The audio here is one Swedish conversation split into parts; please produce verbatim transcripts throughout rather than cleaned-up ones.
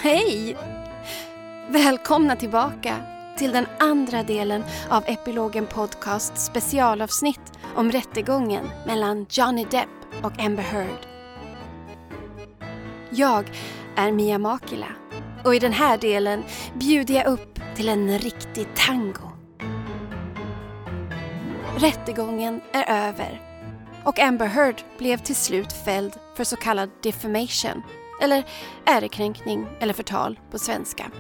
Hej! Välkomna tillbaka till den andra delen av Epilogen Podcast specialavsnitt om rättegången mellan Johnny Depp och Amber Heard. Jag är Mia Makila och i den här delen bjuder jag upp till en riktig tango. Rättegången är över och Amber Heard blev till slut fälld för så kallad defamation, eller ärekränkning eller förtal på svenska.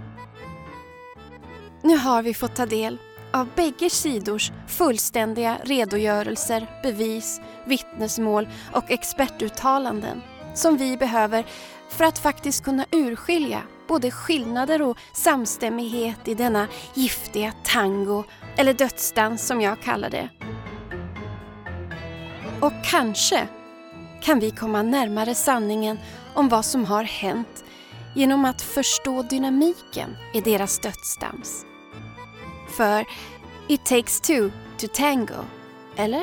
Nu har vi fått ta del av bägge sidors fullständiga redogörelser, bevis, vittnesmål och expertuttalanden som vi behöver för att faktiskt kunna urskilja både skillnader och samstämmighet i denna giftiga tango, eller dödsdans som jag kallar det. Och kanske kan vi komma närmare sanningen om vad som har hänt genom att förstå dynamiken i deras dödsdans. För it takes two to tango, eller?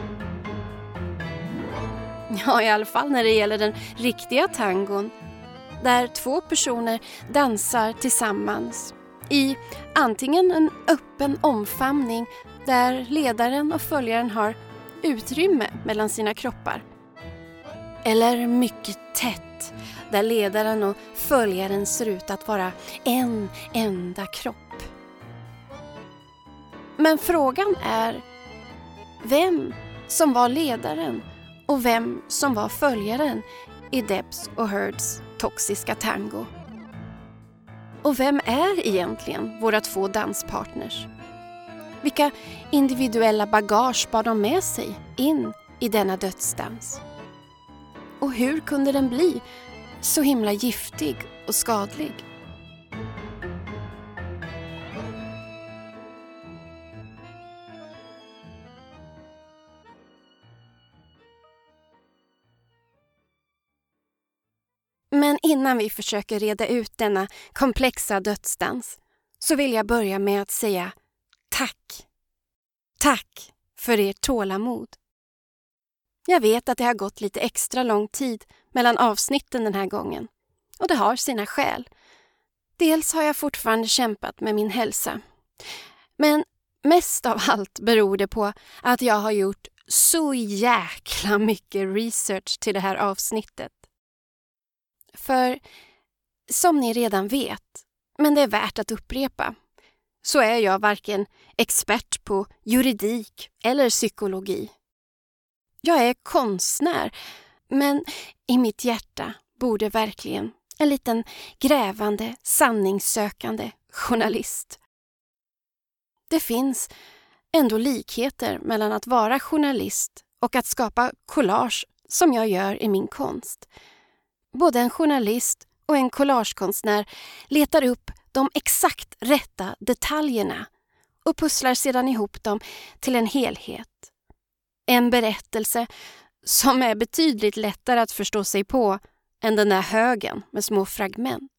Ja, i alla fall när det gäller den riktiga tangon, där två personer dansar tillsammans i antingen en öppen omfamning där ledaren och följaren har utrymme mellan sina kroppar, eller mycket tätt där ledaren och följaren ser ut att vara en enda kropp. Men frågan är vem som var ledaren och vem som var följaren i Depps och Heards toxiska tango. Och vem är egentligen våra två danspartners? Vilka individuella bagage bar de med sig in i denna dödsdans? Och hur kunde den bli så himla giftig och skadlig? Men innan vi försöker reda ut denna komplexa dödsdans så vill jag börja med att säga tack. Tack för ert tålamod. Jag vet att det har gått lite extra lång tid mellan avsnitten den här gången. Och det har sina skäl. Dels har jag fortfarande kämpat med min hälsa. Men mest av allt beror det på att jag har gjort så jäkla mycket research till det här avsnittet. För som ni redan vet, men det är värt att upprepa, så är jag varken expert på juridik eller psykologi. Jag är konstnär, men i mitt hjärta bor det verkligen en liten grävande, sanningssökande journalist. Det finns ändå likheter mellan att vara journalist och att skapa collage som jag gör i min konst. Både en journalist och en collagekonstnär letar upp de exakt rätta detaljerna och pusslar sedan ihop dem till en helhet. En berättelse som är betydligt lättare att förstå sig på än den där högen med små fragment.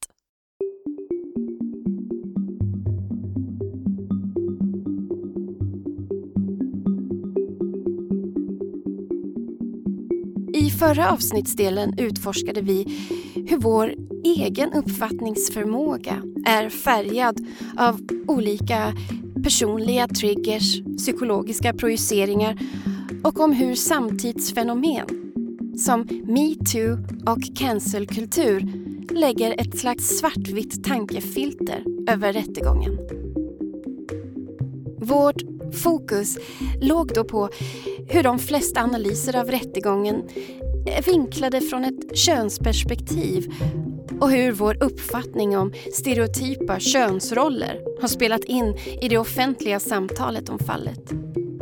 I förra avsnittsdelen utforskade vi hur vår egen uppfattningsförmåga är färgad av olika personliga triggers, psykologiska projiceringar och om hur samtidsfenomen som MeToo och cancelkultur lägger ett slags svartvitt tankefilter över rättegången. Vårt fokus låg då på hur de flesta analyser av rättegången är vinklade från ett könsperspektiv och hur vår uppfattning om stereotypa könsroller har spelat in i det offentliga samtalet om fallet.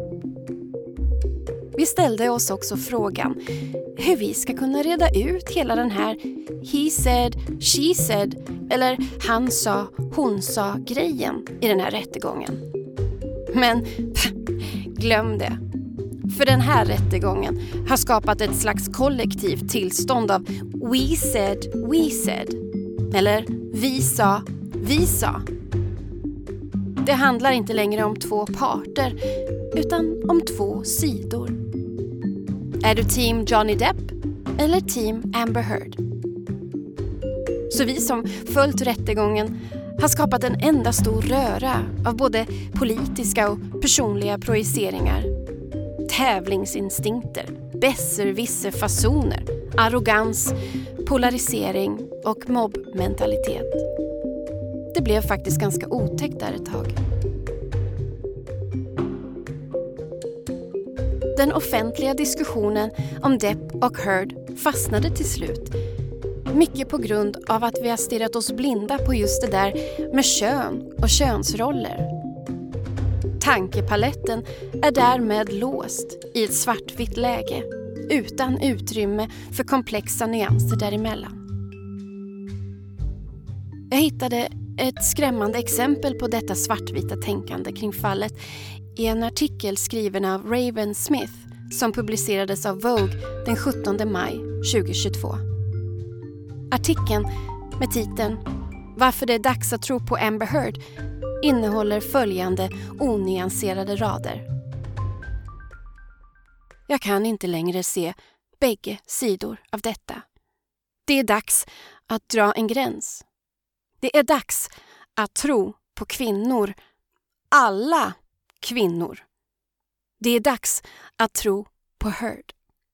Vi ställde oss också frågan hur vi ska kunna reda ut hela den här he said, she said eller han sa, hon sa grejen i den här rättegången. Men glöm det. För den här rättegången har skapat ett slags kollektivt tillstånd av we said, we said. Eller vi sa, vi sa. Det handlar inte längre om två parter utan om två sidor. Är du team Johnny Depp eller team Amber Heard? Så vi som följt rättegången har skapat en enda stor röra av både politiska och personliga projiceringar. Tävlingsinstinkter, besserwisser-fasoner, arrogans, polarisering och mobbmentalitet. Det blev faktiskt ganska otäckt där ett tag. Den offentliga diskussionen om Depp och Heard fastnade till slut. Mycket på grund av att vi har stirrat oss blinda på just det där med kön och könsroller. Tankepaletten är därmed låst i ett svartvitt läge utan utrymme för komplexa nyanser däremellan. Jag hittade ett skrämmande exempel på detta svartvita tänkande kring fallet i en artikel skriven av Raven Smith som publicerades av Vogue den sjuttonde maj tjugohundratjugotvå. Artikeln med titeln "Varför det är dags att tro på Amber Heard" innehåller följande onyanserade rader. Jag kan inte längre se bägge sidor av detta. Det är dags att dra en gräns. Det är dags att tro på kvinnor. Alla kvinnor. Det är dags att tro på Heard.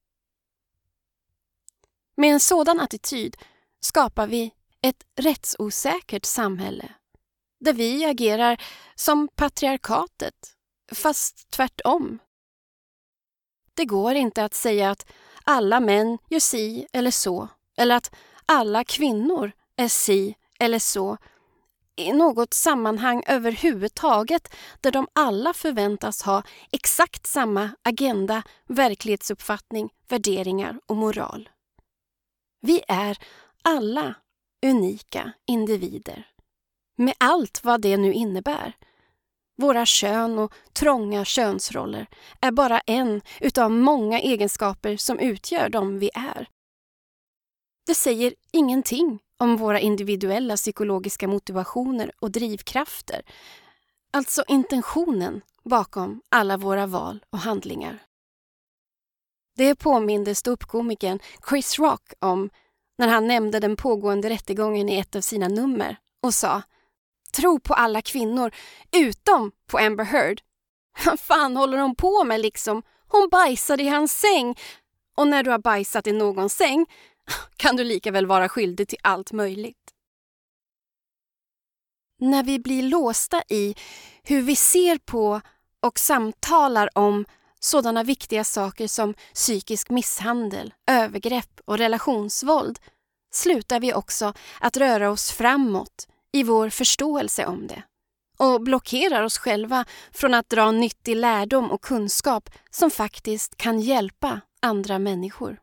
Med en sådan attityd skapar vi ett rättsosäkert samhälle där vi agerar som patriarkatet, fast tvärtom. Det går inte att säga att alla män gör si eller så, eller att alla kvinnor är si eller så, i något sammanhang överhuvudtaget där de alla förväntas ha exakt samma agenda, verklighetsuppfattning, värderingar och moral. Vi är alla unika individer, med allt vad det nu innebär. Våra kön och trånga könsroller är bara en utav många egenskaper som utgör dem vi är. Det säger ingenting om våra individuella psykologiska motivationer och drivkrafter, alltså intentionen bakom alla våra val och handlingar. Det påminde ståuppkomikern Chris Rock om när han nämnde den pågående rättegången i ett av sina nummer och sa: "Tro på alla kvinnor utom på Amber Heard. Vad fan håller hon på med liksom? Hon bajsade i hans säng. Och när du har bajsat i någon säng kan du lika väl vara skyldig till allt möjligt." När vi blir låsta i hur vi ser på och samtalar om sådana viktiga saker som psykisk misshandel, övergrepp och relationsvåld, slutar vi också att röra oss framåt i vår förståelse om det och blockerar oss själva från att dra nyttig lärdom och kunskap som faktiskt kan hjälpa andra människor.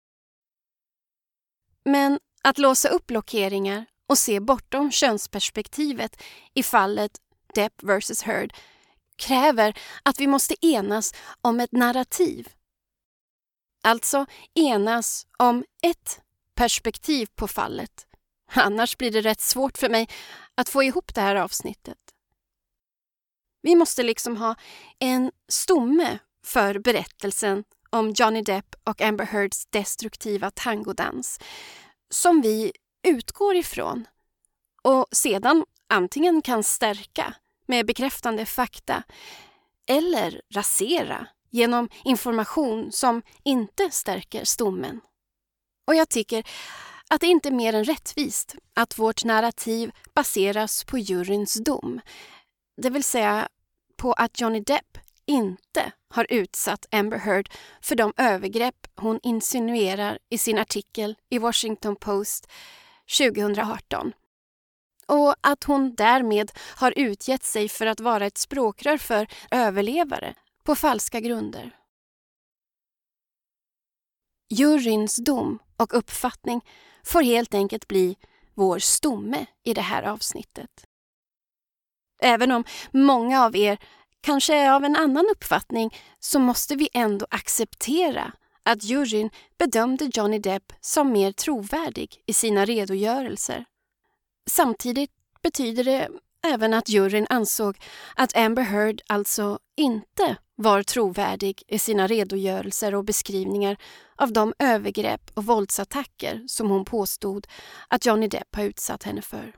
Men att låsa upp blockeringar och se bortom könsperspektivet i fallet Depp versus Heard kräver att vi måste enas om ett narrativ. Alltså enas om ett perspektiv på fallet. Annars blir det rätt svårt för mig att få ihop det här avsnittet. Vi måste liksom ha en stomme för berättelsen om Johnny Depp och Amber Heards destruktiva tangodans som vi utgår ifrån och sedan antingen kan stärka med bekräftande fakta eller rasera genom information som inte stärker stommen. Och jag tycker att det inte är mer än rättvist att vårt narrativ baseras på juryns dom. Det vill säga på att Johnny Depp inte har utsatt Amber Heard för de övergrepp hon insinuerar i sin artikel i Washington Post tjugohundraarton. Och att hon därmed har utgett sig för att vara ett språkrör för överlevare på falska grunder. Juryns dom och uppfattning får helt enkelt bli vår stomme i det här avsnittet. Även om många av er kanske är av en annan uppfattning så måste vi ändå acceptera att juryn bedömde Johnny Depp som mer trovärdig i sina redogörelser. Samtidigt betyder det även att juryn ansåg att Amber Heard alltså inte var trovärdig i sina redogörelser och beskrivningar av de övergrepp och våldsattacker som hon påstod att Johnny Depp har utsatt henne för.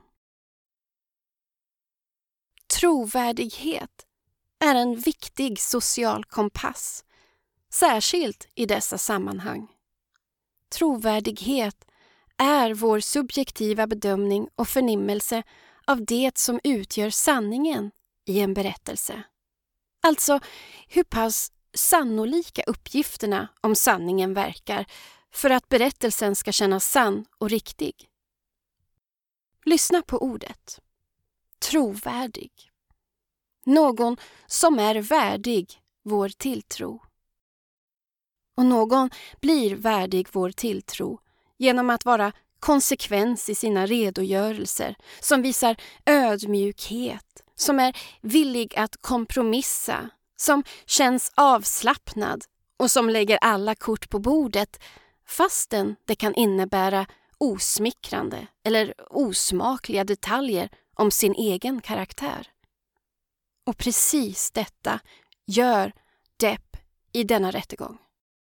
Trovärdighet är en viktig social kompass, särskilt i dessa sammanhang. Trovärdighet är vår subjektiva bedömning och förnimmelse av det som utgör sanningen i en berättelse. Alltså hur pass sannolika uppgifterna om sanningen verkar för att berättelsen ska kännas sann och riktig. Lyssna på ordet. Trovärdig. Någon som är värdig vår tilltro. Och någon blir värdig vår tilltro genom att vara konsekvens i sina redogörelser, som visar ödmjukhet, som är villig att kompromissa, som känns avslappnad och som lägger alla kort på bordet fastän det kan innebära osmickrande eller osmakliga detaljer om sin egen karaktär. Och precis detta gör Depp i denna rättegång.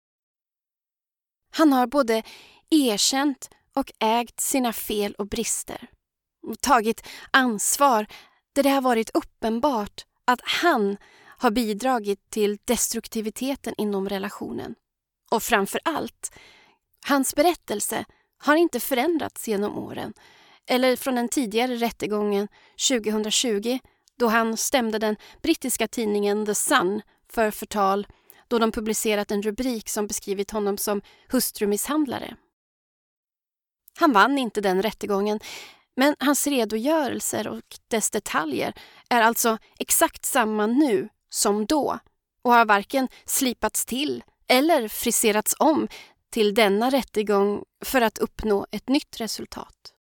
Han har både erkänt och ägt sina fel och brister och tagit ansvar där det har varit uppenbart att han har bidragit till destruktiviteten inom relationen. Och framför allt, hans berättelse har inte förändrats genom åren eller från den tidigare rättegången tjugohundratjugo då han stämde den brittiska tidningen The Sun för förtal då de publicerat en rubrik som beskrivit honom som hustrumisshandlare. Han vann inte den rättegången, men hans redogörelser och dess detaljer är alltså exakt samma nu som då och har varken slipats till eller friserats om till denna rättegång för att uppnå ett nytt resultat.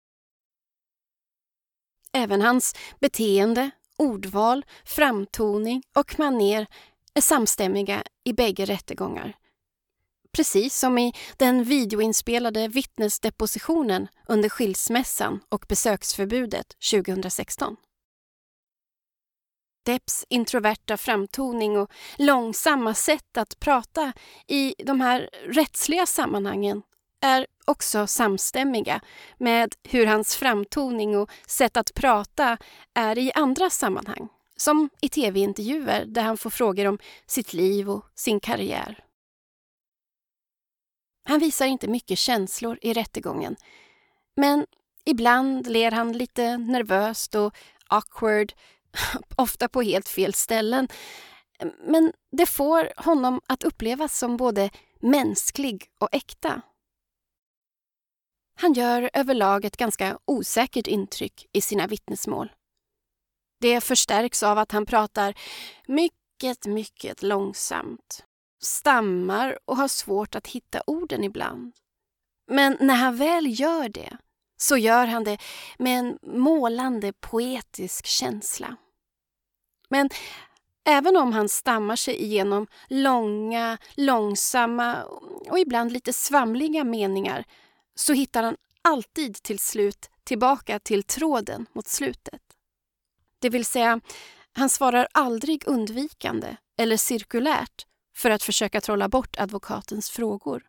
Även hans beteende, ordval, framtoning och maner är samstämmiga i bägge rättegångar. Precis som i den videoinspelade vittnesdepositionen under skilsmässan och besöksförbudet tjugohundrasexton. Depps introverta framtoning och långsamma sätt att prata i de här rättsliga sammanhangen är också samstämmiga med hur hans framtoning och sätt att prata är i andra sammanhang, som i tv-intervjuer där han får frågor om sitt liv och sin karriär. Han visar inte mycket känslor i rättegången, men ibland ler han lite nervöst och awkward, ofta på helt fel ställen. Men det får honom att upplevas som både mänsklig och äkta. Han gör överlag ett ganska osäkert intryck i sina vittnesmål. Det förstärks av att han pratar mycket, mycket långsamt, stammar och har svårt att hitta orden ibland. Men när han väl gör det så gör han det med en målande poetisk känsla. Men även om han stammar sig igenom långa, långsamma och ibland lite svamliga meningar så hittar han alltid till slut tillbaka till tråden mot slutet. Det vill säga, han svarar aldrig undvikande eller cirkulärt för att försöka trolla bort advokatens frågor.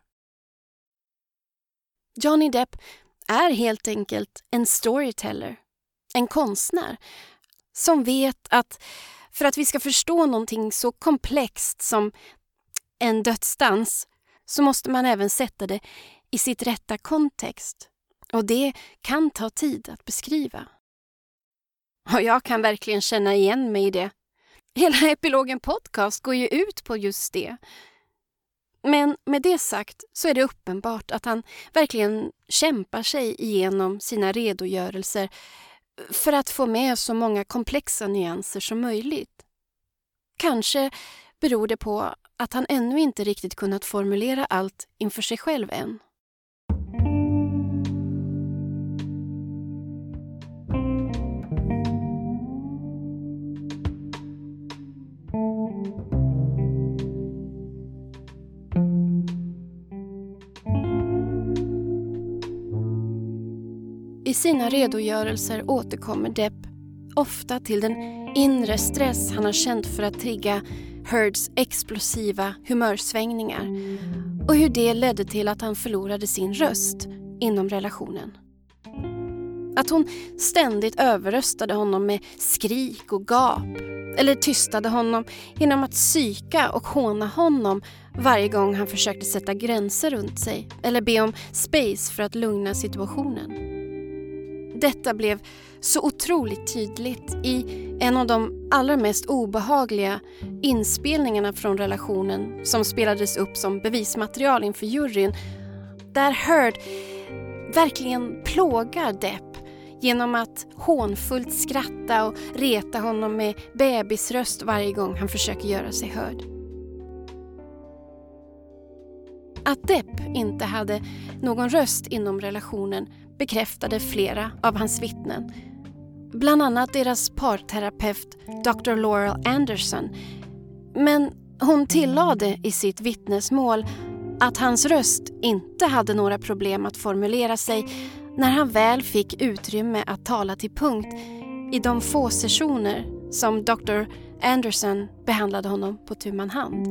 Johnny Depp är helt enkelt en storyteller, en konstnär som vet att för att vi ska förstå någonting så komplext som en dödsdans så måste man även sätta det i sitt rätta kontext. Och det kan ta tid att beskriva. Och jag kan verkligen känna igen mig i det. Hela Epilogen podcast går ju ut på just det. Men med det sagt så är det uppenbart att han verkligen kämpar sig igenom sina redogörelser för att få med så många komplexa nyanser som möjligt. Kanske beror det på att han ännu inte riktigt kunnat formulera allt inför sig själv än. I sina redogörelser återkommer Depp ofta till den inre stress han har känt för att trigga Heards explosiva humörsvängningar och hur det ledde till att han förlorade sin röst inom relationen. Att hon ständigt överröstade honom med skrik och gap eller tystade honom genom att psyka och håna honom varje gång han försökte sätta gränser runt sig eller be om space för att lugna situationen. Detta blev så otroligt tydligt i en av de allra mest obehagliga inspelningarna från relationen som spelades upp som bevismaterial inför juryn, där Heard verkligen plågar Depp genom att hånfullt skratta och reta honom med bebisröst varje gång han försöker göra sig hörd. Att Depp inte hade någon röst inom relationen bekräftade flera av hans vittnen. Bland annat deras parterapeut doktor Laurel Anderson. Men hon tillade i sitt vittnesmål att hans röst inte hade några problem att formulera sig när han väl fick utrymme att tala till punkt i de få sessioner som doktor Anderson behandlade honom på tu man hand.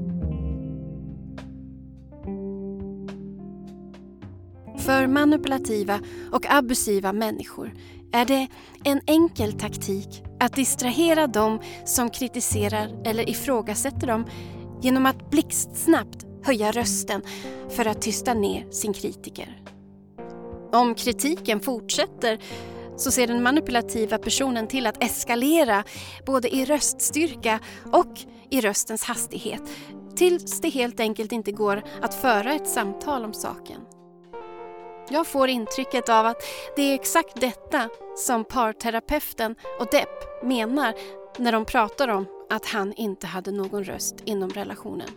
För manipulativa och abusiva människor är det en enkel taktik att distrahera dem som kritiserar eller ifrågasätter dem genom att blixtsnabbt höja rösten för att tysta ner sin kritiker. Om kritiken fortsätter så ser den manipulativa personen till att eskalera både i röststyrka och i röstens hastighet tills det helt enkelt inte går att föra ett samtal om saken. Jag får intrycket av att det är exakt detta som parterapeuten och Depp menar när de pratar om att han inte hade någon röst inom relationen.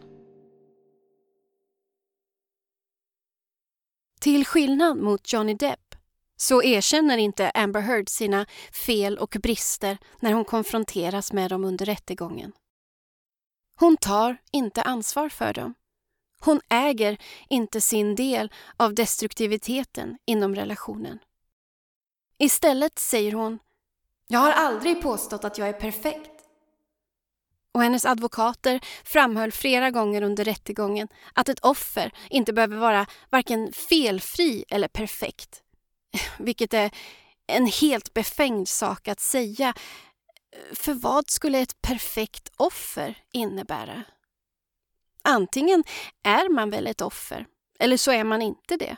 Till skillnad mot Johnny Depp så erkänner inte Amber Heard sina fel och brister när hon konfronteras med dem under rättegången. Hon tar inte ansvar för dem. Hon äger inte sin del av destruktiviteten inom relationen. Istället säger hon: "Jag har aldrig påstått att jag är perfekt." Och hennes advokater framhöll flera gånger under rättegången att ett offer inte behöver vara varken felfri eller perfekt. Vilket är en helt befängd sak att säga. För vad skulle ett perfekt offer innebära? Antingen är man väl ett offer, eller så är man inte det.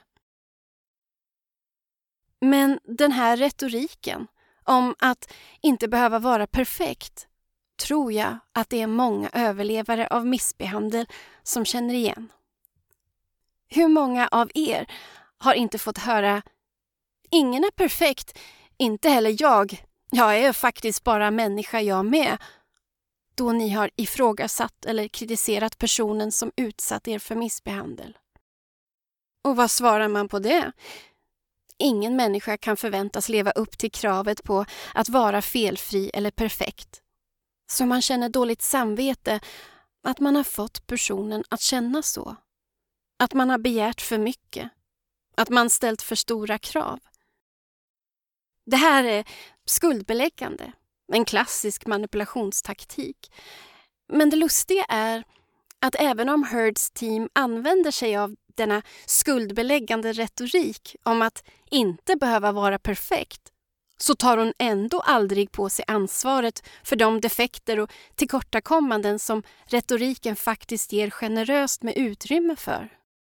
Men den här retoriken om att inte behöva vara perfekt tror jag att det är många överlevare av missbehandel som känner igen. Hur många av er har inte fått höra: "Ingen är perfekt, inte heller jag. Jag är faktiskt bara människa jag med." Då ni har ifrågasatt eller kritiserat personen som utsatt er för missbehandel. Och vad svarar man på det? Ingen människa kan förväntas leva upp till kravet på att vara felfri eller perfekt. Så man känner dåligt samvete att man har fått personen att känna så. Att man har begärt för mycket. Att man ställt för stora krav. Det här är skuldbeläggande. En klassisk manipulationstaktik. Men det lustiga är att även om Heards team använder sig av denna skuldbeläggande retorik om att inte behöva vara perfekt, så tar hon ändå aldrig på sig ansvaret för de defekter och tillkortakommanden som retoriken faktiskt ger generöst med utrymme för.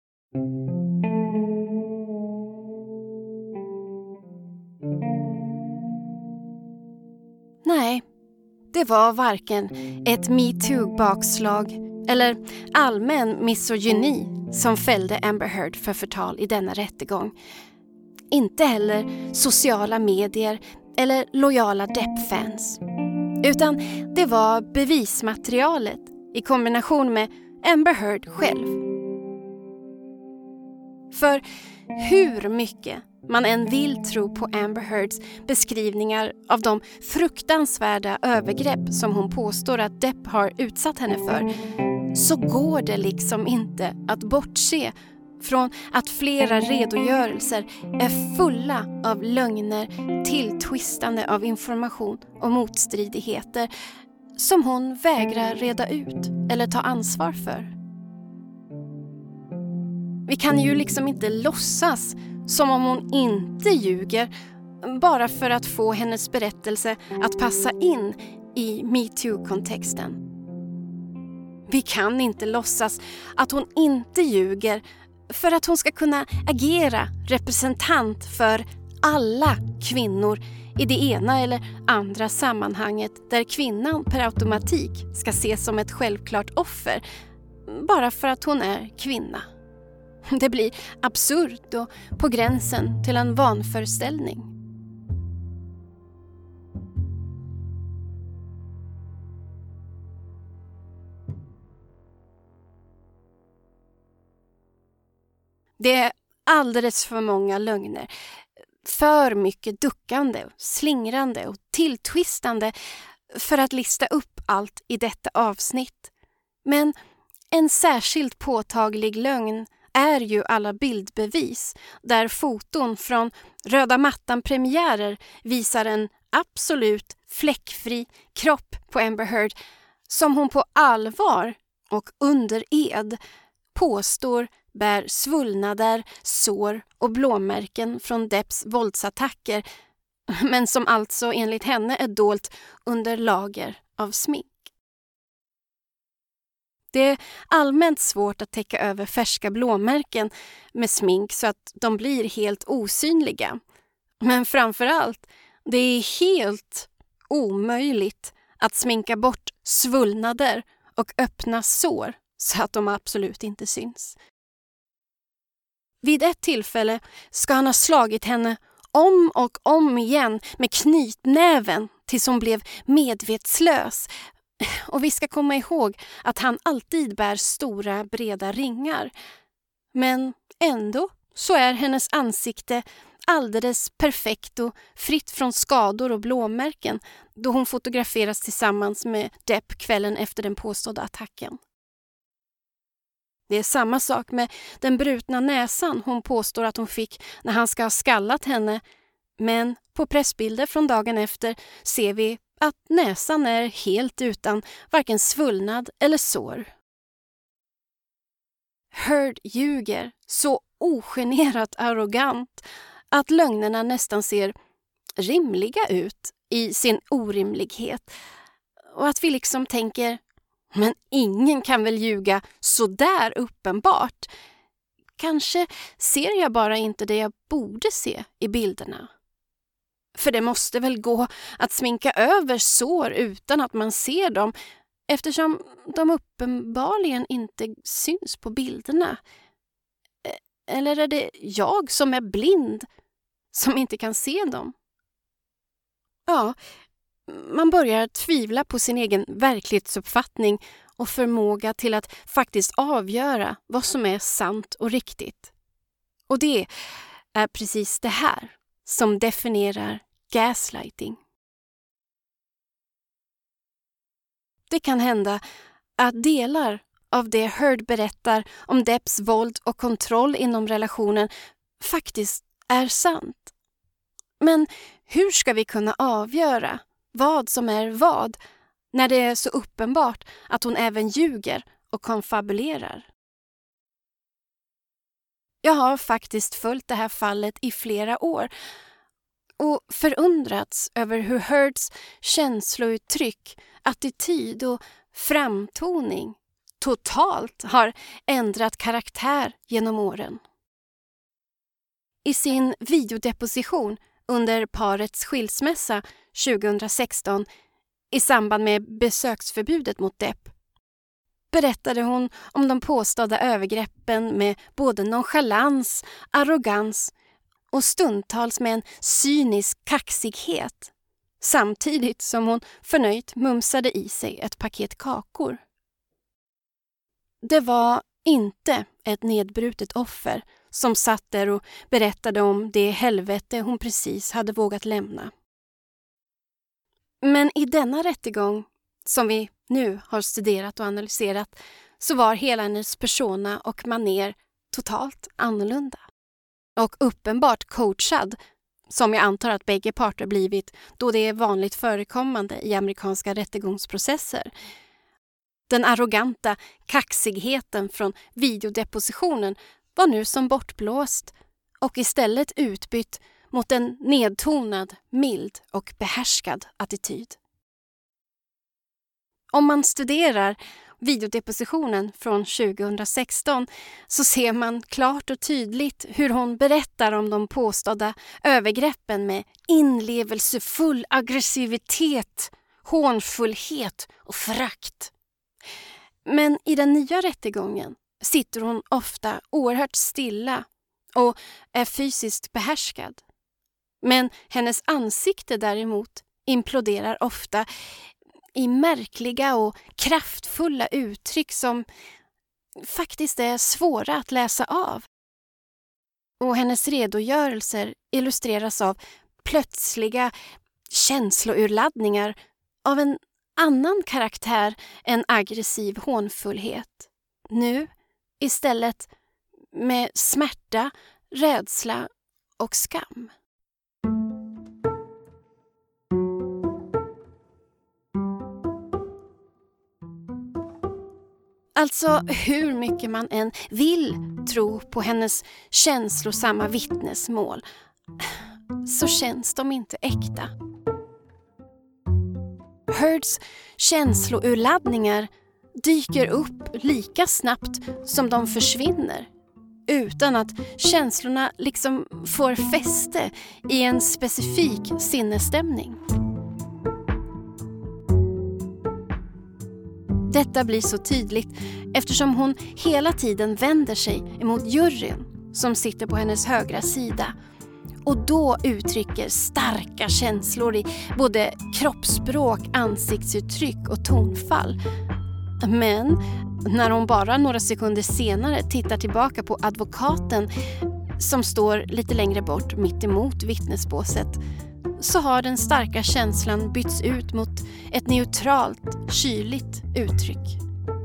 Nej, det var varken ett MeToo-bakslag eller allmän misogyni som fällde Amber Heard för förtal i denna rättegång. Inte heller sociala medier eller lojala Depp-fans. Utan det var bevismaterialet i kombination med Amber Heard själv. För hur mycket man än vill tro på Amber Heards beskrivningar av de fruktansvärda övergrepp som hon påstår att Depp har utsatt henne för, så går det liksom inte att bortse Från att flera redogörelser är fulla av lögner, tilltvistande av information och motstridigheter som hon vägrar reda ut eller ta ansvar för. Vi kan ju liksom inte låtsas som om hon inte ljuger bara för att få hennes berättelse att passa in i MeToo-kontexten. Vi kan inte låtsas att hon inte ljuger för att hon ska kunna agera representant för alla kvinnor i det ena eller andra sammanhanget där kvinnan per automatik ska ses som ett självklart offer bara för att hon är kvinna. Det blir absurt och på gränsen till en vanföreställning. Det är alldeles för många lögner, för mycket duckande, slingrande och tilltvistande för att lista upp allt i detta avsnitt. Men en särskilt påtaglig lögn är ju alla bildbevis där foton från röda mattan-premiärer visar en absolut fläckfri kropp på Amber Heard som hon på allvar och under ed påstår bär svullnader, sår och blåmärken från Depps våldsattacker, men som alltså enligt henne är dolt under lager av smink. Det är allmänt svårt att täcka över färska blåmärken med smink så att de blir helt osynliga. Men framförallt, det är helt omöjligt att sminka bort svullnader och öppna sår så att de absolut inte syns. Vid ett tillfälle ska han ha slagit henne om och om igen med knytnäven tills hon blev medvetslös. Och vi ska komma ihåg att han alltid bär stora breda ringar. Men ändå så är hennes ansikte alldeles perfekt och fritt från skador och blåmärken då hon fotograferas tillsammans med Depp kvällen efter den påstådda attacken. Det är samma sak med den brutna näsan hon påstår att hon fick när han ska ha skallat henne. Men på pressbilder från dagen efter ser vi att näsan är helt utan varken svullnad eller sår. Heard ljuger så ogenerat arrogant att lögnerna nästan ser rimliga ut i sin orimlighet. Och att vi liksom tänker, men ingen kan väl ljuga så där uppenbart. Kanske ser jag bara inte det jag borde se i bilderna. För det måste väl gå att sminka över sår utan att man ser dem eftersom de uppenbarligen inte syns på bilderna. Eller är det jag som är blind som inte kan se dem? Ja, man börjar tvivla på sin egen verklighetsuppfattning och förmåga till att faktiskt avgöra vad som är sant och riktigt. Och det är precis det här som definierar gaslighting. Det kan hända att delar av det Heard berättar om Depps våld och kontroll inom relationen faktiskt är sant. Men hur ska vi kunna avgöra vad som är vad när det är så uppenbart att hon även ljuger och konfabulerar? Jag har faktiskt följt det här fallet i flera år och förundrats över hur Heards känslouttryck, attityd och framtoning totalt har ändrat karaktär genom åren. I sin videodeposition under parets skilsmässa tjugohundrasexton i samband med besöksförbudet mot Depp berättade hon om de påstådda övergreppen med både nonchalans, arrogans och stundtals med en cynisk kaxighet, samtidigt som hon förnöjt mumsade i sig ett paket kakor. Det var inte ett nedbrutet offer som satt där och berättade om det helvete hon precis hade vågat lämna. Men i denna rättegång, som vi nu har studerat och analyserat, så var hela hennes persona och maner totalt annorlunda. Och uppenbart coachad, som jag antar att bägge parter blivit då det är vanligt förekommande i amerikanska rättegångsprocesser. Den arroganta kaxigheten från videodepositionen var nu som bortblåst och istället utbytt mot en nedtonad, mild och behärskad attityd. Om man studerar videodepositionen från tjugohundrasexton så ser man klart och tydligt hur hon berättar om de påstådda övergreppen med inlevelsefull aggressivitet, hånfullhet och förakt. Men i den nya rättegången sitter hon ofta oerhört stilla och är fysiskt behärskad. Men hennes ansikte däremot imploderar ofta i märkliga och kraftfulla uttryck som faktiskt är svåra att läsa av. Och hennes redogörelser illustreras av plötsliga känslourladdningar av en annan karaktär än aggressiv hånfullhet. Nu istället med smärta, rädsla och skam. Alltså hur mycket man än vill tro på hennes känslosamma vittnesmål så känns de inte äkta. Heards känslourladdningar dyker upp lika snabbt som de försvinner utan att känslorna liksom får fäste i en specifik sinnesstämning. Detta blir så tydligt eftersom hon hela tiden vänder sig emot juryn som sitter på hennes högra sida och då uttrycker starka känslor i både kroppsspråk, ansiktsuttryck och tonfall. Men när hon bara några sekunder senare tittar tillbaka på advokaten som står lite längre bort mitt emot vittnesbåset så har den starka känslan bytts ut mot ett neutralt, kyligt uttryck.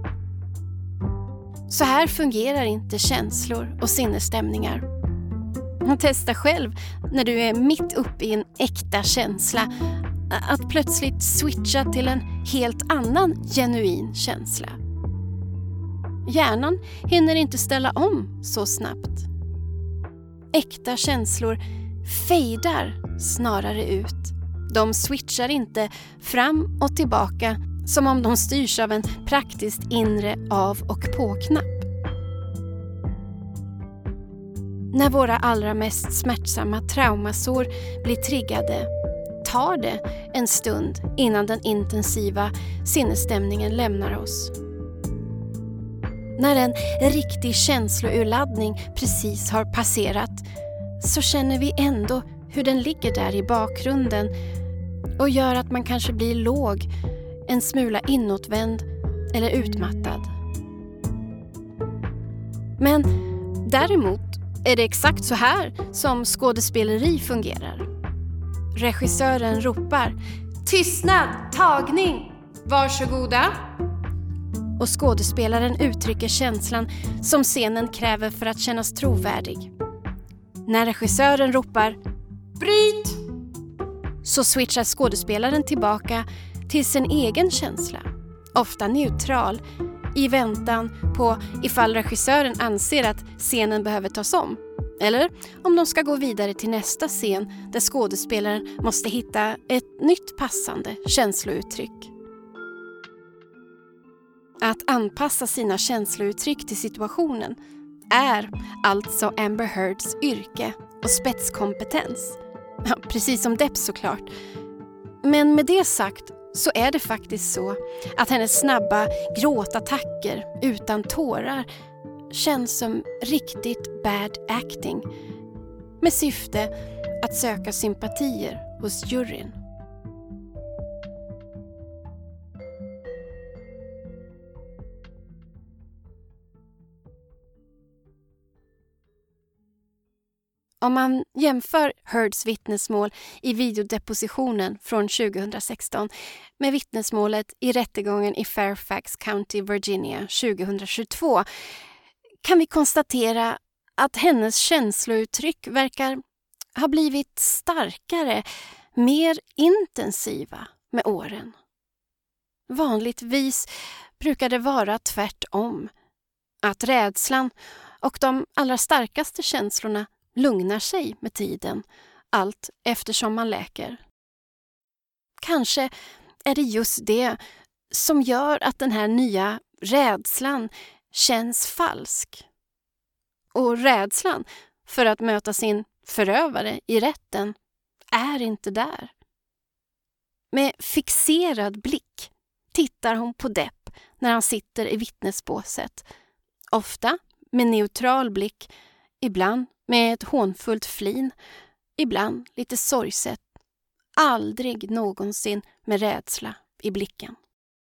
Så här fungerar inte känslor och sinnesstämningar. Testa själv när du är mitt uppe i en äkta känsla att plötsligt switcha till en helt annan genuin känsla. Hjärnan hinner inte ställa om så snabbt. Äkta känslor fejdar snarare ut. De switchar inte fram och tillbaka som om de styrs av en praktiskt inre av- och på-knapp. När våra allra mest smärtsamma traumasår blir triggade tar det en stund innan den intensiva sinnesstämningen lämnar oss. När en riktig känslourladdning precis har passerat så känner vi ändå hur den ligger där i bakgrunden och gör att man kanske blir låg, en smula inåtvänd eller utmattad. Men däremot är det exakt så här som skådespeleri fungerar. Regissören ropar "Tystnad, tagning, varsågoda!" och skådespelaren uttrycker känslan som scenen kräver för att kännas trovärdig. När regissören ropar "Bryt!" så switchar skådespelaren tillbaka till sin egen känsla, ofta neutral, i väntan på ifall regissören anser att scenen behöver tas om. Eller om de ska gå vidare till nästa scen där skådespelaren måste hitta ett nytt passande känslouttryck. Att anpassa sina känslouttryck till situationen är alltså Amber Heards yrke och spetskompetens. Ja, precis som Depp såklart. Men med det sagt så är det faktiskt så att hennes snabba gråtattacker utan tårar känns som riktigt bad acting med syfte att söka sympatier hos juryn. Om man jämför Heards vittnesmål i videodepositionen från tjugohundrasexton med vittnesmålet i rättegången i Fairfax County, Virginia tjugohundratjugotvå kan vi konstatera att hennes känslouttryck verkar ha blivit starkare, mer intensiva med åren. Vanligtvis brukar det vara tvärtom, att rädslan och de allra starkaste känslorna lugnar sig med tiden, allt eftersom man läker. Kanske är det just det som gör att den här nya rädslan känns falsk. Och rädslan för att möta sin förövare i rätten är inte där. Med fixerad blick tittar hon på Depp när han sitter i vittnesbåset. Ofta med neutral blick, ibland med ett hånfullt flin, ibland lite sorgset. Aldrig någonsin med rädsla i blicken.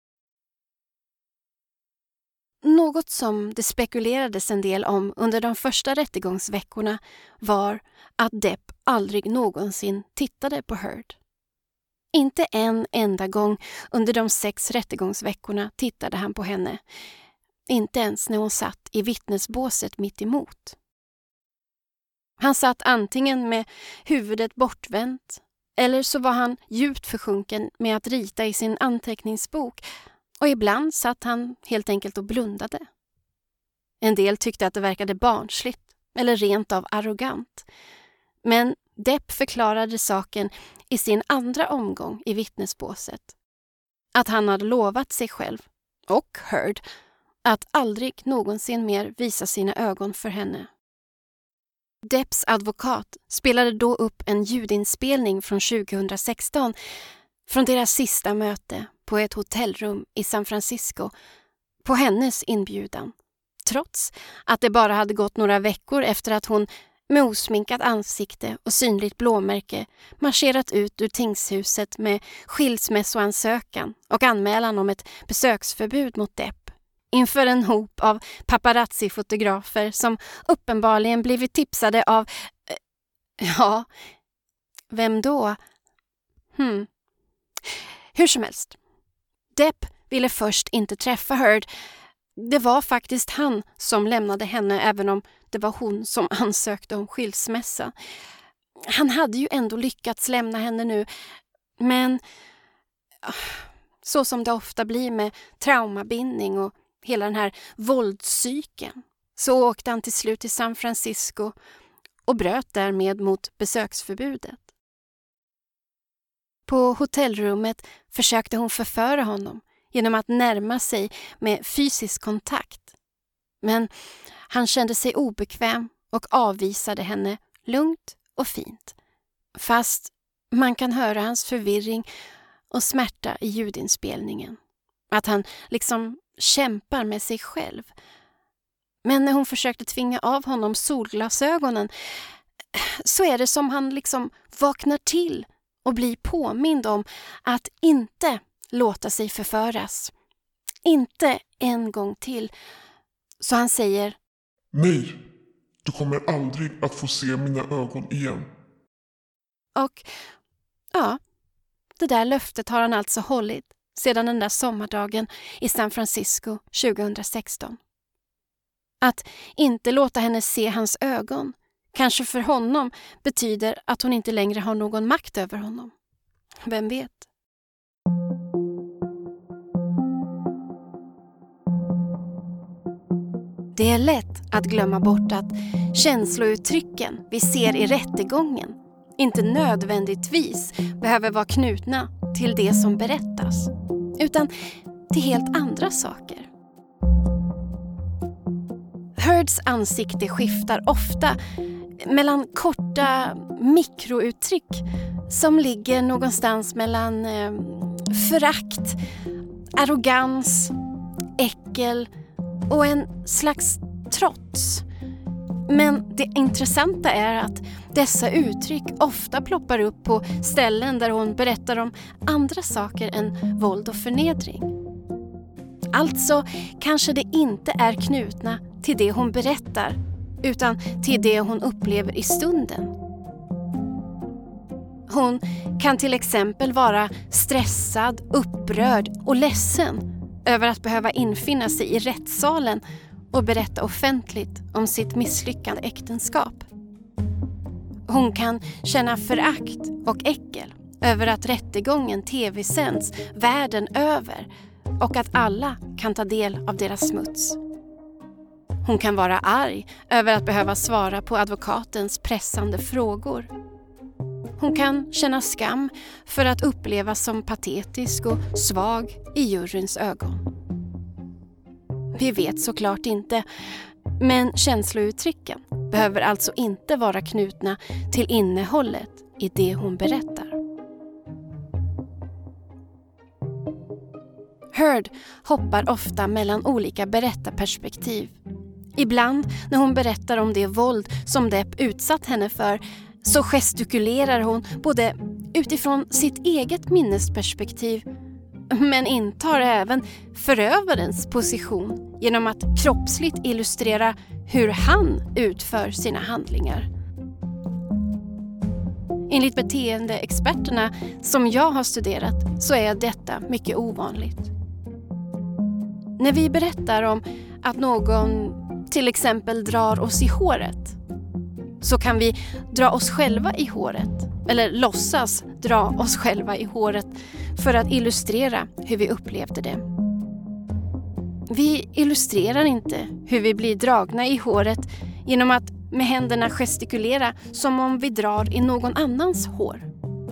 Något som det spekulerades en del om under de första rättegångsveckorna var att Depp aldrig någonsin tittade på Heard. Inte en enda gång under de sex rättegångsveckorna tittade han på henne. Inte ens när hon satt i vittnesbåset mitt emot. Han satt antingen med huvudet bortvänt eller så var han djupt försjunken med att rita i sin anteckningsbok och ibland satt han helt enkelt och blundade. En del tyckte att det verkade barnsligt eller rent av arrogant. Men Depp förklarade saken i sin andra omgång i vittnesbåset. Att han hade lovat sig själv och Heard att aldrig någonsin mer visa sina ögon för henne. Depps advokat spelade då upp en ljudinspelning från tjugohundrasexton från deras sista möte på ett hotellrum i San Francisco på hennes inbjudan, trots att det bara hade gått några veckor efter att hon med osminkat ansikte och synligt blåmärke marscherat ut ur tingshuset med skilsmässoansökan och anmälan om ett besöksförbud mot Depp inför en hop av paparazzi-fotografer som uppenbarligen blivit tipsade av... Ja, vem då? Hmm. Hur som helst. Depp ville först inte träffa Heard. Det var faktiskt han som lämnade henne även om det var hon som ansökte om skilsmässa. Han hade ju ändå lyckats lämna henne nu, men så som det ofta blir med traumabindning och hela den här våldscykeln, så åkte han till slut till San Francisco och bröt därmed mot besöksförbudet. På hotellrummet försökte hon förföra honom genom att närma sig med fysisk kontakt. Men han kände sig obekväm och avvisade henne lugnt och fint. Fast man kan höra hans förvirring och smärta i ljudinspelningen. Att han liksom kämpar med sig själv. Men när hon försökte tvinga av honom solglasögonen så är det som han liksom vaknar till och blir påmind om att inte låta sig förföras. Inte en gång till. Så han säger: nej, du kommer aldrig att få se mina ögon igen. Och ja, det där löftet har han alltså hållit sedan den där sommardagen i San Francisco tjugohundrasexton. Att inte låta henne se hans ögon kanske för honom betyder att hon inte längre har någon makt över honom. Vem vet? Det är lätt att glömma bort att känslouttrycken vi ser i rättegången inte nödvändigtvis behöver vara knutna till det som berättas, utan till helt andra saker. Heards ansikte skiftar ofta mellan korta mikrouttryck som ligger någonstans mellan eh, förakt, arrogans, äckel och en slags trots. Men det intressanta är att dessa uttryck ofta ploppar upp på ställen där hon berättar om andra saker än våld och förnedring. Alltså kanske det inte är knutna till det hon berättar, utan till det hon upplever i stunden. Hon kan till exempel vara stressad, upprörd och ledsen över att behöva infinna sig i rättssalen och berätta offentligt om sitt misslyckande äktenskap. Hon kan känna förakt och äckel över att rättegången tv-sänds världen över och att alla kan ta del av deras smuts. Hon kan vara arg över att behöva svara på advokatens pressande frågor. Hon kan känna skam för att upplevas som patetisk och svag i juryns ögon. Vi vet såklart inte, men känslouttrycken behöver alltså inte vara knutna till innehållet i det hon berättar. Heard hoppar ofta mellan olika berättarperspektiv. Ibland när hon berättar om det våld som Depp utsatt henne för så gestikulerar hon både utifrån sitt eget minnesperspektiv men intar även förövarens position genom att kroppsligt illustrera hur han utför sina handlingar. Enligt beteendeexperterna som jag har studerat så är detta mycket ovanligt. När vi berättar om att någon till exempel drar oss i håret så kan vi dra oss själva i håret eller låtsas dra oss själva i håret för att illustrera hur vi upplevde det. Vi illustrerar inte hur vi blir dragna i håret genom att med händerna gestikulera som om vi drar i någon annans hår.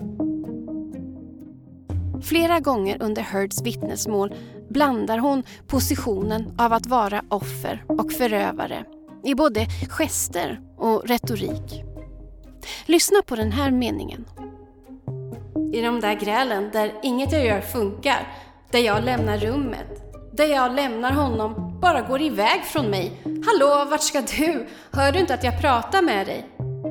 Flera gånger under Heards vittnesmål blandar hon positionen av att vara offer och förövare i både gester och retorik. Lyssna på den här meningen. I de där grälen där inget jag gör funkar, där jag lämnar rummet, där jag lämnar honom, bara går iväg från mig. Hallå, vart ska du? Hör du inte att jag pratar med dig?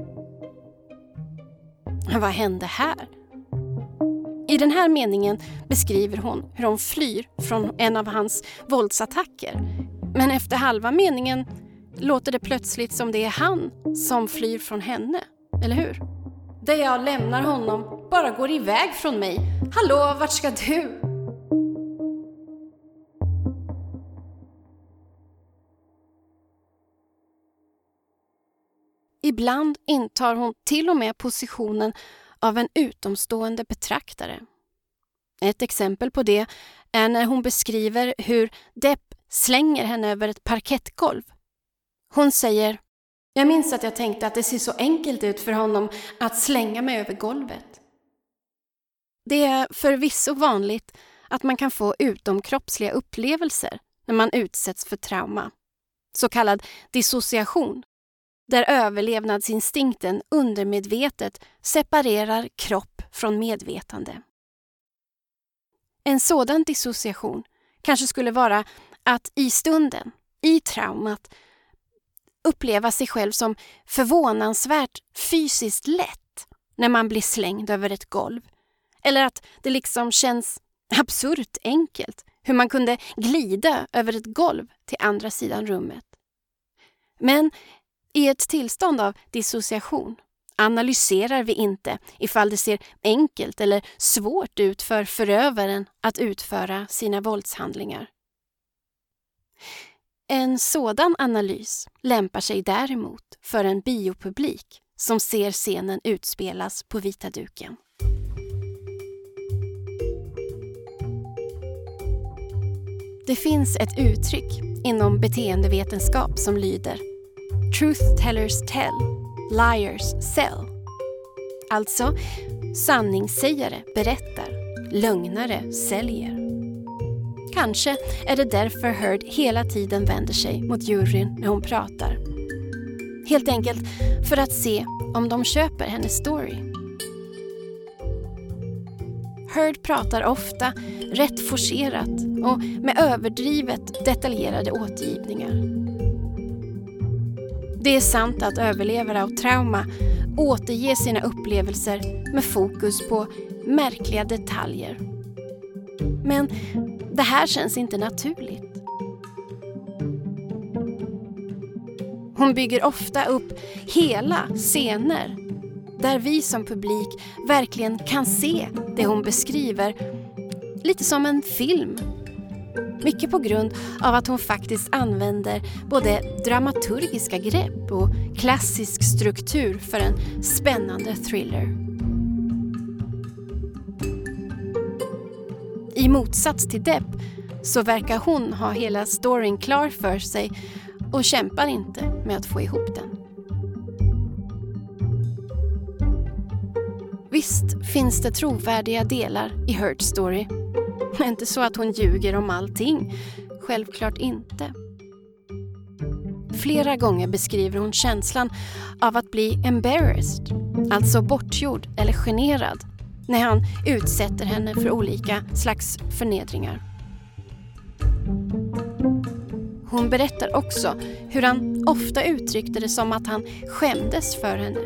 Vad hände här? I den här meningen beskriver hon hur hon flyr från en av hans våldsattacker. Men efter halva meningen låter det plötsligt som det är han som flyr från henne, eller hur? Där jag lämnar honom, bara går iväg från mig. Hallå, vart ska du? Ibland intar hon till och med positionen av en utomstående betraktare. Ett exempel på det är när hon beskriver hur Depp slänger henne över ett parkettgolv. Hon säger: jag minns att jag tänkte att det ser så enkelt ut för honom att slänga mig över golvet. Det är förvisso vanligt att man kan få utomkroppsliga upplevelser när man utsätts för trauma. Så kallad dissociation. Där överlevnadsinstinkten undermedvetet separerar kropp från medvetande. En sådan dissociation kanske skulle vara att i stunden, i traumat, uppleva sig själv som förvånansvärt fysiskt lätt när man blir slängd över ett golv. Eller att det liksom känns absurt enkelt hur man kunde glida över ett golv till andra sidan rummet. Men i ett tillstånd av dissociation analyserar vi inte ifall det ser enkelt eller svårt ut för förövaren att utföra sina våldshandlingar. En sådan analys lämpar sig däremot för en biopublik som ser scenen utspelas på vita duken. Det finns ett uttryck inom beteendevetenskap som lyder Truth tellers tell, liars sell. Alltså, sanningssägare berättar, lögnare säljer. Kanske är det därför Heard hela tiden vänder sig mot juryn när hon pratar. Helt enkelt för att se om de köper hennes story. Heard pratar ofta rätt forcerat och med överdrivet detaljerade återgivningar. Det är sant att överlevare av trauma återger sina upplevelser med fokus på märkliga detaljer. Men det här känns inte naturligt. Hon bygger ofta upp hela scener där vi som publik verkligen kan se det hon beskriver, lite som en film. Mycket på grund av att hon faktiskt använder både dramaturgiska grepp och klassisk struktur för en spännande thriller. I motsats till Depp så verkar hon ha hela storyn klar för sig och kämpar inte med att få ihop den. Visst finns det trovärdiga delar i Heard's story. Men inte så att hon ljuger om allting. Självklart inte. Flera gånger beskriver hon känslan av att bli embarrassed, alltså bortgjord eller generad, när han utsätter henne för olika slags förnedringar. Hon berättar också hur han ofta uttryckte det som att han skämdes för henne.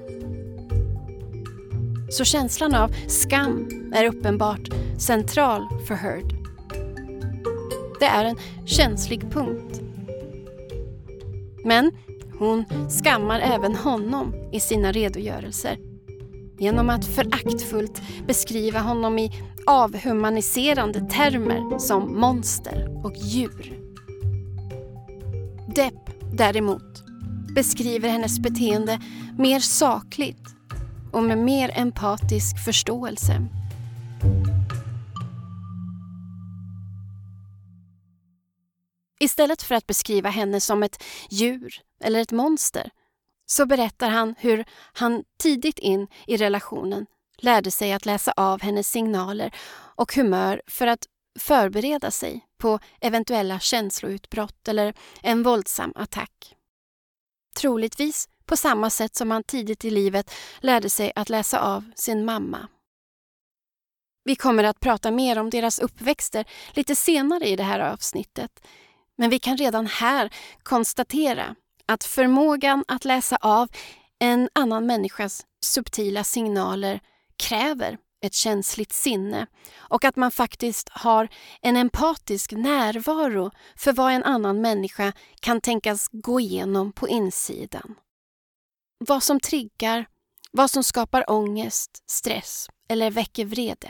Så känslan av skam är uppenbart central för Heard. Det är en känslig punkt. Men hon skammar även honom i sina redogörelser genom att föraktfullt beskriva honom i avhumaniserande termer som monster och djur. Depp däremot beskriver hennes beteende mer sakligt och med mer empatisk förståelse. Istället för att beskriva henne som ett djur eller ett monster så berättar han hur han tidigt in i relationen lärde sig att läsa av hennes signaler och humör för att förbereda sig på eventuella känsloutbrott eller en våldsam attack. Troligtvis på samma sätt som han tidigt i livet lärde sig att läsa av sin mamma. Vi kommer att prata mer om deras uppväxter lite senare i det här avsnittet. Men vi kan redan här konstatera att förmågan att läsa av en annan människas subtila signaler kräver ett känsligt sinne och att man faktiskt har en empatisk närvaro för vad en annan människa kan tänkas gå igenom på insidan. Vad som triggar, vad som skapar ångest, stress eller väcker vrede.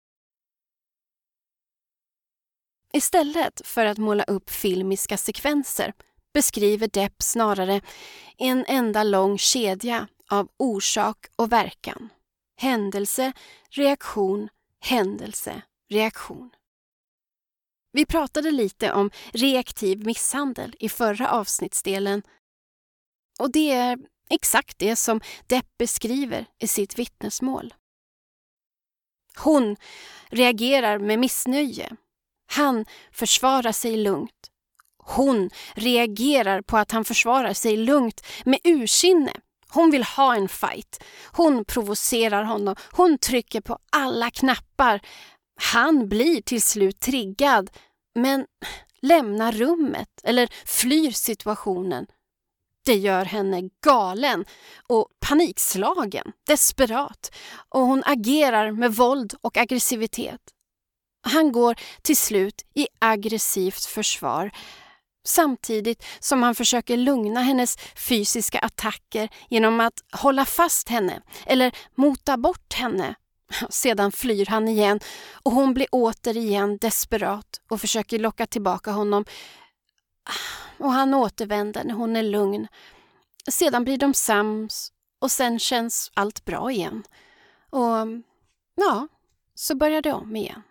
Istället för att måla upp filmiska sekvenser beskriver Depp snarare en enda lång kedja av orsak och verkan. Händelse, reaktion, händelse, reaktion. Vi pratade lite om reaktiv misshandel i förra avsnittsdelen och det är exakt det som Depp beskriver i sitt vittnesmål. Hon reagerar med missnöje. Han försvarar sig lugnt. Hon reagerar på att han försvarar sig lugnt med ursinne. Hon vill ha en fight. Hon provocerar honom. Hon trycker på alla knappar. Han blir till slut triggad men lämnar rummet eller flyr situationen. Det gör henne galen och panikslagen, desperat, och hon agerar med våld och aggressivitet. Han går till slut i aggressivt försvar samtidigt som han försöker lugna hennes fysiska attacker genom att hålla fast henne eller mota bort henne. Sedan flyr han igen och hon blir återigen desperat och försöker locka tillbaka honom. Och han återvänder när hon är lugn. Sedan blir de sams och sen känns allt bra igen. Och ja, så börjar det om igen.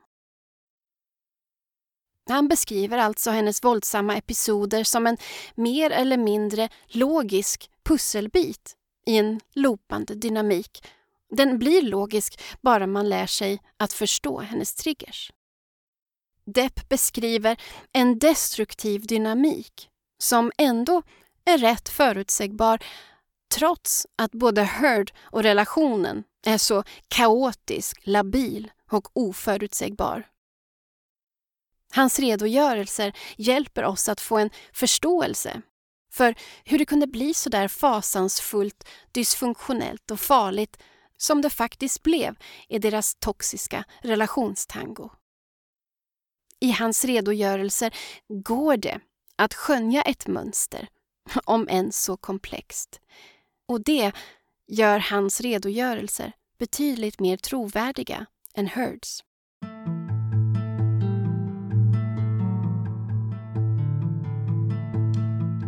Han beskriver alltså hennes våldsamma episoder som en mer eller mindre logisk pusselbit i en loopande dynamik. Den blir logisk bara man lär sig att förstå hennes triggers. Depp beskriver en destruktiv dynamik som ändå är rätt förutsägbar trots att både Heard och relationen är så kaotisk, labil och oförutsägbar. Hans redogörelser hjälper oss att få en förståelse för hur det kunde bli så där fasansfullt, dysfunktionellt och farligt som det faktiskt blev i deras toxiska relationstango. I hans redogörelser går det att skönja ett mönster, om än så komplext. Och det gör hans redogörelser betydligt mer trovärdiga än Heards.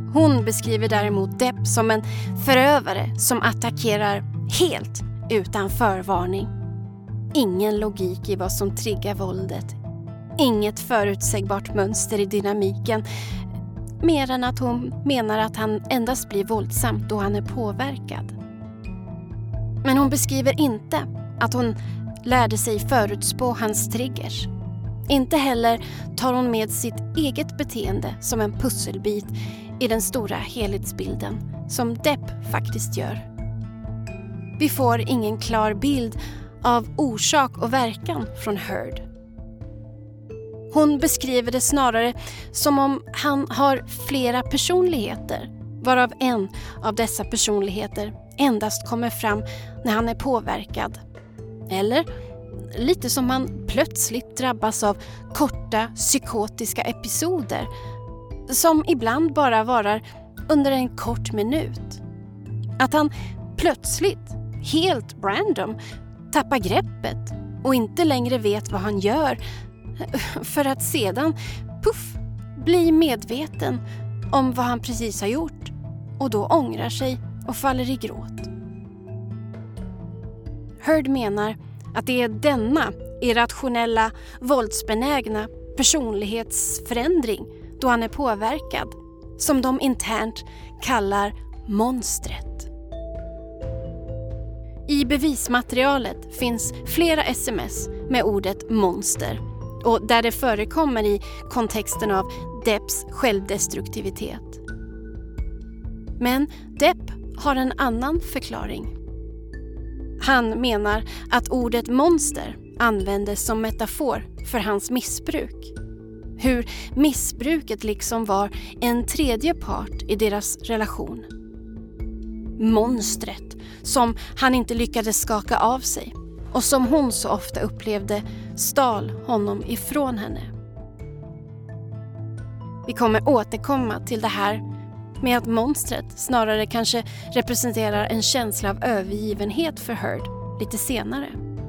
Hon beskriver däremot Depp som en förövare som attackerar helt utan förvarning. Ingen logik i vad som triggar våldet. Inget förutsägbart mönster i dynamiken. Mer än att hon menar att han endast blir våldsam då han är påverkad. Men hon beskriver inte att hon lärde sig förutspå hans triggers. Inte heller tar hon med sitt eget beteende som en pusselbit i den stora helhetsbilden som Depp faktiskt gör. Vi får ingen klar bild av orsak och verkan från Heard. Hon beskriver det snarare som om han har flera personligheter, varav en av dessa personligheter endast kommer fram när han är påverkad. Eller lite som han plötsligt drabbas av korta psykotiska episoder som ibland bara varar under en kort minut. Att han plötsligt, helt random, tappar greppet och inte längre vet vad han gör för att sedan, puff, bli medveten om vad han precis har gjort och då ångrar sig och faller i gråt. Heard menar att det är denna irrationella, våldsbenägna personlighetsförändring då han är påverkad som de internt kallar monstret. I bevismaterialet finns flera sms med ordet monster och där det förekommer i kontexten av Depps självdestruktivitet. Men Depp har en annan förklaring. Han menar att ordet monster användes som metafor för hans missbruk. Hur missbruket liksom var en tredje part i deras relation. Monstret som han inte lyckades skaka av sig och som hon så ofta upplevde stal honom ifrån henne. Vi kommer återkomma till det här med att monstret snarare kanske representerar en känsla av övergivenhet för Heard lite senare.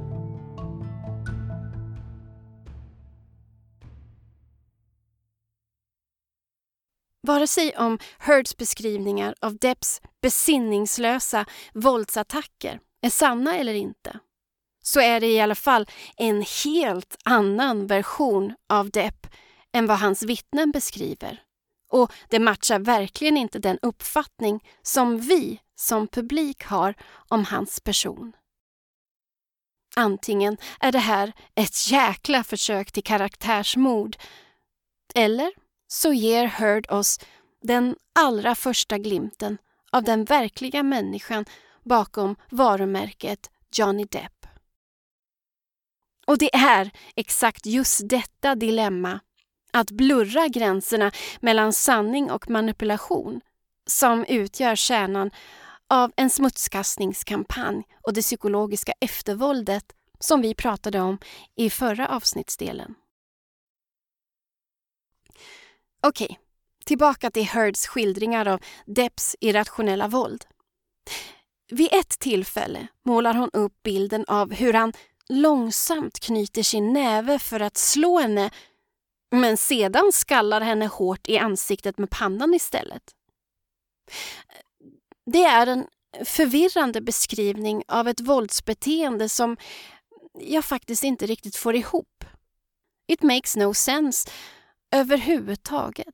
Vare sig om Heards beskrivningar av Depps besinningslösa våldsattacker är sanna eller inte, så är det i alla fall en helt annan version av Depp än vad hans vittnen beskriver. Och det matchar verkligen inte den uppfattning som vi som publik har om hans person. Antingen är det här ett jäkla försök till karaktärsmord, eller så ger Heard oss den allra första glimten av den verkliga människan bakom varumärket Johnny Depp. Och det är exakt just detta dilemma, att blurra gränserna mellan sanning och manipulation, som utgör kärnan av en smutskastningskampanj och det psykologiska eftervåldet som vi pratade om i förra avsnittsdelen. Okej, tillbaka till Heards skildringar av Depps irrationella våld. Vid ett tillfälle målar hon upp bilden av hur han långsamt knyter sin näve för att slå henne, men sedan skallar henne hårt i ansiktet med pannan istället. Det är en förvirrande beskrivning av ett våldsbeteende som jag faktiskt inte riktigt får ihop. It makes no sense överhuvudtaget.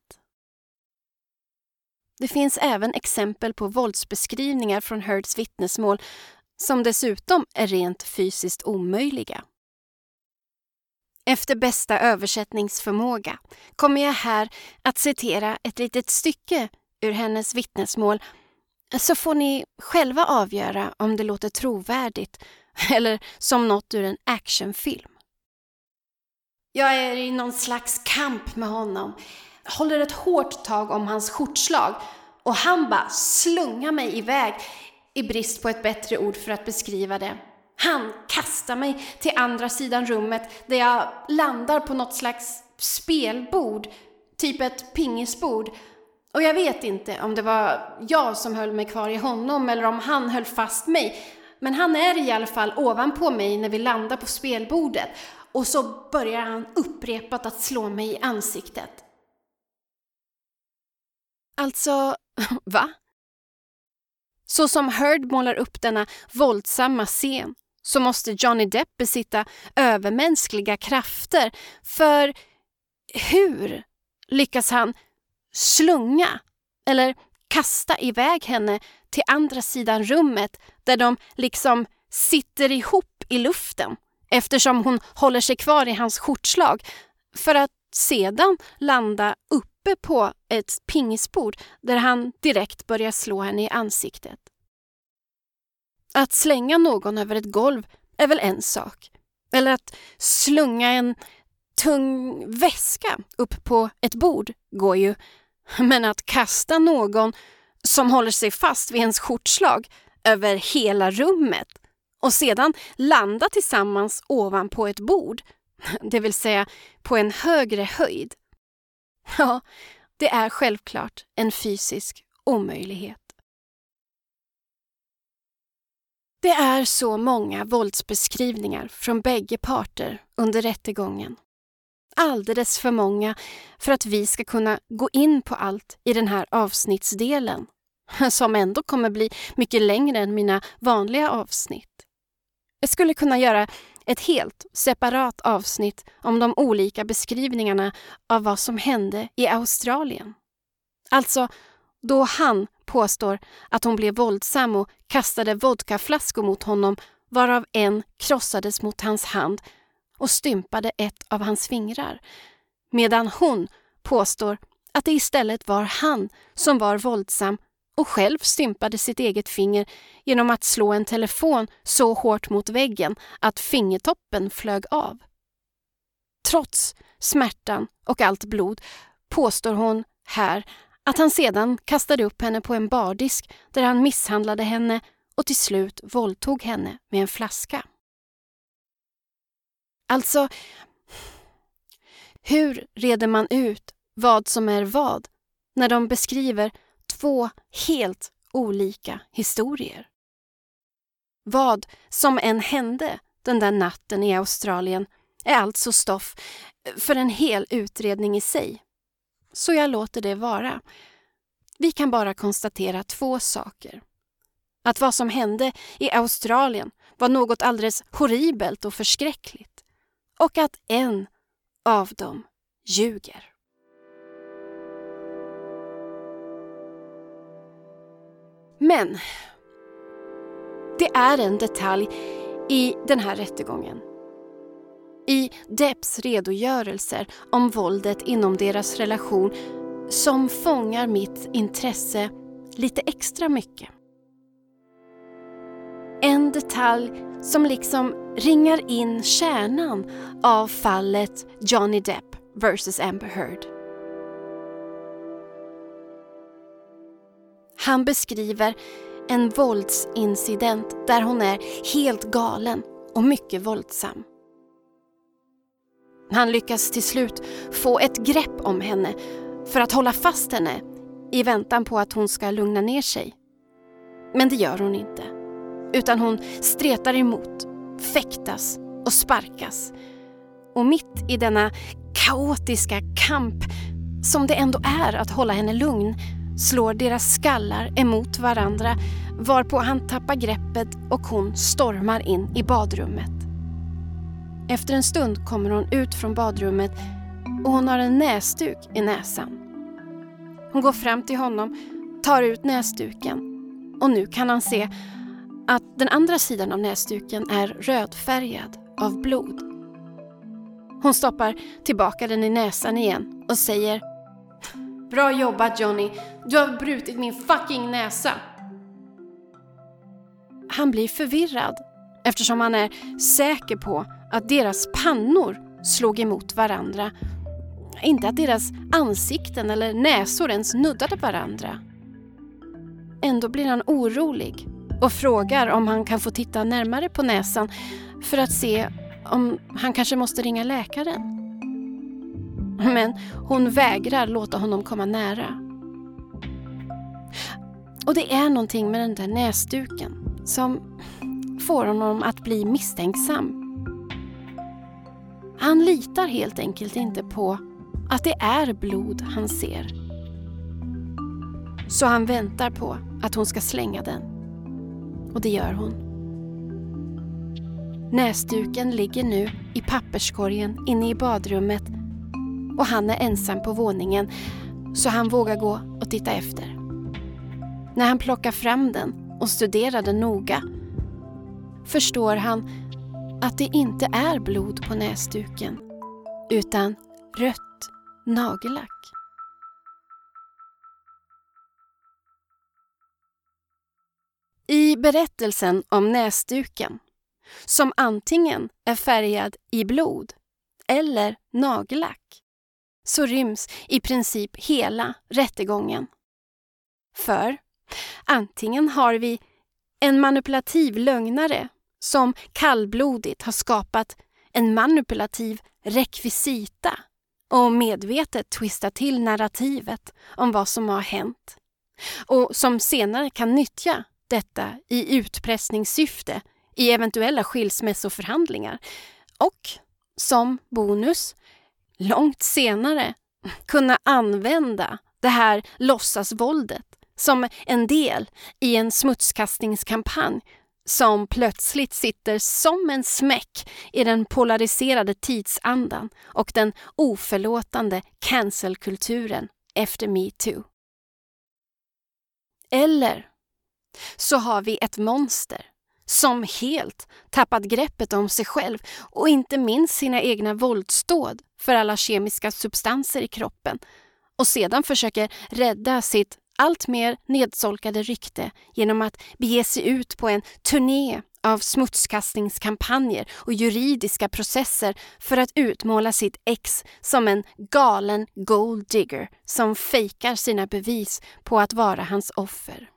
Det finns även exempel på våldsbeskrivningar från Heards vittnesmål som dessutom är rent fysiskt omöjliga. Efter bästa översättningsförmåga kommer jag här att citera ett litet stycke ur hennes vittnesmål, så får ni själva avgöra om det låter trovärdigt eller som något ur en actionfilm. Jag är i någon slags kamp med honom, håller ett hårt tag om hans skjortslag och han bara slungar mig iväg i brist på ett bättre ord för att beskriva det. Han kastar mig till andra sidan rummet där jag landar på något slags spelbord, typ ett pingisbord. Och jag vet inte om det var jag som höll mig kvar i honom eller om han höll fast mig. Men han är i alla fall ovanpå mig när vi landar på spelbordet. Och så börjar han upprepat att slå mig i ansiktet. Alltså, va? Så som Heard målar upp denna våldsamma scen så måste Johnny Depp besitta övermänskliga krafter. För hur lyckas han slunga eller kasta iväg henne till andra sidan rummet där de liksom sitter ihop i luften eftersom hon håller sig kvar i hans skjortslag för att sedan landa uppe på ett pingisbord där han direkt börjar slå henne i ansiktet. Att slänga någon över ett golv är väl en sak. Eller att slunga en tung väska upp på ett bord går ju. Men att kasta någon som håller sig fast vid ens skjortslag över hela rummet och sedan landa tillsammans ovanpå ett bord, det vill säga på en högre höjd. Ja, det är självklart en fysisk omöjlighet. Det är så många våldsbeskrivningar från bägge parter under rättegången. Alldeles för många för att vi ska kunna gå in på allt i den här avsnittsdelen, som ändå kommer bli mycket längre än mina vanliga avsnitt. Jag skulle kunna göra ett helt separat avsnitt om de olika beskrivningarna av vad som hände i Australien. Alltså då han påstår att hon blev våldsam och kastade vodkaflaskor mot honom, varav en krossades mot hans hand och stympade ett av hans fingrar, medan hon påstår att det istället var han som var våldsam och själv stympade sitt eget finger genom att slå en telefon så hårt mot väggen att fingertoppen flög av. Trots smärtan och allt blod påstår hon här att han sedan kastade upp henne på en bardisk där han misshandlade henne och till slut våldtog henne med en flaska. Alltså, hur reder man ut vad som är vad när de beskriver två helt olika historier? Vad som än hände den där natten i Australien är alltså stoff för en hel utredning i sig. Så jag låter det vara. Vi kan bara konstatera två saker. Att vad som hände i Australien var något alldeles horribelt och förskräckligt. Och att en av dem ljuger. Men det är en detalj i den här rättegången. I Depps redogörelser om våldet inom deras relation som fångar mitt intresse lite extra mycket. En detalj som liksom ringar in kärnan av fallet Johnny Depp versus Amber Heard. Han beskriver en våldsincident där hon är helt galen och mycket våldsam. Han lyckas till slut få ett grepp om henne för att hålla fast henne i väntan på att hon ska lugna ner sig. Men det gör hon inte, utan hon stretar emot, fäktas och sparkas. Och mitt i denna kaotiska kamp som det ändå är att hålla henne lugn slår deras skallar emot varandra, varpå han tappar greppet och hon stormar in i badrummet. Efter en stund kommer hon ut från badrummet och hon har en näsduk i näsan. Hon går fram till honom, tar ut näsduken och nu kan han se att den andra sidan av näsduken är rödfärgad av blod. Hon stoppar tillbaka den i näsan igen och säger: "Bra jobbat Johnny, du har brutit min fucking näsa." Han blir förvirrad eftersom han är säker på att deras pannor slog emot varandra. Inte att deras ansikten eller näsor ens nuddade varandra. Ändå blir han orolig och frågar om han kan få titta närmare på näsan för att se om han kanske måste ringa läkaren. Men hon vägrar låta honom komma nära. Och det är någonting med den där näsduken som får honom att bli misstänksam. Han litar helt enkelt inte på att det är blod han ser. Så han väntar på att hon ska slänga den. Och det gör hon. Näsduken ligger nu i papperskorgen inne i badrummet och han är ensam på våningen så han vågar gå och titta efter. När han plockar fram den och studerar den noga förstår han att det inte är blod på näsduken utan rött nagellack. I berättelsen om näsduken, som antingen är färgad i blod eller nagellack, så ryms i princip hela rättegången. För antingen har vi en manipulativ lögnare som kallblodigt har skapat en manipulativ rekvisita och medvetet twistar till narrativet om vad som har hänt och som senare kan nyttja detta i utpressningssyfte i eventuella skilsmässoförhandlingar och som bonus långt senare kunna använda det här låtsasvåldet som en del i en smutskastningskampanj som plötsligt sitter som en smäck i den polariserade tidsandan och den oförlåtande cancelkulturen efter MeToo. Eller så har vi ett monster som helt tappat greppet om sig själv och inte minst sina egna våldsdåd för alla kemiska substanser i kroppen och sedan försöker rädda sitt allt mer nedsolkade rykte genom att bege sig ut på en turné av smutskastningskampanjer och juridiska processer för att utmåla sitt ex som en galen gold digger som fejkar sina bevis på att vara hans offer.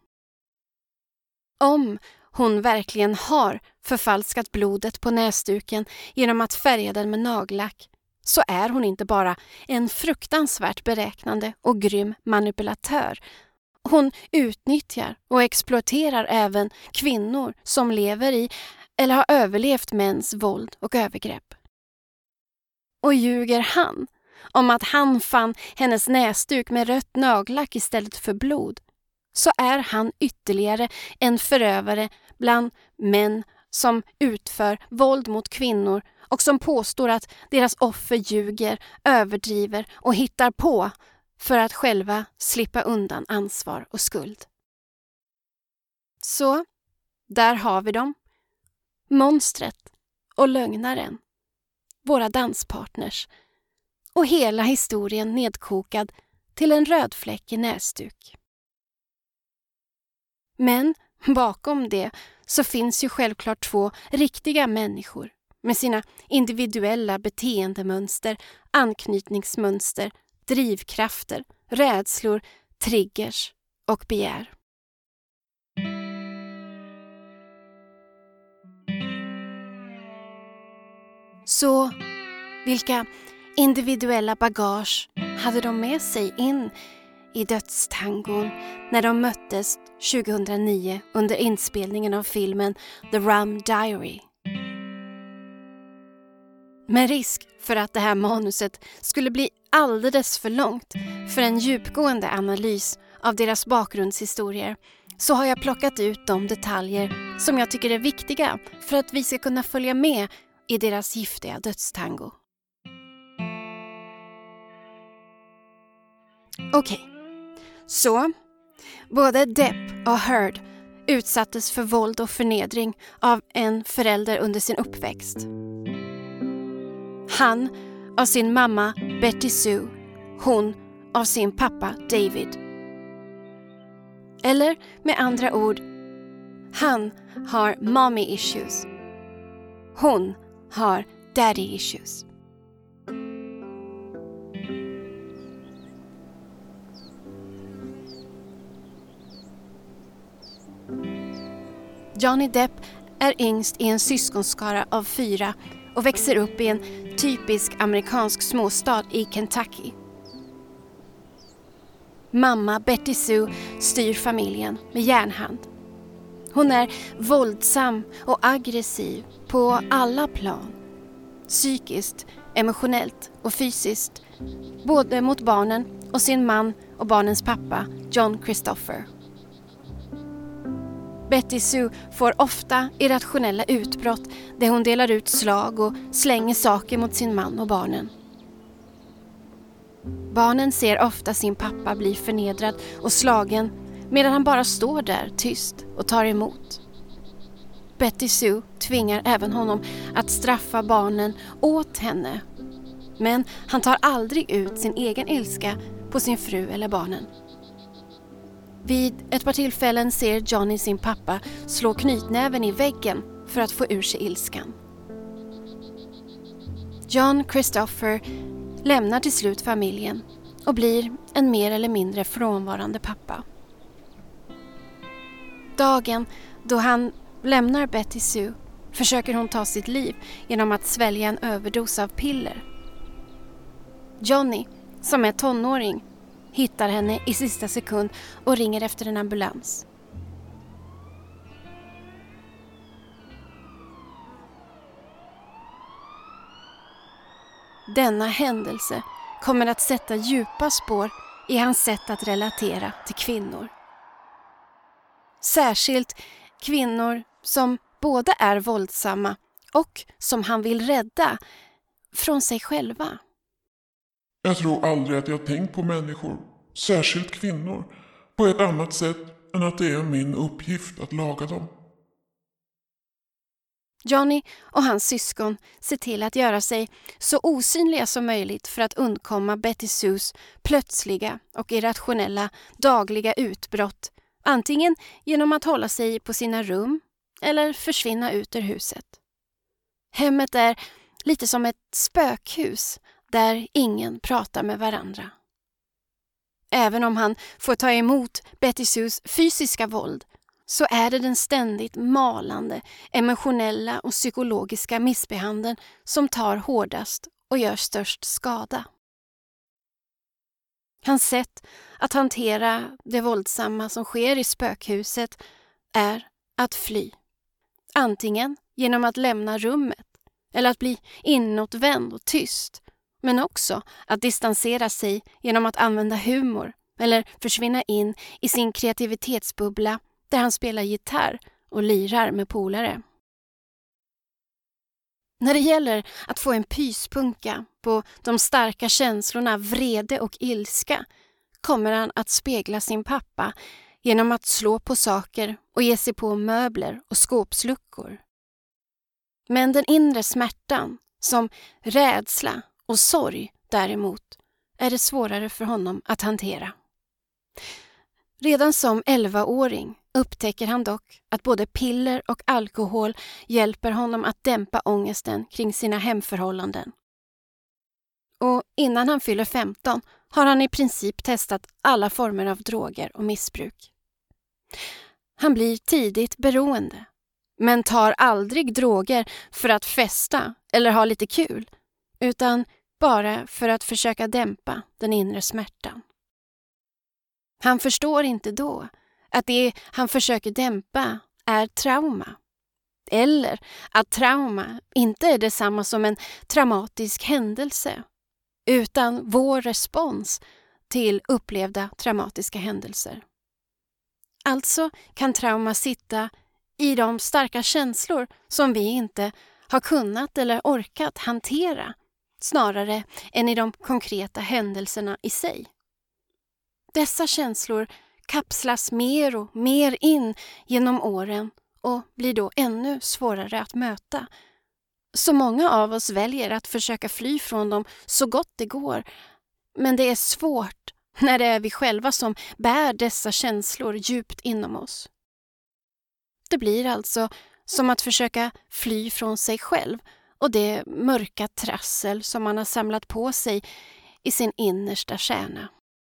Om hon verkligen har förfalskat blodet på näsduken genom att färga den med nagellack så är hon inte bara en fruktansvärt beräknande och grym manipulatör. Hon utnyttjar och exploaterar även kvinnor som lever i eller har överlevt mäns våld och övergrepp. Och ljuger han om att han fann hennes näsduk med rött nagellack istället för blod så är han ytterligare en förövare bland män som utför våld mot kvinnor och som påstår att deras offer ljuger, överdriver och hittar på för att själva slippa undan ansvar och skuld. Så, där har vi dem. Monstret och lögnaren. Våra danspartners. Och hela historien nedkokad till en röd fläck i näsduk. Men bakom det så finns ju självklart två riktiga människor med sina individuella beteendemönster, anknytningsmönster, drivkrafter, rädslor, triggers och begär. Så vilka individuella bagage hade de med sig in i dödstangon när de möttes tjugohundranio under inspelningen av filmen The Rum Diary? Med risk för att det här manuset skulle bli alldeles för långt för en djupgående analys av deras bakgrundshistorier så har jag plockat ut de detaljer som jag tycker är viktiga för att vi ska kunna följa med i deras giftiga dödstango. Okej, okay. Så både Depp och Heard utsattes för våld och förnedring av en förälder under sin uppväxt. Han av sin mamma Betty Sue, hon av sin pappa David. Eller med andra ord, han har mommy issues. Hon har daddy issues. Johnny Depp är yngst i en syskonskara av fyra och växer upp i en typisk amerikansk småstad i Kentucky. Mamma Betty Sue styr familjen med järnhand. Hon är våldsam och aggressiv på alla plan. Psykiskt, emotionellt och fysiskt. Både mot barnen och sin man och barnens pappa John Christopher. Betty Sue får ofta irrationella utbrott där hon delar ut slag och slänger saker mot sin man och barnen. Barnen ser ofta sin pappa bli förnedrad och slagen medan han bara står där tyst och tar emot. Betty Sue tvingar även honom att straffa barnen åt henne. Men han tar aldrig ut sin egen ilska på sin fru eller barnen. Vid ett par tillfällen ser Johnny sin pappa slå knytnäven i väggen för att få ur sig ilskan. John Christopher lämnar till slut familjen och blir en mer eller mindre frånvarande pappa. Dagen då han lämnar Betty Sue försöker hon ta sitt liv genom att svälja en överdos av piller. Johnny, som är tonåring, hittar henne i sista sekund och ringer efter en ambulans. Denna händelse kommer att sätta djupa spår i hans sätt att relatera till kvinnor. Särskilt kvinnor som både är våldsamma och som han vill rädda från sig själva. Jag tror aldrig att jag tänkt på människor, särskilt kvinnor, på ett annat sätt än att det är min uppgift att laga dem. Johnny och hans syskon ser till att göra sig så osynliga som möjligt för att undkomma Betty Sues plötsliga och irrationella dagliga utbrott, antingen genom att hålla sig på sina rum eller försvinna ut ur huset. Hemmet är lite som ett spökhus där ingen pratar med varandra. Även om han får ta emot Betty Sues fysiska våld så är det den ständigt malande, emotionella och psykologiska missbehandeln som tar hårdast och gör störst skada. Hans sätt att hantera det våldsamma som sker i spökhuset är att fly. Antingen genom att lämna rummet eller att bli inåtvänd och tyst, men också att distansera sig genom att använda humor eller försvinna in i sin kreativitetsbubbla där han spelar gitarr och lirar med polare. När det gäller att få en pyspunka på de starka känslorna vrede och ilska kommer han att spegla sin pappa genom att slå på saker och ge sig på möbler och skåpsluckor. Men den inre smärtan, som rädsla och sorg däremot, är det svårare för honom att hantera. Redan som elvaåring upptäcker han dock att både piller och alkohol hjälper honom att dämpa ångesten kring sina hemförhållanden. Och innan han fyller femton har han i princip testat alla former av droger och missbruk. Han blir tidigt beroende, men tar aldrig droger för att festa eller ha lite kul, utan bara för att försöka dämpa den inre smärtan. Han förstår inte då att det han försöker dämpa är trauma. Eller att trauma inte är detsamma som en traumatisk händelse, utan vår respons till upplevda traumatiska händelser. Alltså kan trauma sitta i de starka känslor som vi inte har kunnat eller orkat hantera, snarare än i de konkreta händelserna i sig. Dessa känslor kapslas mer och mer in genom åren och blir då ännu svårare att möta. Så många av oss väljer att försöka fly från dem så gott det går, men det är svårt när det är vi själva som bär dessa känslor djupt inom oss. Det blir alltså som att försöka fly från sig själv och det mörka trassel som man har samlat på sig i sin innersta kärna.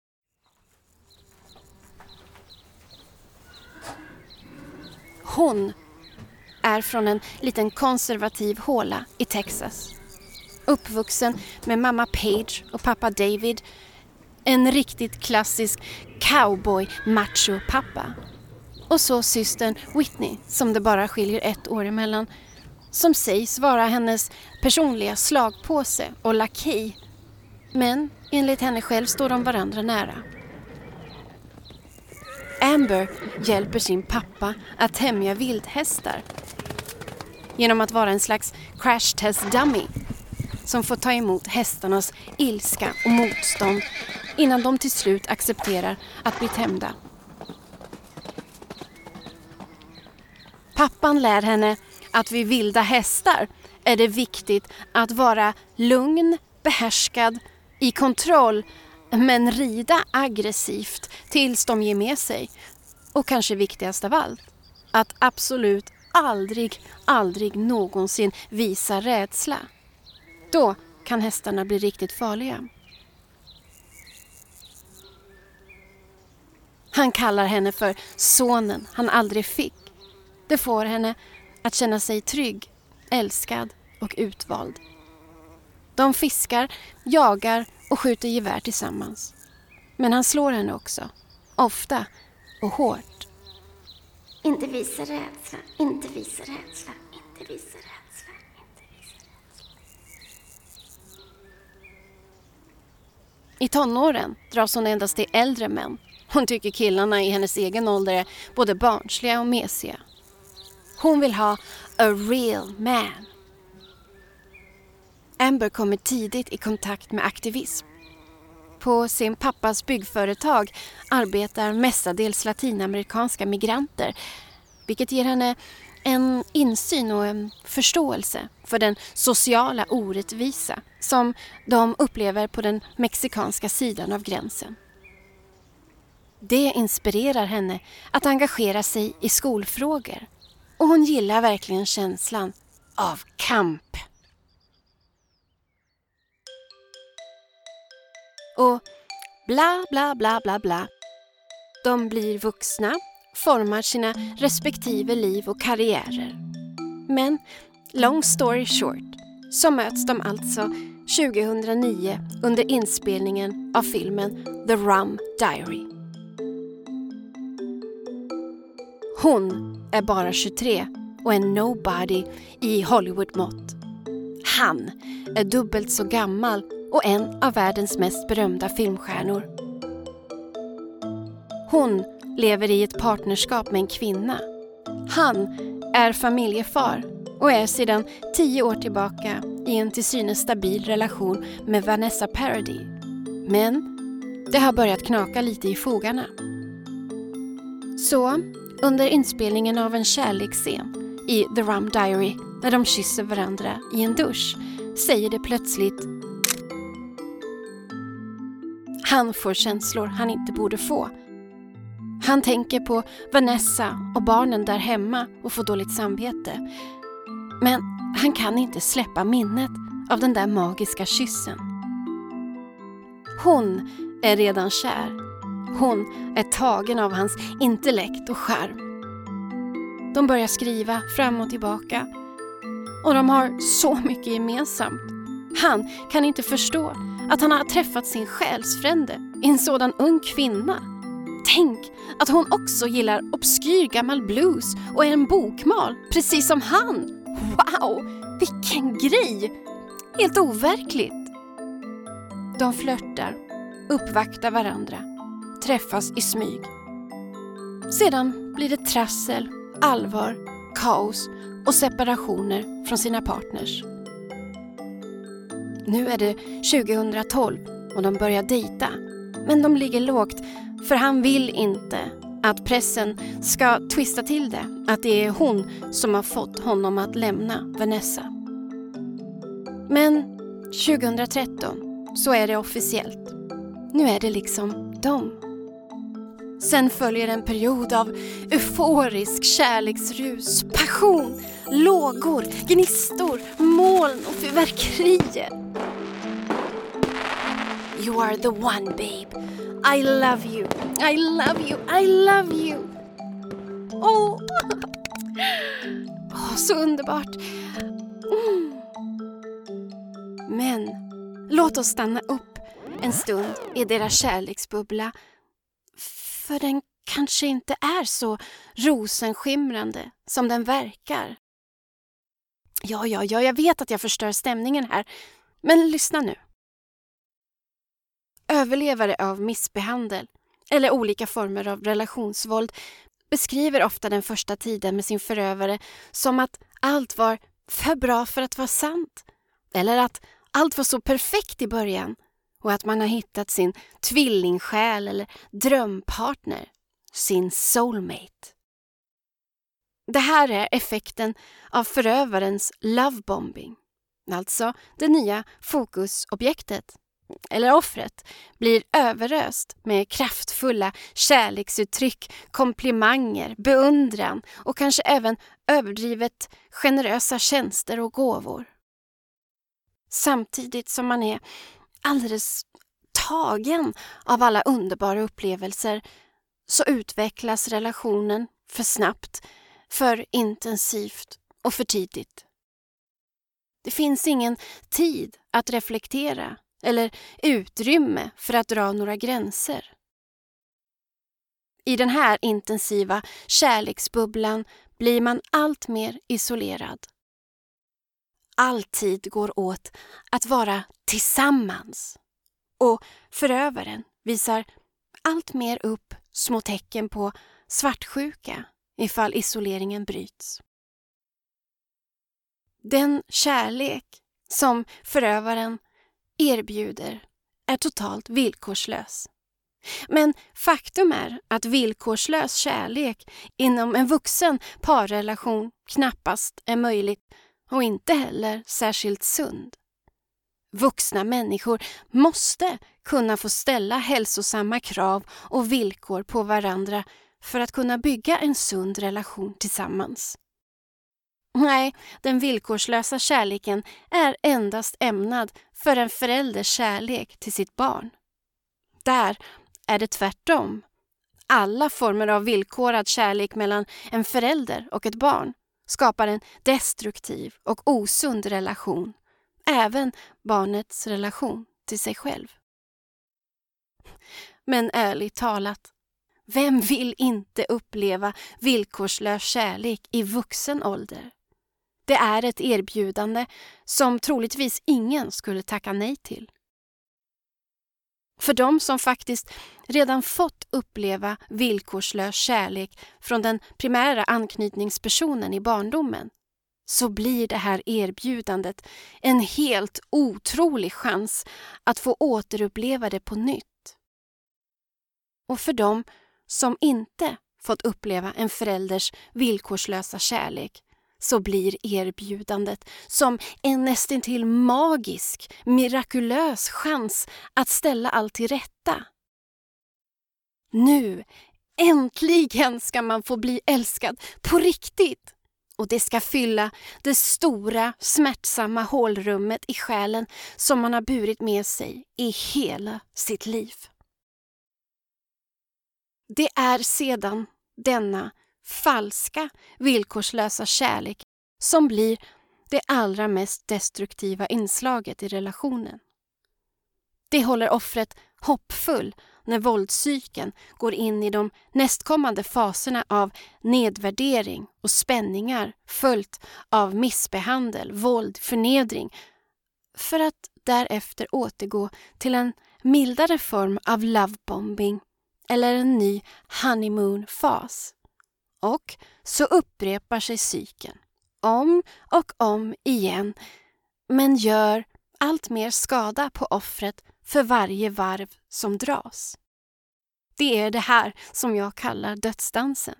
Hon är från en liten konservativ håla i Texas. Uppvuxen med mamma Paige och pappa David. En riktigt klassisk cowboy-macho-pappa. Och så systern Whitney, som det bara skiljer ett år emellan, som sägs vara hennes personliga slagpåse och lakej. Men enligt henne själv står de varandra nära. Amber hjälper sin pappa att tämja vildhästar genom att vara en slags crash test dummy som får ta emot hästarnas ilska och motstånd innan de till slut accepterar att bli tämjda. Pappan lär henne att vid vilda hästar är det viktigt att vara lugn, behärskad, i kontroll, men rida aggressivt tills de ger med sig. Och kanske viktigast av allt, att absolut aldrig, aldrig någonsin visa rädsla. Då kan hästarna bli riktigt farliga. Han kallar henne för sonen han aldrig fick. Det får henne att känna sig trygg, älskad och utvald. De fiskar, jagar och skjuter gevär tillsammans. Men han slår henne också, ofta och hårt. Inte visa rädsla, inte visa rädsla, inte visa rädsla, inte visa rädsla. I tonåren dras hon endast till äldre män. Hon tycker killarna i hennes egen ålder är både barnsliga och mesiga. Hon vill ha a real man. Amber kommer tidigt i kontakt med aktivism. På sin pappas byggföretag arbetar mestadels latinamerikanska migranter, vilket ger henne en insyn och en förståelse för den sociala orättvisa som de upplever på den mexikanska sidan av gränsen. Det inspirerar henne att engagera sig i skolfrågor, och hon gillar verkligen känslan av kamp. Och bla bla bla bla bla. De blir vuxna, formar sina respektive liv och karriärer. Men long story short så möts de alltså tjugohundranio under inspelningen av filmen The Rum Diary. Hon är bara tjugotre och en nobody i Hollywood-mått. Han är dubbelt så gammal och en av världens mest berömda filmstjärnor. Hon lever i ett partnerskap med en kvinna. Han är familjefar och är sedan tio år tillbaka i en till synes stabil relation med Vanessa Paradis. Men det har börjat knaka lite i fogarna. Så under inspelningen av en kärleksscen i The Rum Diary, när de kysser varandra i en dusch, säger det plötsligt. Han får känslor han inte borde få. Han tänker på Vanessa och barnen där hemma och får dåligt samvete. Men han kan inte släppa minnet av den där magiska kyssen. Hon är redan kär. Hon är tagen av hans intellekt och charm. De börjar skriva fram och tillbaka. Och de har så mycket gemensamt. Han kan inte förstå att han har träffat sin själsfrände i en sådan ung kvinna. Tänk att hon också gillar obskyr gammal blues och är en bokmal, precis som han. Wow, vilken grej! Helt overkligt. De flörtar, uppvaktar varandra, träffas i smyg. Sedan blir det trassel, allvar, kaos och separationer från sina partners. Nu är det tjugohundratolv och de börjar dejta. Men de ligger lågt för han vill inte att pressen ska twista till det. Att det är hon som har fått honom att lämna Vanessa. Men tjugohundratretton så är det officiellt. Nu är det liksom de. Sen följer en period av euforisk kärleksrus, passion, lågor, gnistor, moln och fyrverkerier. You are the one, babe. I love you. I love you. I love you. Åh, oh. oh, så underbart. Mm. Men låt oss stanna upp en stund i deras kärleksbubbla. För den kanske inte är så rosenskimrande som den verkar. Ja, ja, ja, jag vet att jag förstör stämningen här. Men lyssna nu. Överlevare av missbehandel eller olika former av relationsvåld beskriver ofta den första tiden med sin förövare som att allt var för bra för att vara sant. Eller att allt var så perfekt i början och att man har hittat sin tvillingsjäl eller drömpartner, sin soulmate. Det här är effekten av förövarens lovebombing. Alltså det nya fokusobjektet, eller offret, blir överöst med kraftfulla kärleksuttryck, komplimanger, beundran och kanske även överdrivet generösa tjänster och gåvor. Samtidigt som man är alldeles tagen av alla underbara upplevelser så utvecklas relationen för snabbt, för intensivt och för tidigt. Det finns ingen tid att reflektera eller utrymme för att dra några gränser. I den här intensiva kärleksbubblan blir man allt mer isolerad. All tid går åt att vara tillsammans och förövaren visar allt mer upp små tecken på svartsjuka ifall isoleringen bryts. Den kärlek som förövaren erbjuder är totalt villkorslös. Men faktum är att villkorslös kärlek inom en vuxen parrelation knappast är möjligt och inte heller särskilt sund. Vuxna människor måste kunna få ställa hälsosamma krav och villkor på varandra för att kunna bygga en sund relation tillsammans. Nej, den villkorslösa kärleken är endast ämnad för en förälders kärlek till sitt barn. Där är det tvärtom. Alla former av villkorad kärlek mellan en förälder och ett barn skapar en destruktiv och osund relation, även barnets relation till sig själv. Men ärligt talat, vem vill inte uppleva villkorslös kärlek i vuxen ålder? Det är ett erbjudande som troligtvis ingen skulle tacka nej till. För de som faktiskt redan fått uppleva villkorslös kärlek från den primära anknytningspersonen i barndomen så blir det här erbjudandet en helt otrolig chans att få återuppleva det på nytt. Och för de som inte fått uppleva en förälders villkorslösa kärlek så blir erbjudandet som en nästintill magisk, mirakulös chans att ställa allt till rätta. Nu, äntligen ska man få bli älskad på riktigt. Och det ska fylla det stora, smärtsamma hålrummet i själen som man har burit med sig i hela sitt liv. Det är sedan denna falska, villkorslösa kärlek som blir det allra mest destruktiva inslaget i relationen. Det håller offret hoppfull när våldscykeln går in i de nästkommande faserna av nedvärdering och spänningar följt av missbehandel, våld, förnedring för att därefter återgå till en mildare form av lovebombing eller en ny honeymoon-fas. Och så upprepar sig cykeln om och om igen men gör allt mer skada på offret för varje varv som dras. Det är det här som jag kallar dödsdansen.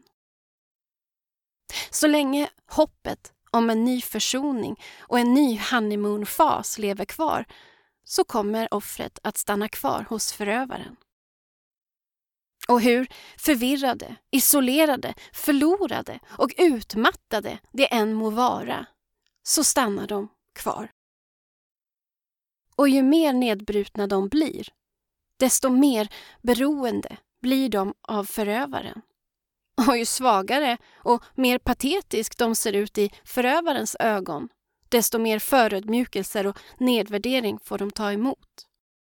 Så länge hoppet om en ny försoning och en ny honeymoon-fas lever kvar så kommer offret att stanna kvar hos förövaren. Och hur förvirrade, isolerade, förlorade och utmattade det än må vara så stannar de kvar. Och ju mer nedbrutna de blir, desto mer beroende blir de av förövaren. Och ju svagare och mer patetisk de ser ut i förövarens ögon, desto mer förödmjukelser och nedvärdering får de ta emot.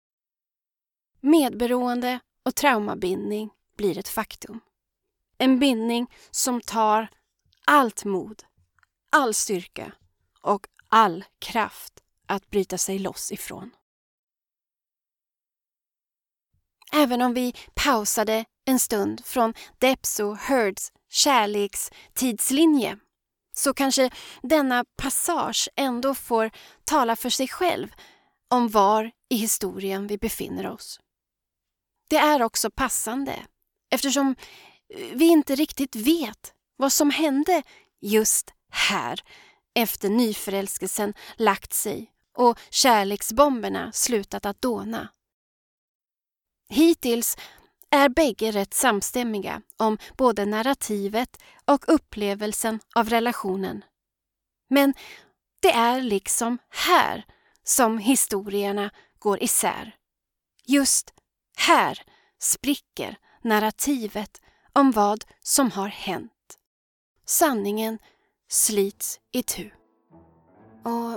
Medberoende och traumabindning blir ett faktum. En bindning som tar allt mod, all styrka och all kraft att bryta sig loss ifrån. Även om vi pausade en stund från Depps och Heards kärlekstidslinje, så kanske denna passage ändå får tala för sig själv om var i historien vi befinner oss. Det är också passande eftersom vi inte riktigt vet vad som hände just här efter nyförälskelsen lagt sig och kärleksbomberna slutat att dåna. Hittills är bägge rätt samstämmiga om både narrativet och upplevelsen av relationen. Men det är liksom här som historierna går isär. Just här spricker narrativet om vad som har hänt. Sanningen slits itu. Och...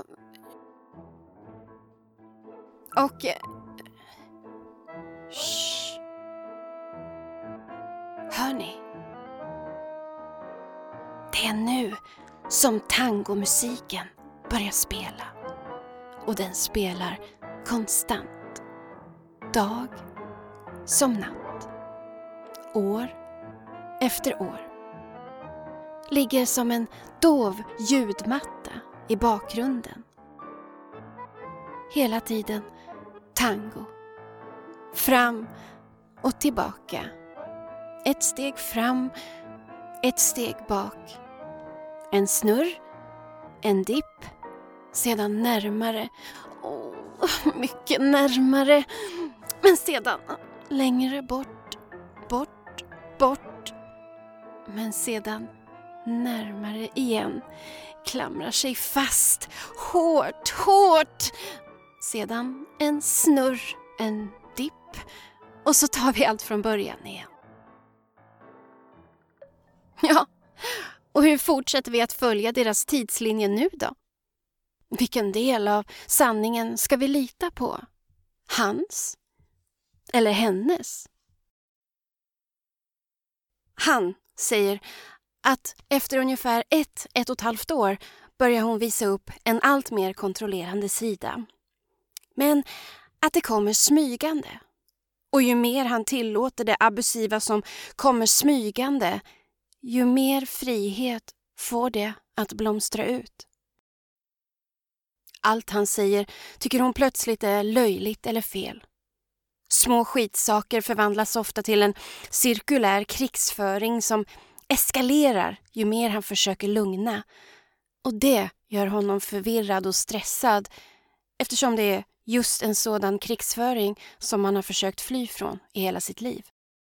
Och... Shh. Hör ni? Det är nu som tangomusiken börjar spela. Och den spelar konstant. Dag som natt. År efter år. Ligger som en dov ljudmatta i bakgrunden. Hela tiden tango. Fram och tillbaka. Ett steg fram, ett steg bak. En snurr, en dipp, sedan närmare. Åh, mycket närmare. Men sedan längre bort, bort, bort. Men sedan närmare igen. Klamrar sig fast, hårt, hårt. Sedan en snurr, en dipp. Och så tar vi allt från början igen. Ja, och hur fortsätter vi att följa deras tidslinje nu då? Vilken del av sanningen ska vi lita på? Hans? Eller hennes? Han säger att efter ungefär ett, ett och ett halvt år börjar hon visa upp en allt mer kontrollerande sida. Men att det kommer smygande. Och ju mer han tillåter det abusiva som kommer smygande, ju mer frihet får det att blomstra ut. Allt han säger tycker hon plötsligt är löjligt eller fel. Små skitsaker förvandlas ofta till en cirkulär krigsföring som eskalerar ju mer han försöker lugna. Och det gör honom förvirrad och stressad eftersom det är just en sådan krigsföring som han har försökt fly från i hela sitt liv.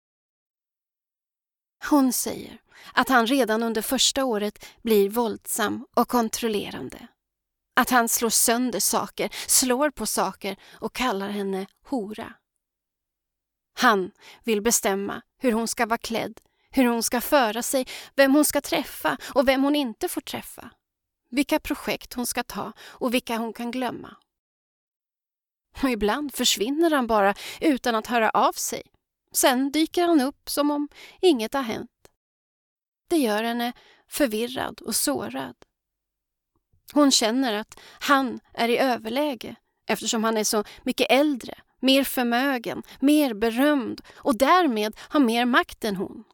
Hon säger att han redan under första året blir våldsam och kontrollerande. Att han slår sönder saker, slår på saker och kallar henne hora. Han vill bestämma hur hon ska vara klädd, hur hon ska föra sig, vem hon ska träffa och vem hon inte får träffa. Vilka projekt hon ska ta och vilka hon kan glömma. Och ibland försvinner han bara utan att höra av sig. Sen dyker han upp som om inget har hänt. Det gör henne förvirrad och sårad. Hon känner att han är i överläge eftersom han är så mycket äldre, mer förmögen, mer berömd och därmed har mer makt än hon.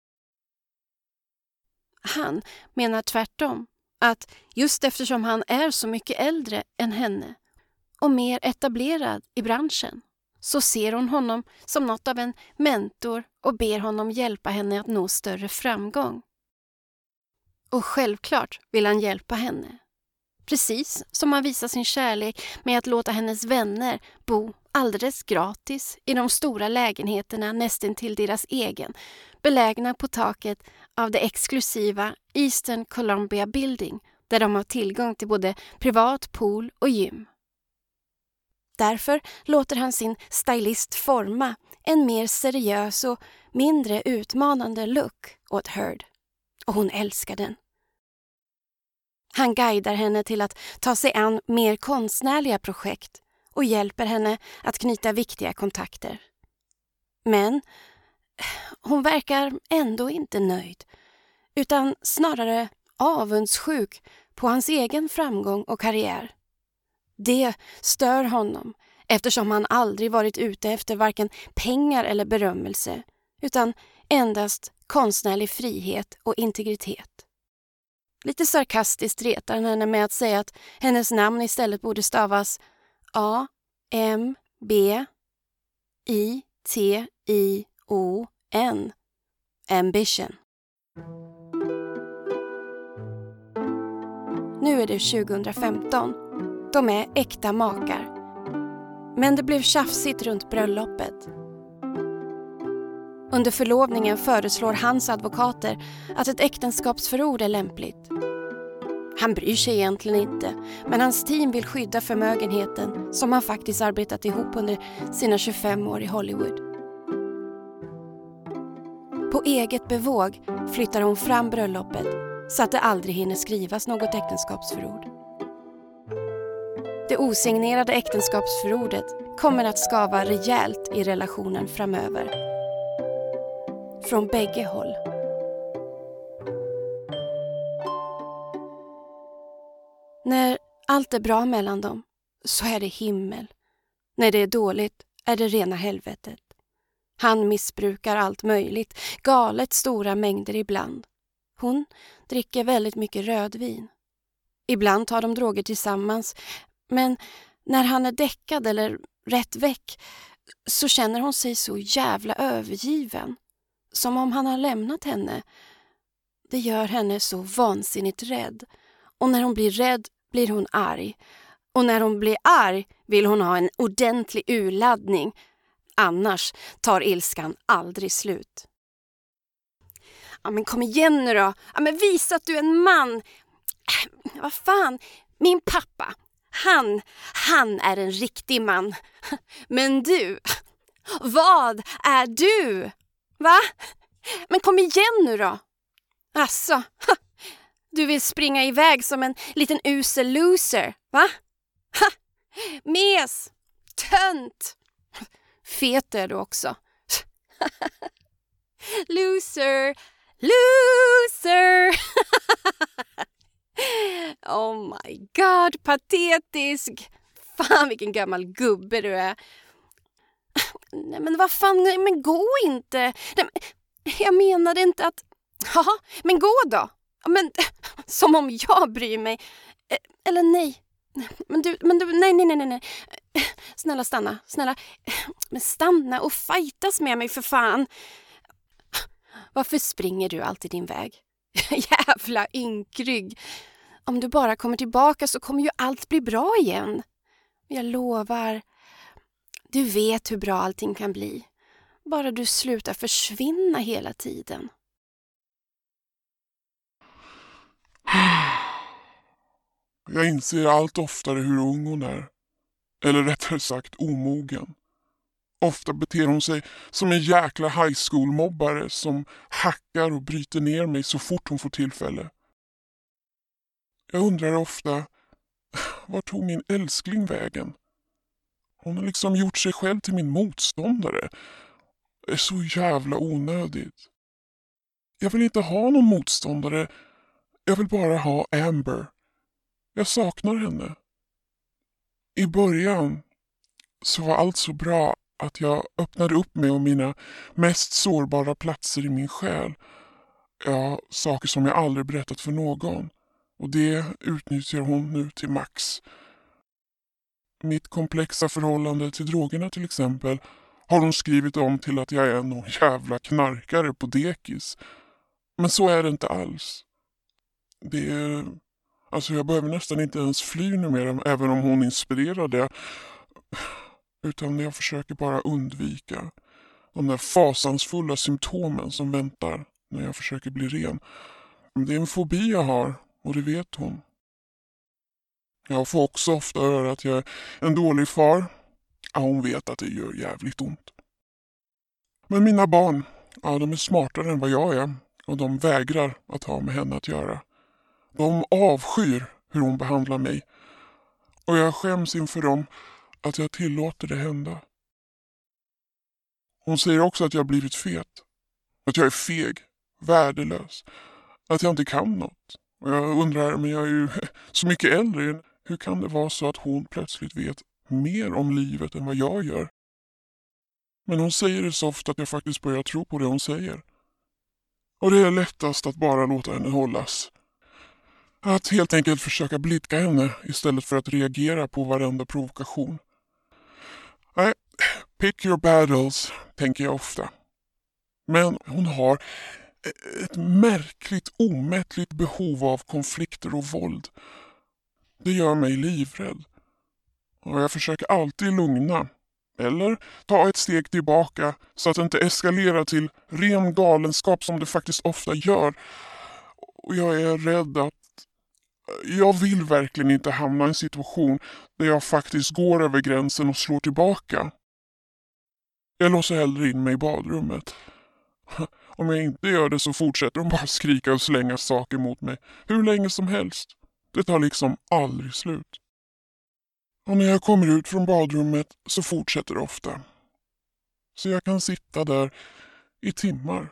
Han menar tvärtom att just eftersom han är så mycket äldre än henne och mer etablerad i branschen så ser hon honom som något av en mentor och ber honom hjälpa henne att nå större framgång. Och självklart vill han hjälpa henne. Precis som han visar sin kärlek med att låta hennes vänner bo alldeles gratis i de stora lägenheterna nästan till deras egen, belägna på taket av det exklusiva Eastern Columbia Building där de har tillgång till både privat pool och gym. Därför låter han sin stylist forma en mer seriös och mindre utmanande look åt Heard. Och hon älskar den. Han guidar henne till att ta sig an mer konstnärliga projekt och hjälper henne att knyta viktiga kontakter. Men hon verkar ändå inte nöjd, utan snarare avundsjuk på hans egen framgång och karriär. Det stör honom eftersom han aldrig varit ute efter varken pengar eller berömmelse, utan endast konstnärlig frihet och integritet. Lite sarkastiskt retar han henne med att säga att hennes namn istället borde stavas A M B I T I O N. Ambition. Nu är det tjugohundrafemton. De är äkta makar. Men det blev tjafsigt runt bröllopet. Under förlovningen föreslår hans advokater att ett äktenskapsförord är lämpligt. Han bryr sig egentligen inte, men hans team vill skydda förmögenheten som han faktiskt arbetat ihop under sina tjugofem år i Hollywood. På eget bevåg flyttar hon fram bröllopet så att det aldrig hinner skrivas något äktenskapsförord. Det osignerade äktenskapsförordet kommer att skava rejält i relationen framöver. Från bägge håll. När allt är bra mellan dem så är det himmel. När det är dåligt är det rena helvetet. Han missbrukar allt möjligt, galet stora mängder ibland. Hon dricker väldigt mycket rödvin. Ibland tar de droger tillsammans, men när han är däckad eller rätt väck så känner hon sig så jävla övergiven. Som om han har lämnat henne. Det gör henne så vansinnigt rädd. Och när hon blir rädd blir hon arg. Och när hon blir arg vill hon ha en ordentlig urladdning. Annars tar ilskan aldrig slut. Ja, men kom igen nu då. Ja, men visa att du är en man. Vad fan, min pappa. Han, han är en riktig man. Men du, vad är du? Va? Men kom igen nu då. Asså, du vill springa iväg som en liten usel loser, va? Ha, mes, tönt. Fet är du också. Loser, loser. Oh my god, patetisk. Fan vilken gammal gubbe du är. Nej men vad fan, nej, men gå inte. Nej, men, jag menade inte att... Jaha, men gå då. Men som om jag bryr mig. Eller nej. Men du, men du, nej, nej, nej, nej. Snälla stanna, snälla. Men stanna och fightas med mig för fan. Varför springer du alltid din väg? Jävla ynkrygg. Om du bara kommer tillbaka så kommer ju allt bli bra igen. Jag lovar. Du vet hur bra allting kan bli. Bara du slutar försvinna hela tiden. Jag inser allt oftare hur ung hon är. Eller rättare sagt omogen. Ofta beter hon sig som en jäkla high school-mobbare som hackar och bryter ner mig så fort hon får tillfälle. Jag undrar ofta, var tog min älskling vägen? Hon har liksom gjort sig själv till min motståndare. Det är så jävla onödigt. Jag vill inte ha någon motståndare. Jag vill bara ha Amber. Jag saknar henne. I början så var allt så bra att jag öppnade upp mig om mina mest sårbara platser i min själ. Ja, saker som jag aldrig berättat för någon. Och det utnyttjar hon nu till max. Mitt komplexa förhållande till drogerna till exempel har hon skrivit om till att jag är någon jävla knarkare på dekis. Men så är det inte alls. Det är... Alltså jag behöver nästan inte ens fly numera, även om hon inspirerar det. Utan jag försöker bara undvika de där fasansfulla symptomen som väntar när jag försöker bli ren. Det är en fobi jag har, och det vet hon. Jag får också ofta höra att jag är en dålig far. Ja, hon vet att det gör jävligt ont. Men mina barn, ja, de är smartare än vad jag är. Och de vägrar att ha med henne att göra. De avskyr hur hon behandlar mig. Och jag skäms inför dem att jag tillåter det hända. Hon säger också att jag har blivit fet. Att jag är feg, värdelös. Att jag inte kan något. Och jag undrar, men jag är ju så mycket äldre. Hur kan det vara så att hon plötsligt vet mer om livet än vad jag gör. Men hon säger det så ofta att jag faktiskt börjar tro på det hon säger. Och det är lättast att bara låta henne hållas. Att helt enkelt försöka blidka henne istället för att reagera på varenda provokation. Nej, pick your battles, tänker jag ofta. Men hon har ett märkligt, omättligt behov av konflikter och våld. Det gör mig livrädd. Och jag försöker alltid lugna. Eller ta ett steg tillbaka så att det inte eskalerar till ren galenskap som det faktiskt ofta gör. Och jag är rädd att jag vill verkligen inte hamna i en situation där jag faktiskt går över gränsen och slår tillbaka. Jag låser hellre in mig i badrummet. Om jag inte gör det så fortsätter de bara skrika och slänga saker mot mig hur länge som helst. Det tar liksom aldrig slut. Och när jag kommer ut från badrummet så fortsätter det ofta. Så jag kan sitta där i timmar.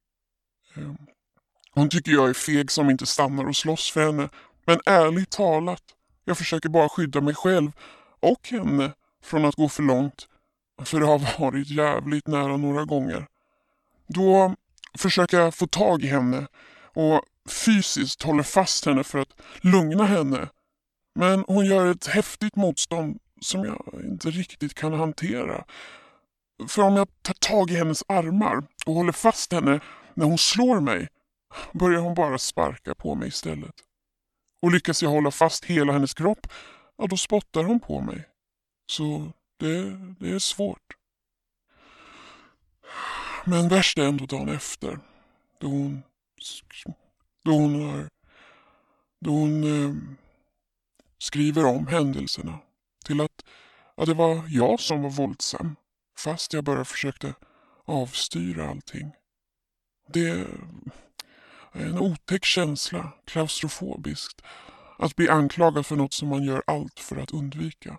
Hon tycker jag är feg som inte stannar och slåss för henne. Men ärligt talat, jag försöker bara skydda mig själv och henne från att gå för långt. För det har varit jävligt nära några gånger. Då försöker jag få tag i henne och fysiskt håller fast henne för att lugna henne. Men hon gör ett häftigt motstånd som jag inte riktigt kan hantera. För om jag tar tag i hennes armar och håller fast henne när hon slår mig börjar hon bara sparka på mig istället. Och lyckas jag hålla fast hela hennes kropp, ja då spottar hon på mig. Så det, det är svårt. Men värst är ändå dagen efter. Då hon, då hon, har, då hon eh, skriver om händelserna till att, att det var jag som var våldsam. Fast jag bara försökte avstyra allting. Det är en otäck känsla, klaustrofobiskt. Att bli anklagad för något som man gör allt för att undvika.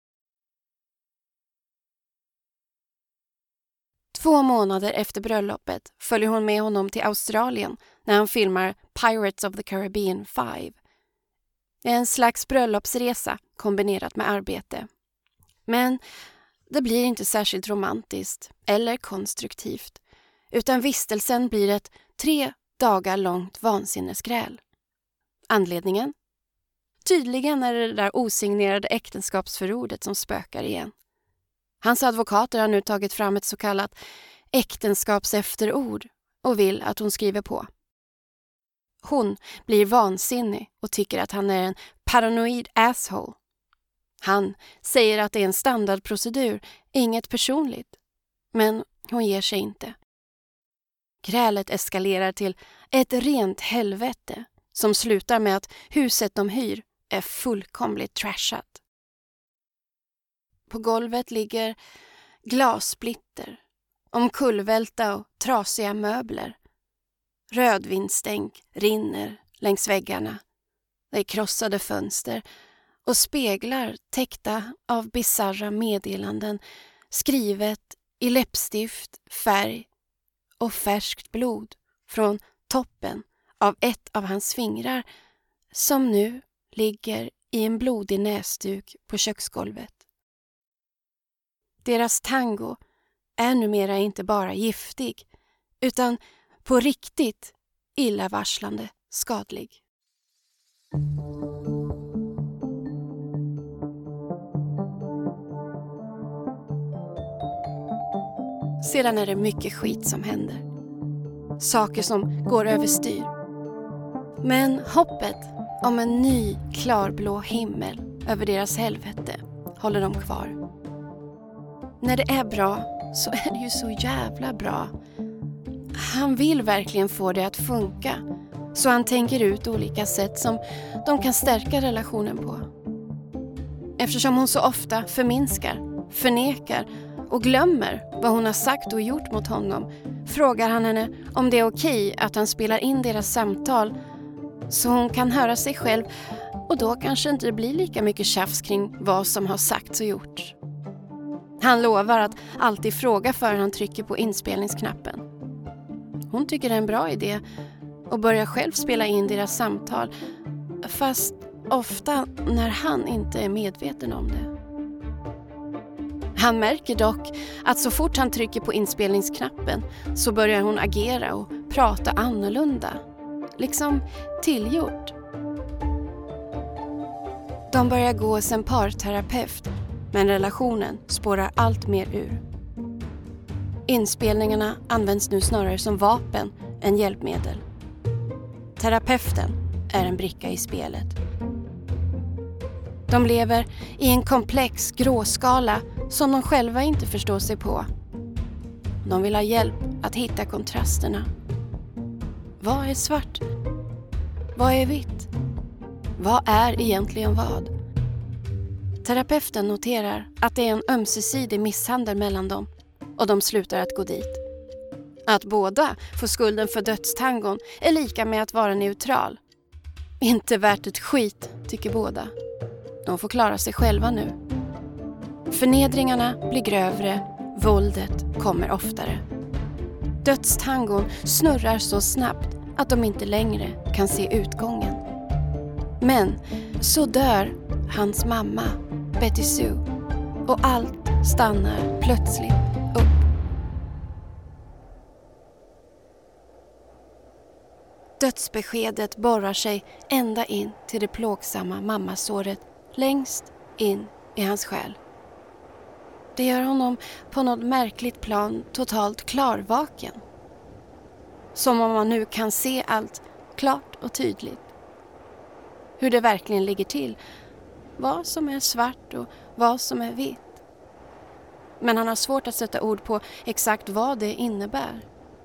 Två månader efter bröllopet följer hon med honom till Australien när han filmar Pirates of the Caribbean fem. Det är en slags bröllopsresa kombinerat med arbete. Men det blir inte särskilt romantiskt eller konstruktivt, utan vistelsen blir ett tre dagar långt vansinnesgräl. Anledningen? Tydligen är det det där osignerade äktenskapsförordet som spökar igen. Hans advokater har nu tagit fram ett så kallat äktenskapsefterord och vill att hon skriver på. Hon blir vansinnig och tycker att han är en paranoid asshole. Han säger att det är en standardprocedur, inget personligt. Men hon ger sig inte. Grälet eskalerar till ett rent helvete som slutar med att huset de hyr är fullkomligt trashat. På golvet ligger glassplitter, omkullvälta och trasiga möbler. Rödvinstänk rinner längs väggarna. Det är krossade fönster och speglar täckta av bizarra meddelanden skrivet i läppstift, färg och färskt blod från toppen av ett av hans fingrar som nu ligger i en blodig näsduk på köksgolvet. Deras tango är numera inte bara giftig utan på riktigt illavarslande skadlig. Sedan är det mycket skit som händer. Saker som går överstyr. Men hoppet om en ny klarblå himmel över deras helvete håller de kvar. När det är bra så är det ju så jävla bra. Han vill verkligen få det att funka. Så han tänker ut olika sätt som de kan stärka relationen på. Eftersom hon så ofta förminskar, förnekar och glömmer vad hon har sagt och gjort mot honom frågar han henne om det är okej att han spelar in deras samtal så hon kan höra sig själv och då kanske inte det blir lika mycket tjafs kring vad som har sagts och gjorts. Han lovar att alltid fråga förrän han trycker på inspelningsknappen. Hon tycker det är en bra idé och börjar själv spela in deras samtal fast ofta när han inte är medveten om det. Han märker dock att så fort han trycker på inspelningsknappen så börjar hon agera och prata annorlunda. Liksom tillgjort. De börjar gå hos en parterapeut, men relationen spårar allt mer ur. Inspelningarna används nu snarare som vapen än hjälpmedel. Terapeuten är en bricka i spelet. De lever i en komplex gråskala som de själva inte förstår sig på. De vill ha hjälp att hitta kontrasterna. Vad är svart? Vad är vitt? Vad är egentligen vad? Terapeuten noterar att det är en ömsesidig misshandel mellan dem och de slutar att gå dit. Att båda får skulden för dödstangon är lika med att vara neutral. Inte värt ett skit, tycker båda. De får klara sig själva nu. Förnedringarna blir grövre, våldet kommer oftare. Dödstangon snurrar så snabbt att de inte längre kan se utgången. Men så dör hans mamma, Betty Sue, och allt stannar plötsligt upp. Dödsbeskedet borrar sig ända in till det plågsamma mammasåret längst in i hans själ. Det gör honom på något märkligt plan totalt klarvaken. Som om man nu kan se allt klart och tydligt. Hur det verkligen ligger till. Vad som är svart och vad som är vitt. Men han har svårt att sätta ord på exakt vad det innebär.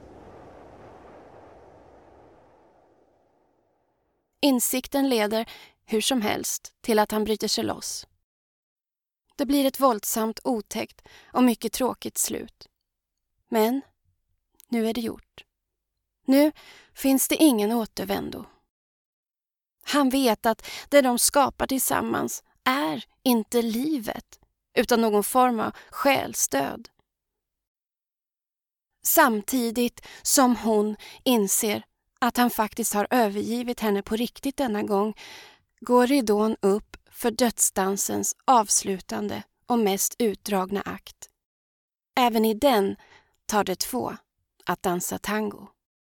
Insikten leder hur som helst till att han bryter sig loss. Det blir ett våldsamt, otäckt och mycket tråkigt slut. Men nu är det gjort. Nu finns det ingen återvändo. Han vet att det de skapar tillsammans är inte livet, utan någon form av själstöd. Samtidigt som hon inser att han faktiskt har övergivit henne på riktigt denna gång, går ridån upp för dödsdansens avslutande och mest utdragna akt. Även i den tar det två att dansa tango.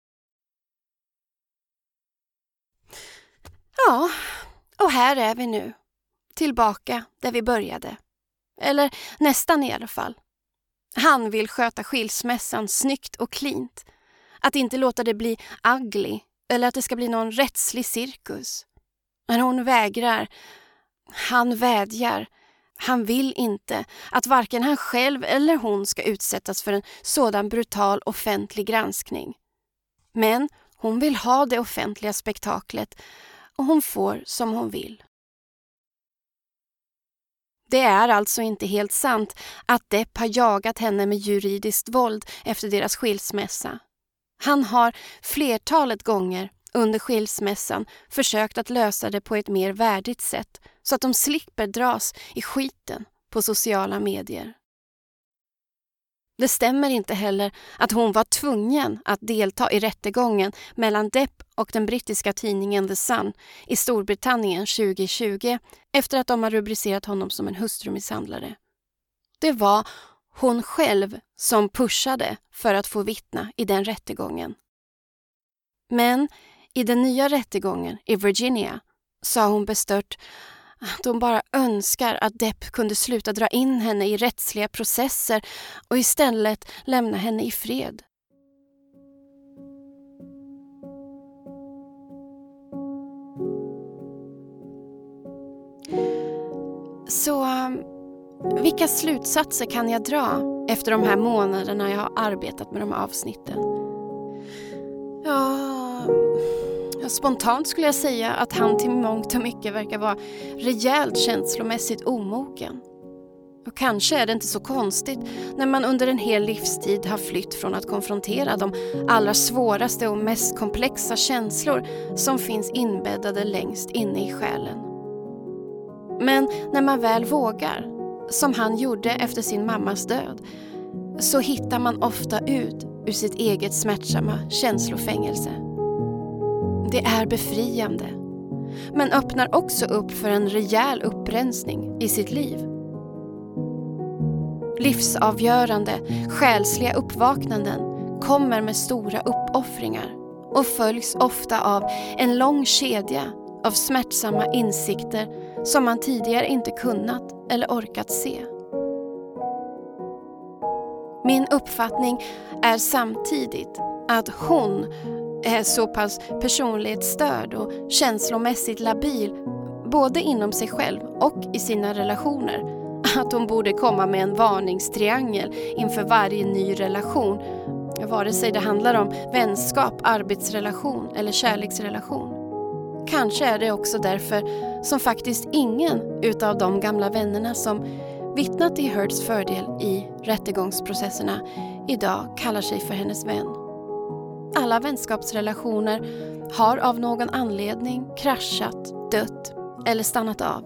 Ja, och här är vi nu. Tillbaka där vi började. Eller nästan i alla fall. Han vill sköta skilsmässan snyggt och klint. Att inte låta det bli ugly eller att det ska bli någon rättslig cirkus. Men hon vägrar. Han vädjar. Han vill inte att varken han själv eller hon ska utsättas för en sådan brutal offentlig granskning. Men hon vill ha det offentliga spektaklet och hon får som hon vill. Det är alltså inte helt sant att Depp har jagat henne med juridiskt våld efter deras skilsmässa. Han har flertalet gånger under skilsmässan försökt att lösa det på ett mer värdigt sätt så att de slipper dras i skiten på sociala medier. Det stämmer inte heller att hon var tvungen att delta i rättegången mellan Depp och den brittiska tidningen The Sun i Storbritannien tjugo tjugo efter att de har rubricerat honom som en hustrumisshandlare. Det var hon själv som pushade för att få vittna i den rättegången. Men i den nya rättegången i Virginia sa hon bestört att hon bara önskar att Depp kunde sluta dra in henne i rättsliga processer och istället lämna henne i fred. Så vilka slutsatser kan jag dra efter de här månaderna jag har arbetat med de här avsnitten? Ja... Spontant skulle jag säga att han till mångt och mycket verkar vara rejält känslomässigt omogen. Och kanske är det inte så konstigt när man under en hel livstid har flytt från att konfrontera de allra svåraste och mest komplexa känslor som finns inbäddade längst inne i själen. Men när man väl vågar, som han gjorde efter sin mammas död, så hittar man ofta ut ur sitt eget smärtsamma känslofängelse. Det är befriande, men öppnar också upp för en rejäl upprensning i sitt liv. livsavgörande, själsliga uppvaknanden kommer med stora uppoffringar och följs ofta av en lång kedja av smärtsamma insikter som man tidigare inte kunnat eller orkat se. Min uppfattning är samtidigt att hon är så pass personlighetsstörd och känslomässigt labil både inom sig själv och i sina relationer att hon borde komma med en varningstriangel inför varje ny relation, vare sig det handlar om vänskap, arbetsrelation eller kärleksrelation. Kanske är det också därför som faktiskt ingen utav de gamla vännerna som vittnat i Heards fördel i rättegångsprocesserna idag kallar sig för hennes vän. Alla vänskapsrelationer har av någon anledning kraschat, dött eller stannat av.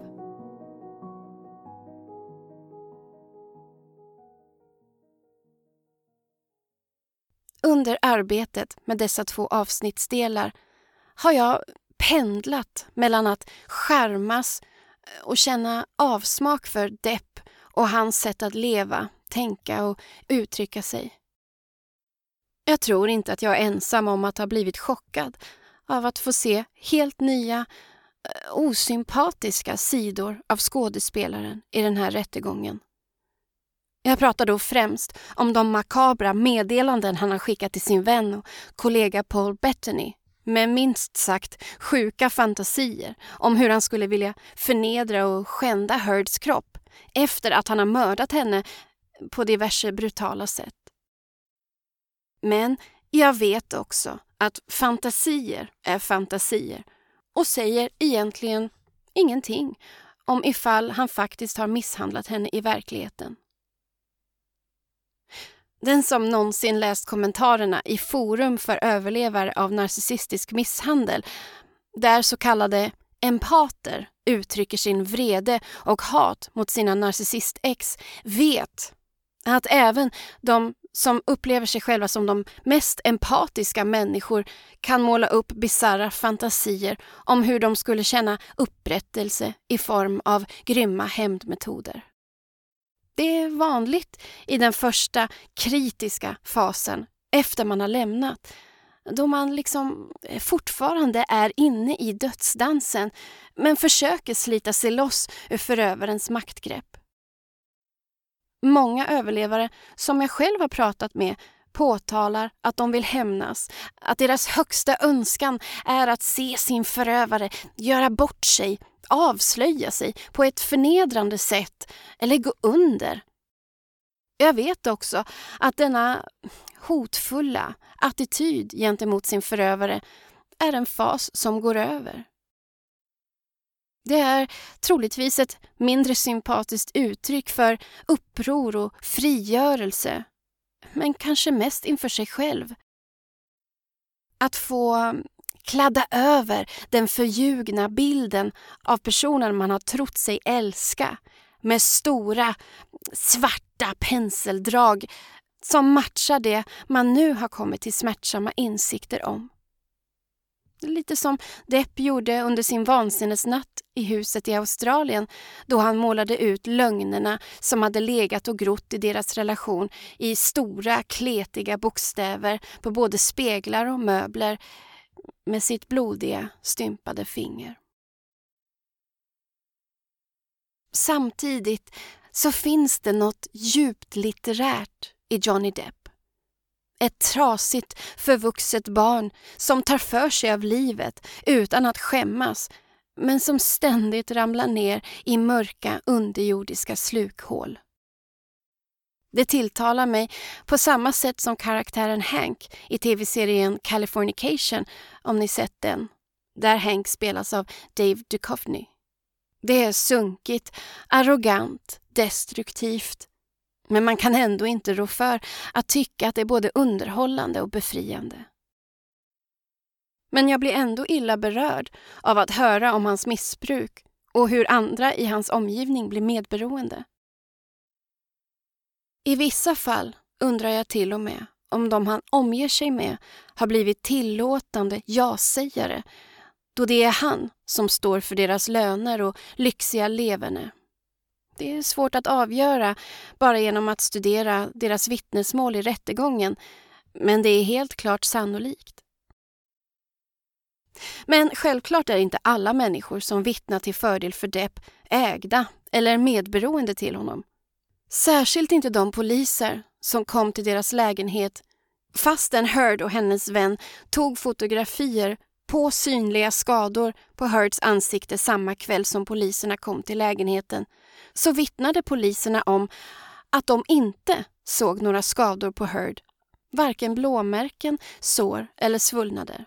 Under arbetet med dessa två avsnittsdelar har jag pendlat mellan att skärmas och känna avsmak för Depp och hans sätt att leva, tänka och uttrycka sig. Jag tror inte att jag är ensam om att ha blivit chockad av att få se helt nya, osympatiska sidor av skådespelaren i den här rättegången. Jag pratar då främst om de makabra meddelanden han har skickat till sin vän och kollega Paul Bettany med minst sagt sjuka fantasier om hur han skulle vilja förnedra och skända Heards kropp efter att han har mördat henne på diverse brutala sätt. Men jag vet också att fantasier är fantasier och säger egentligen ingenting om ifall han faktiskt har misshandlat henne i verkligheten. Den som någonsin läst kommentarerna i forum för överlevare av narcissistisk misshandel, där så kallade empater uttrycker sin vrede och hat mot sina narcissist-ex, vet att även de som upplever sig själva som de mest empatiska människor kan måla upp bizarra fantasier om hur de skulle känna upprättelse i form av grymma hämndmetoder. Det är vanligt i den första kritiska fasen efter man har lämnat, då man liksom fortfarande är inne i dödsdansen men försöker slita sig loss ur förövarens maktgrepp. Många överlevare som jag själv har pratat med påtalar att de vill hämnas, att deras högsta önskan är att se sin förövare göra bort sig, avslöja sig på ett förnedrande sätt eller gå under. Jag vet också att denna hotfulla attityd gentemot sin förövare är en fas som går över. Det är troligtvis ett mindre sympatiskt uttryck för uppror och frigörelse, men kanske mest inför sig själv. Att få kladda över den förljugna bilden av personen man har trott sig älska med stora svarta penseldrag som matchar det man nu har kommit till smärtsamma insikter om. Lite som Depp gjorde under sin vansinnesnatt i huset i Australien, då han målade ut lögnerna som hade legat och grott i deras relation i stora kletiga bokstäver på både speglar och möbler med sitt blodiga, stympade finger. Samtidigt så finns det något djupt litterärt i Johnny Depp. Ett trasigt, förvuxet barn som tar för sig av livet utan att skämmas, men som ständigt ramlar ner i mörka underjordiska slukhål. Det tilltalar mig på samma sätt som karaktären Hank i tv-serien Californication, om ni sett den, där Hank spelas av Dave Duchovny. Det är sunkigt, arrogant, destruktivt. Men man kan ändå inte rå för att tycka att det är både underhållande och befriande. Men jag blir ändå illa berörd av att höra om hans missbruk och hur andra i hans omgivning blir medberoende. I vissa fall undrar jag till och med om de han omger sig med har blivit tillåtande ja-sägare, då det är han som står för deras löner och lyxiga leverne. Det är svårt att avgöra bara genom att studera deras vittnesmål i rättegången, men det är helt klart sannolikt. Men självklart är inte alla människor som vittnar till fördel för Depp ägda eller medberoende till honom. Särskilt inte de poliser som kom till deras lägenhet fastän Heard och hennes vän tog fotografier på synliga skador på Heards ansikte samma kväll som poliserna kom till lägenheten, så vittnade poliserna om att de inte såg några skador på Heard, varken blåmärken, sår eller svullnader.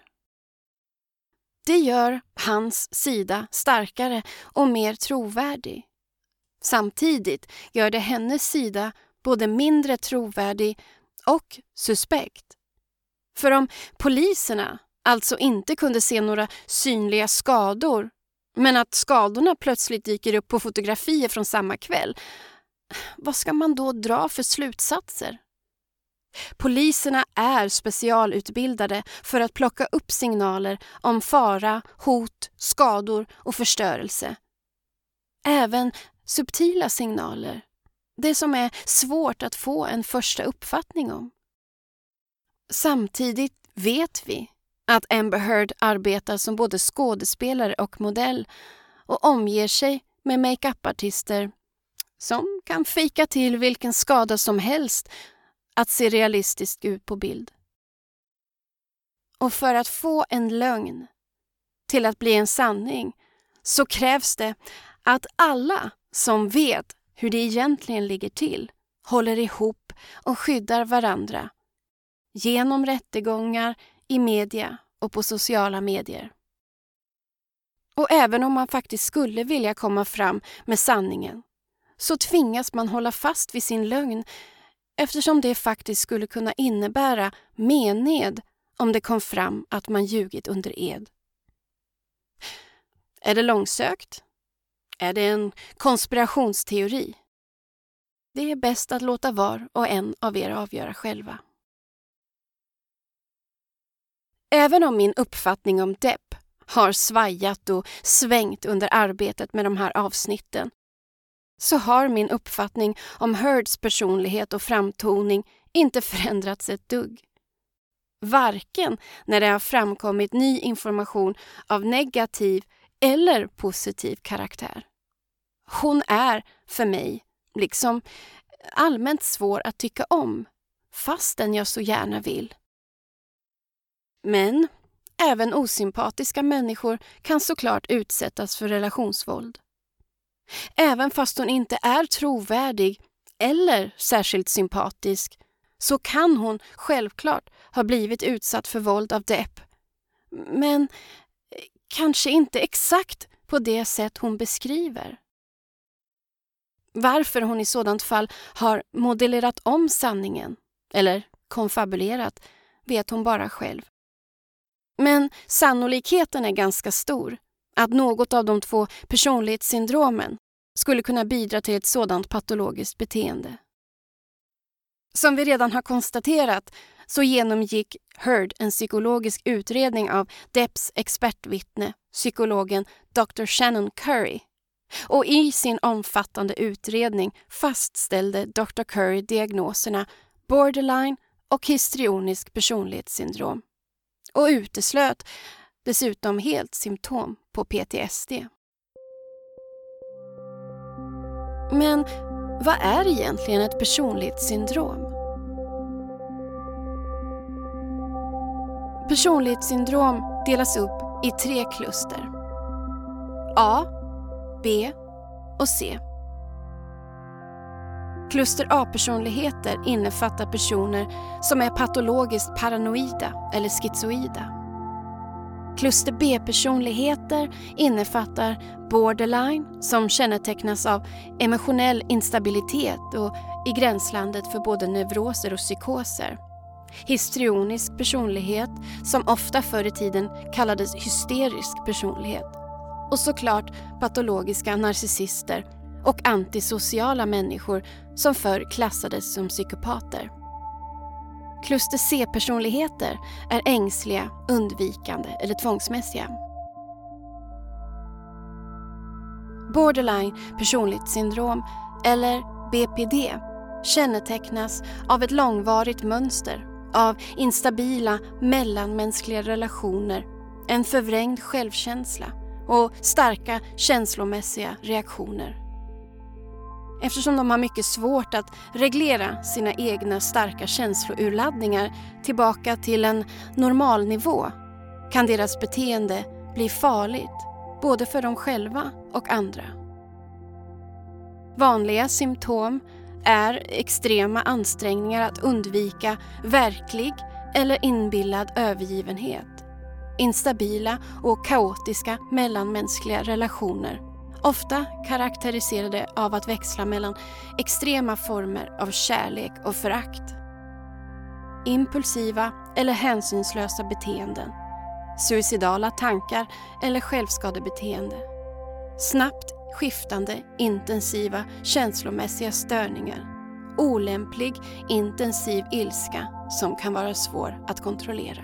Det gör hans sida starkare och mer trovärdig. Samtidigt gör det hennes sida både mindre trovärdig och suspekt. För om poliserna alltså inte kunde se några synliga skador, men att skadorna plötsligt dyker upp på fotografier från samma kväll, vad ska man då dra för slutsatser? Poliserna är specialutbildade för att plocka upp signaler om fara, hot, skador och förstörelse. Även subtila signaler, det som är svårt att få en första uppfattning om. Samtidigt vet vi att Amber Heard arbetar som både skådespelare och modell och omger sig med make-up-artister som kan fika till vilken skada som helst att se realistiskt ut på bild. Och för att få en lögn till att bli en sanning så krävs det att alla som vet hur det egentligen ligger till håller ihop och skyddar varandra genom rättegångar, i media och på sociala medier. Och även om man faktiskt skulle vilja komma fram med sanningen så tvingas man hålla fast vid sin lögn, eftersom det faktiskt skulle kunna innebära mened om det kom fram att man ljugit under ed. Är det långsökt? Är det en konspirationsteori? Det är bäst att låta var och en av er avgöra själva. Även om min uppfattning om Depp har svajat och svängt under arbetet med de här avsnitten, så har min uppfattning om Heards personlighet och framtoning inte förändrats ett dugg. Varken när det har framkommit ny information av negativ eller positiv karaktär. Hon är för mig liksom allmänt svår att tycka om, fastän jag så gärna vill. Men även osympatiska människor kan såklart utsättas för relationsvåld. Även fast hon inte är trovärdig eller särskilt sympatisk så kan hon självklart ha blivit utsatt för våld av Depp. Men kanske inte exakt på det sätt hon beskriver. Varför hon i sådant fall har modellerat om sanningen eller konfabulerat vet hon bara själv. Men sannolikheten är ganska stor att något av de två personlighetssyndromen skulle kunna bidra till ett sådant patologiskt beteende. Som vi redan har konstaterat så genomgick Heard en psykologisk utredning av Depps expertvittne, psykologen doktor Shannon Curry. Och i sin omfattande utredning fastställde doktor Curry diagnoserna borderline och histrionisk personlighetssyndrom och uteslöt dessutom helt symptom på P T S D. Men vad är egentligen ett personlighetssyndrom? Personlighetssyndrom delas upp i tre kluster. A, B och C. Kluster A-personligheter innefattar personer som är patologiskt paranoida eller schizoida. Kluster B-personligheter innefattar borderline som kännetecknas av emotionell instabilitet och i gränslandet för både neuroser och psykoser. Histrionisk personlighet som ofta förr i tiden kallades hysterisk personlighet. Och såklart patologiska narcissister och antisociala människor som förr klassades som psykopater. Kluster C-personligheter är ängsliga, undvikande eller tvångsmässiga. Borderline personlighetssyndrom, eller B P D, kännetecknas av ett långvarigt mönster av instabila mellanmänskliga relationer, en förvrängd självkänsla och starka känslomässiga reaktioner. Eftersom de har mycket svårt att reglera sina egna starka känslourladdningar tillbaka till en normal nivå, kan deras beteende bli farligt både för dem själva och andra. Vanliga symptom är extrema ansträngningar att undvika verklig eller inbillad övergivenhet, instabila och kaotiska mellanmänskliga relationer, ofta karaktäriserade av att växla mellan extrema former av kärlek och förakt, impulsiva eller hänsynslösa beteenden, suicidala tankar eller självskadebeteende, snabbt skiftande intensiva känslomässiga störningar, olämplig intensiv ilska som kan vara svår att kontrollera.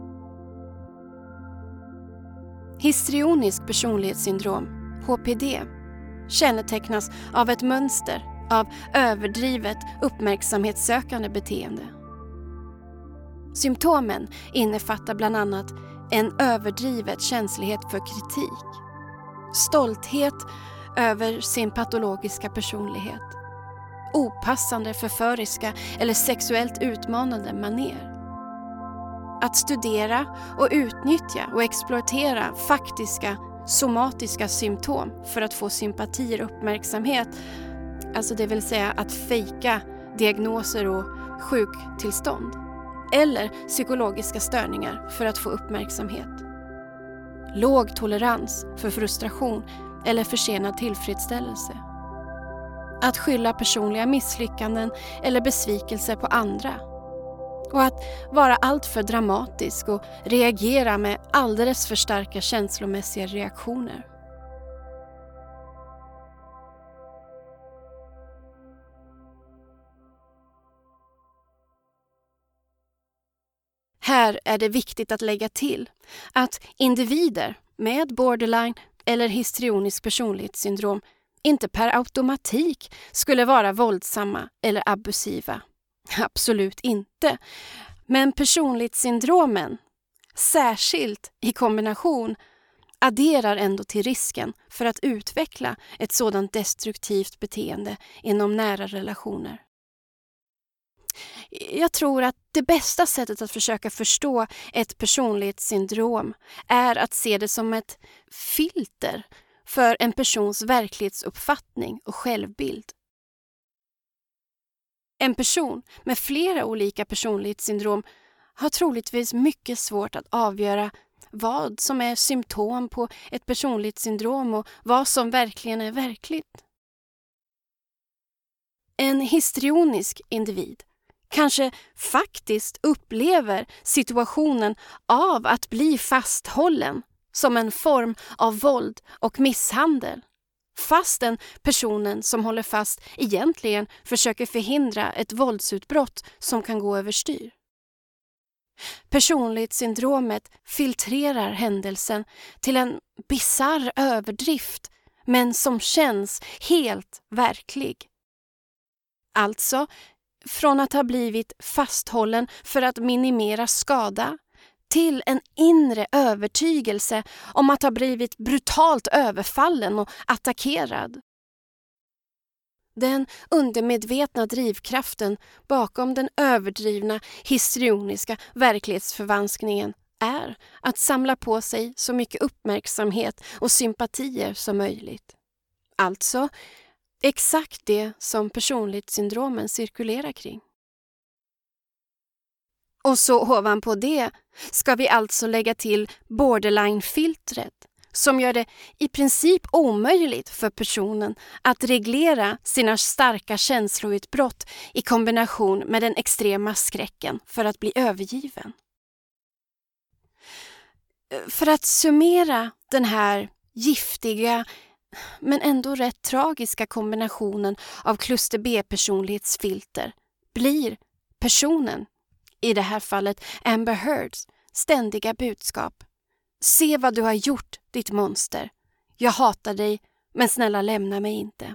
Histrionisk personlighetssyndrom, H P D, kännetecknas av ett mönster av överdrivet uppmärksamhetssökande beteende. Symptomen innefattar bland annat en överdrivet känslighet för kritik, stolthet över sin patologiska personlighet, opassande förföriska eller sexuellt utmanande manér. Att studera och utnyttja och exploatera faktiska somatiska symptom för att få sympatier och uppmärksamhet, alltså det vill säga att fejka diagnoser och sjuktillstånd, eller psykologiska störningar för att få uppmärksamhet. Låg tolerans för frustration eller försenad tillfredsställelse. Att skylla personliga misslyckanden eller besvikelse på andra. Och att vara alltför dramatisk och reagera med alldeles för starka känslomässiga reaktioner. Här är det viktigt att lägga till att individer med borderline eller histrionisk personlighetssyndrom inte per automatik skulle vara våldsamma eller abusiva. Absolut inte. Men personlighetssyndromen, särskilt i kombination, adderar ändå till risken för att utveckla ett sådant destruktivt beteende inom nära relationer. Jag tror att det bästa sättet att försöka förstå ett personlighetssyndrom är att se det som ett filter för en persons verklighetsuppfattning och självbild. En person med flera olika personlighetssyndrom har troligtvis mycket svårt att avgöra vad som är symptom på ett personlighetssyndrom och vad som verkligen är verkligt. En histrionisk individ kanske faktiskt upplever situationen av att bli fasthållen som en form av våld och misshandel, fastän personen som håller fast egentligen försöker förhindra ett våldsutbrott som kan gå överstyr. Personlighetssyndromet filtrerar händelsen till en bizarr överdrift, men som känns helt verklig. Alltså, från att ha blivit fasthållen för att minimera skada till en inre övertygelse om att ha blivit brutalt överfallen och attackerad. Den undermedvetna drivkraften bakom den överdrivna histrioniska verklighetsförvanskningen är att samla på sig så mycket uppmärksamhet och sympatier som möjligt. Alltså exakt det som personlighetssyndromen cirkulerar kring. Och så ovanpå det ska vi alltså lägga till borderline-filtret som gör det i princip omöjligt för personen att reglera sina starka känsloutbrott i kombination med den extrema skräcken för att bli övergiven. För att summera den här giftiga men ändå rätt tragiska kombinationen av kluster B-personlighetsfilter blir personen, i det här fallet Amber Heards, ständiga budskap: se vad du har gjort, ditt monster. Jag hatar dig, Men snälla, lämna mig inte.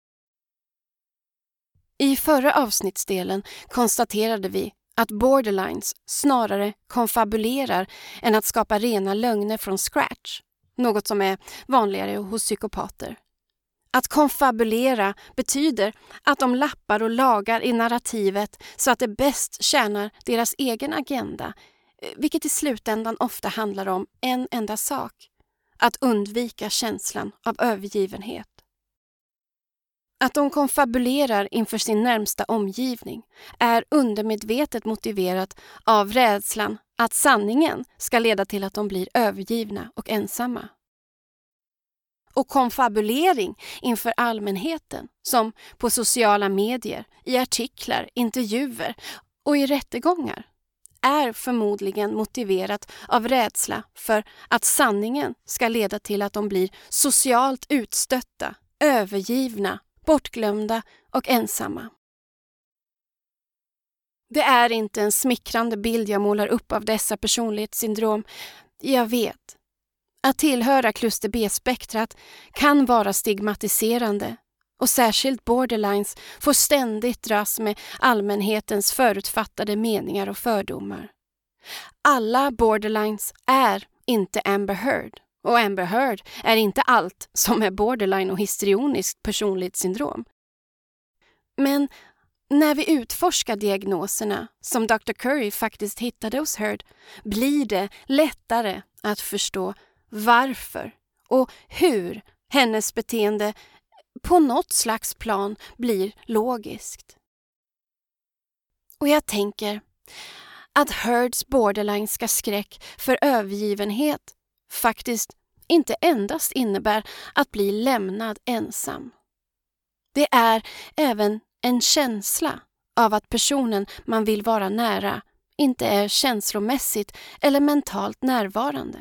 I förra avsnittsdelen konstaterade vi att borderlines snarare konfabulerar än att skapa rena lögner från scratch, något som är vanligare hos psykopater. Att konfabulera betyder att de lappar och lagar i narrativet så att det bäst tjänar deras egen agenda, vilket i slutändan ofta handlar om en enda sak: att undvika känslan av övergivenhet. Att de konfabulerar inför sin närmsta omgivning är undermedvetet motiverat av rädslan att sanningen ska leda till att de blir övergivna och ensamma. Och konfabulering inför allmänheten, som på sociala medier, i artiklar, intervjuer och i rättegångar, är förmodligen motiverat av rädsla för att sanningen ska leda till att de blir socialt utstötta, övergivna, bortglömda och ensamma. Det är inte en smickrande bild jag målar upp av dessa personlighetssyndrom. Jag vet. Att tillhöra kluster B-spektrat kan vara stigmatiserande, och särskilt borderlines får ständigt dras med allmänhetens förutfattade meningar och fördomar. Alla borderlines är inte Amber Heard, och Amber Heard är inte allt som är borderline och histrioniskt personlighetssyndrom. Men när vi utforskar diagnoserna som doktor Curry faktiskt hittade hos Heard blir det lättare att förstå varför och hur hennes beteende på något slags plan blir logiskt. Och jag tänker att Heards borderlineska skräck för övergivenhet faktiskt inte endast innebär att bli lämnad ensam. Det är även en känsla av att personen man vill vara nära inte är känslomässigt eller mentalt närvarande.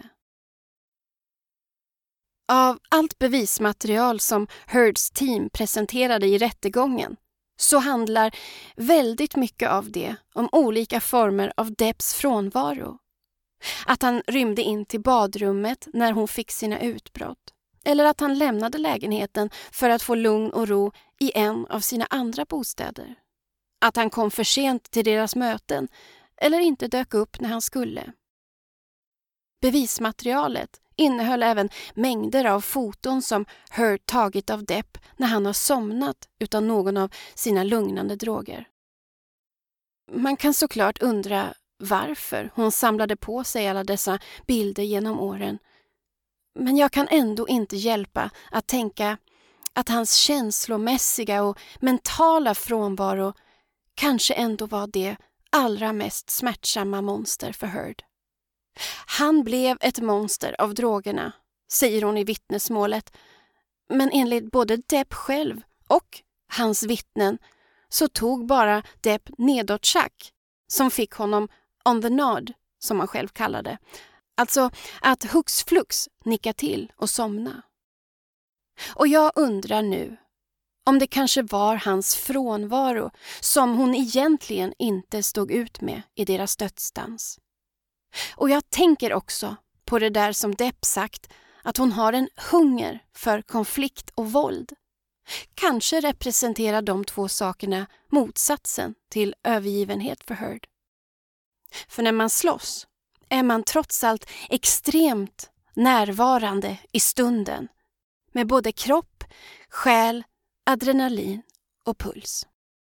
Av allt bevismaterial som Heards team presenterade i rättegången så handlar väldigt mycket av det om olika former av Depps frånvaro. Att han rymde in till badrummet när hon fick sina utbrott, eller att han lämnade lägenheten för att få lugn och ro i en av sina andra bostäder. Att han kom för sent till deras möten eller inte dök upp när han skulle. Bevismaterialet innehöll även mängder av foton som Heard tagit av Depp när han har somnat utan någon av sina lugnande droger. Man kan såklart undra varför hon samlade på sig alla dessa bilder genom åren. Men jag kan ändå inte hjälpa att tänka att hans känslomässiga och mentala frånvaro kanske ändå var det allra mest smärtsamma monster för Heard. Han blev ett monster av drogerna, säger hon i vittnesmålet. Men enligt både Depp själv och hans vittnen så tog bara Depp nedåtchack som fick honom on the nod, som han själv kallade. Alltså att hux flux nicka till och somna. Och jag undrar nu om det kanske var hans frånvaro som hon egentligen inte stod ut med i deras dödsdans. Och jag tänker också på det där som Depp sagt, att hon har en hunger för konflikt och våld. Kanske representerar de två sakerna motsatsen till övergivenhet för Heard. För när man slåss är man trots allt extremt närvarande i stunden med både kropp, själ, adrenalin och puls.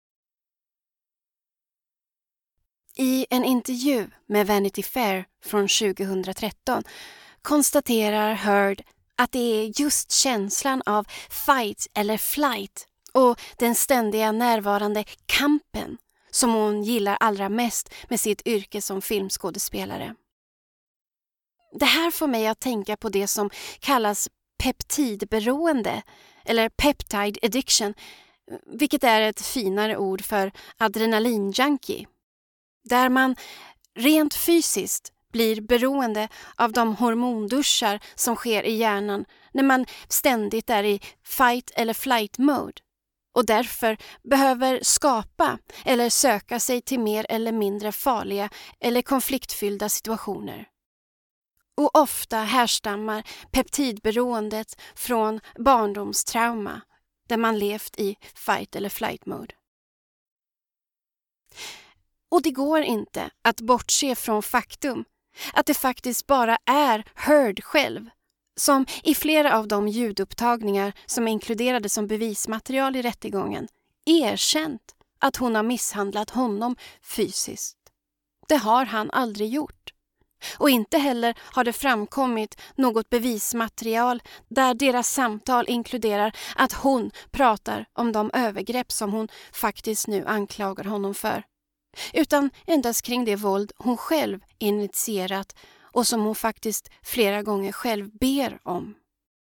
I en intervju med Vanity Fair från tjugohundratretton konstaterar Heard att det är just känslan av fight eller flight och den ständiga närvarande kampen som hon gillar allra mest med sitt yrke som filmskådespelare. Det här får mig att tänka på det som kallas peptidberoende eller peptide addiction, vilket är ett finare ord för adrenalinjunkie. Där man rent fysiskt blir beroende av de hormonduschar som sker i hjärnan när man ständigt är i fight eller flight mode och därför behöver skapa eller söka sig till mer eller mindre farliga eller konfliktfyllda situationer. Och ofta härstammar peptidberoendet från barndomstrauma där man levt i fight eller flight mode. Och det går inte att bortse från faktum att det faktiskt bara är Heard själv som i flera av de ljudupptagningar som är inkluderade som bevismaterial i rättegången erkänt att hon har misshandlat honom fysiskt. Det har han aldrig gjort. Och inte heller har det framkommit något bevismaterial där deras samtal inkluderar att hon pratar om de övergrepp som hon faktiskt nu anklagar honom för. Utan endast kring det våld hon själv initierat och som hon faktiskt flera gånger själv ber om.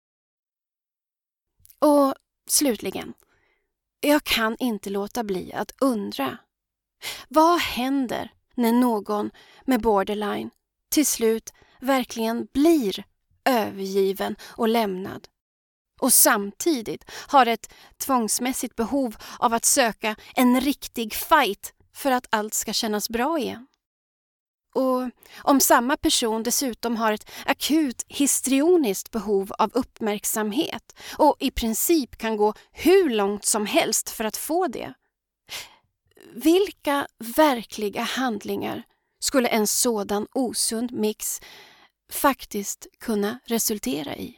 Och slutligen, jag kan inte låta bli att undra. Vad händer när någon med borderline till slut verkligen blir övergiven och lämnad och samtidigt har ett tvångsmässigt behov av att söka en riktig fight för att allt ska kännas bra igen? Och om samma person dessutom har ett akut histrioniskt behov av uppmärksamhet och i princip kan gå hur långt som helst för att få det. Vilka verkliga handlingar skulle en sådan osund mix faktiskt kunna resultera i?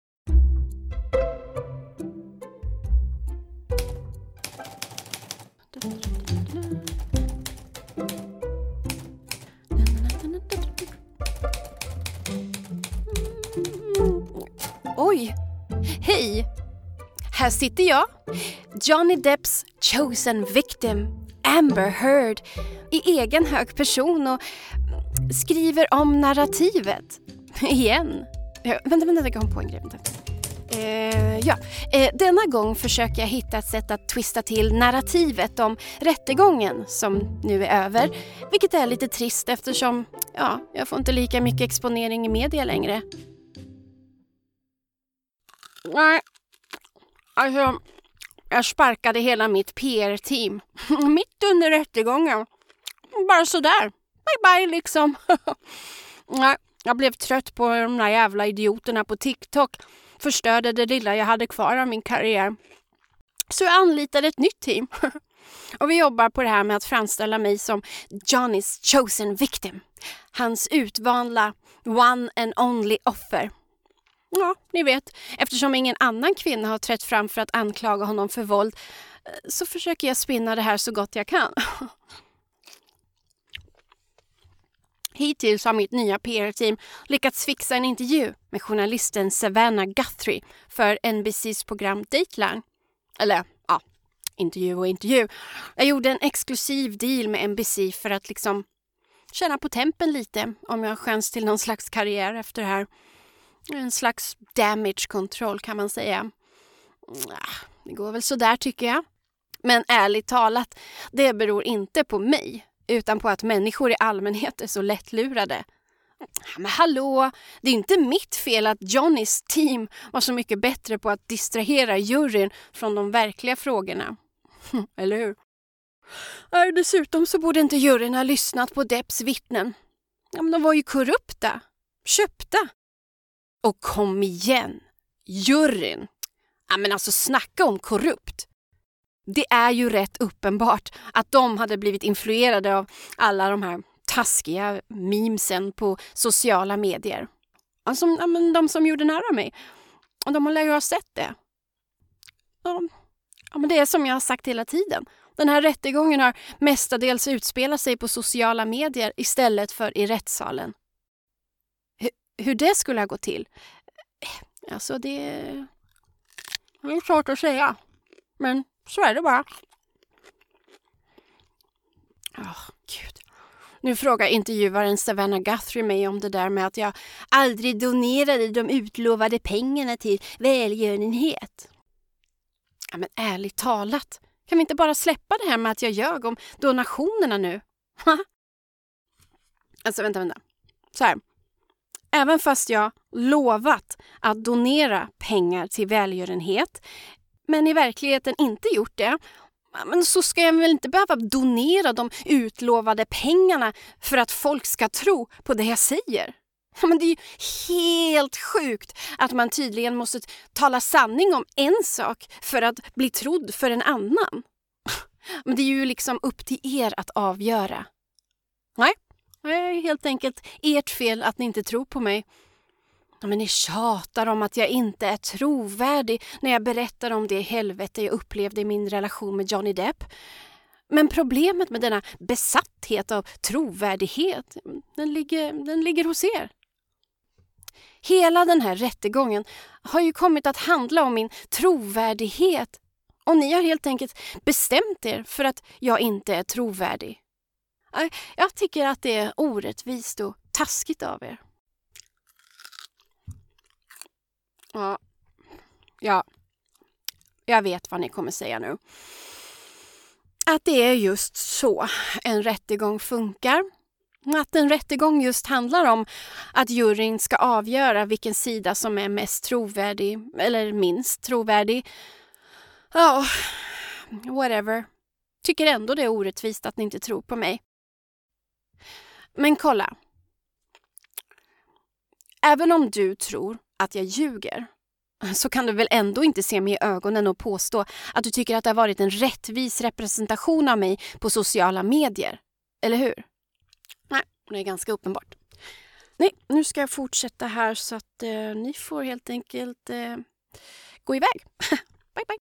Oj, hej! Här sitter jag, Johnny Depps chosen victim, Amber Heard, i egen hög person och skriver om narrativet. Igen. Vänta, vänta, jag kom på en grej. Eh, ja. eh, denna gång försöker jag hitta ett sätt att twista till narrativet om rättegången som nu är över. Vilket är lite trist eftersom ja, jag får inte lika mycket exponering i media längre. Nej, alltså jag sparkade hela mitt P R-team mitt under rättegången. Bara sådär. Bye bye liksom. Nej, jag blev trött på de där jävla idioterna på TikTok. Förstörde det lilla jag hade kvar av min karriär. Så jag anlitade ett nytt team. Och vi jobbar på det här med att framställa mig som Johnny's chosen victim. Hans utvalda one and only offer. Ja, ni vet, eftersom ingen annan kvinna har trätt fram för att anklaga honom för våld så försöker jag spinna det här så gott jag kan. Hittills har mitt nya P R-team lyckats fixa en intervju med journalisten Savannah Guthrie för N B C:s program Dateline. Eller, ja, intervju och intervju. Jag gjorde en exklusiv deal med N B C för att liksom känna på tempen lite om jag har chans till någon slags karriär efter det här. En slags damage control kan man säga. Det går väl så där tycker jag. Men ärligt talat, det beror inte på mig. Utan på att människor i allmänhet är så lättlurade. Men hallå, det är inte mitt fel att Johnnys team var så mycket bättre på att distrahera juryn från de verkliga frågorna. Eller hur? Äh, dessutom så borde inte juryn ha lyssnat på Depps vittnen. Ja, men de var ju korrupta. Köpta. Och kom igen, juryn. Ja, men alltså snacka om korrupt. Det är ju rätt uppenbart att de hade blivit influerade av alla de här taskiga memesen på sociala medier. Alltså, ja, men de som gjorde nära mig. Och de har ju ha sett det. Ja, ja, men det är som jag har sagt hela tiden. Den här rättegången har mestadels utspelat sig på sociala medier istället för i rättssalen. H- hur det skulle ha gått till? Alltså det, det är svårt att säga. Men så är det bara. Oh, Gud. Nu frågar intervjuaren Savannah Guthrie mig om det där med att jag aldrig donerade de utlovade pengarna till välgörenhet. Ja, men ärligt talat. Kan vi inte bara släppa det här med att jag ljög om donationerna nu? Alltså vänta, vänta. Så här. Även fast jag lovat att donera pengar till välgörenhet men i verkligheten inte gjort det, men så ska jag väl inte behöva donera de utlovade pengarna för att folk ska tro på det jag säger. Men det är ju helt sjukt att man tydligen måste tala sanning om en sak för att bli trodd för en annan. Men det är ju liksom upp till er att avgöra. Nej, det är helt enkelt ert fel att ni inte tror på mig. Men ni tjatar om att jag inte är trovärdig när jag berättar om det helvete jag upplevde i min relation med Johnny Depp. Men problemet med denna besatthet av trovärdighet, den ligger, den ligger hos er. Hela den här rättegången har ju kommit att handla om min trovärdighet. Och ni har helt enkelt bestämt er för att jag inte är trovärdig. Jag tycker att det är orättvist och taskigt av er. Ja, ja, jag vet vad ni kommer säga nu. Att det är just så en rättegång funkar. Att en rättegång just handlar om att juryn ska avgöra vilken sida som är mest trovärdig eller minst trovärdig. Ja, oh, whatever. Tycker ändå det är orättvist att ni inte tror på mig. Men kolla. Även om du tror att jag ljuger, så kan du väl ändå inte se mig i ögonen och påstå att du tycker att det har varit en rättvis representation av mig på sociala medier. Eller hur? Nej, det är ganska uppenbart. Nej, nu ska jag fortsätta här så att eh, ni får helt enkelt eh, gå iväg. Bye bye.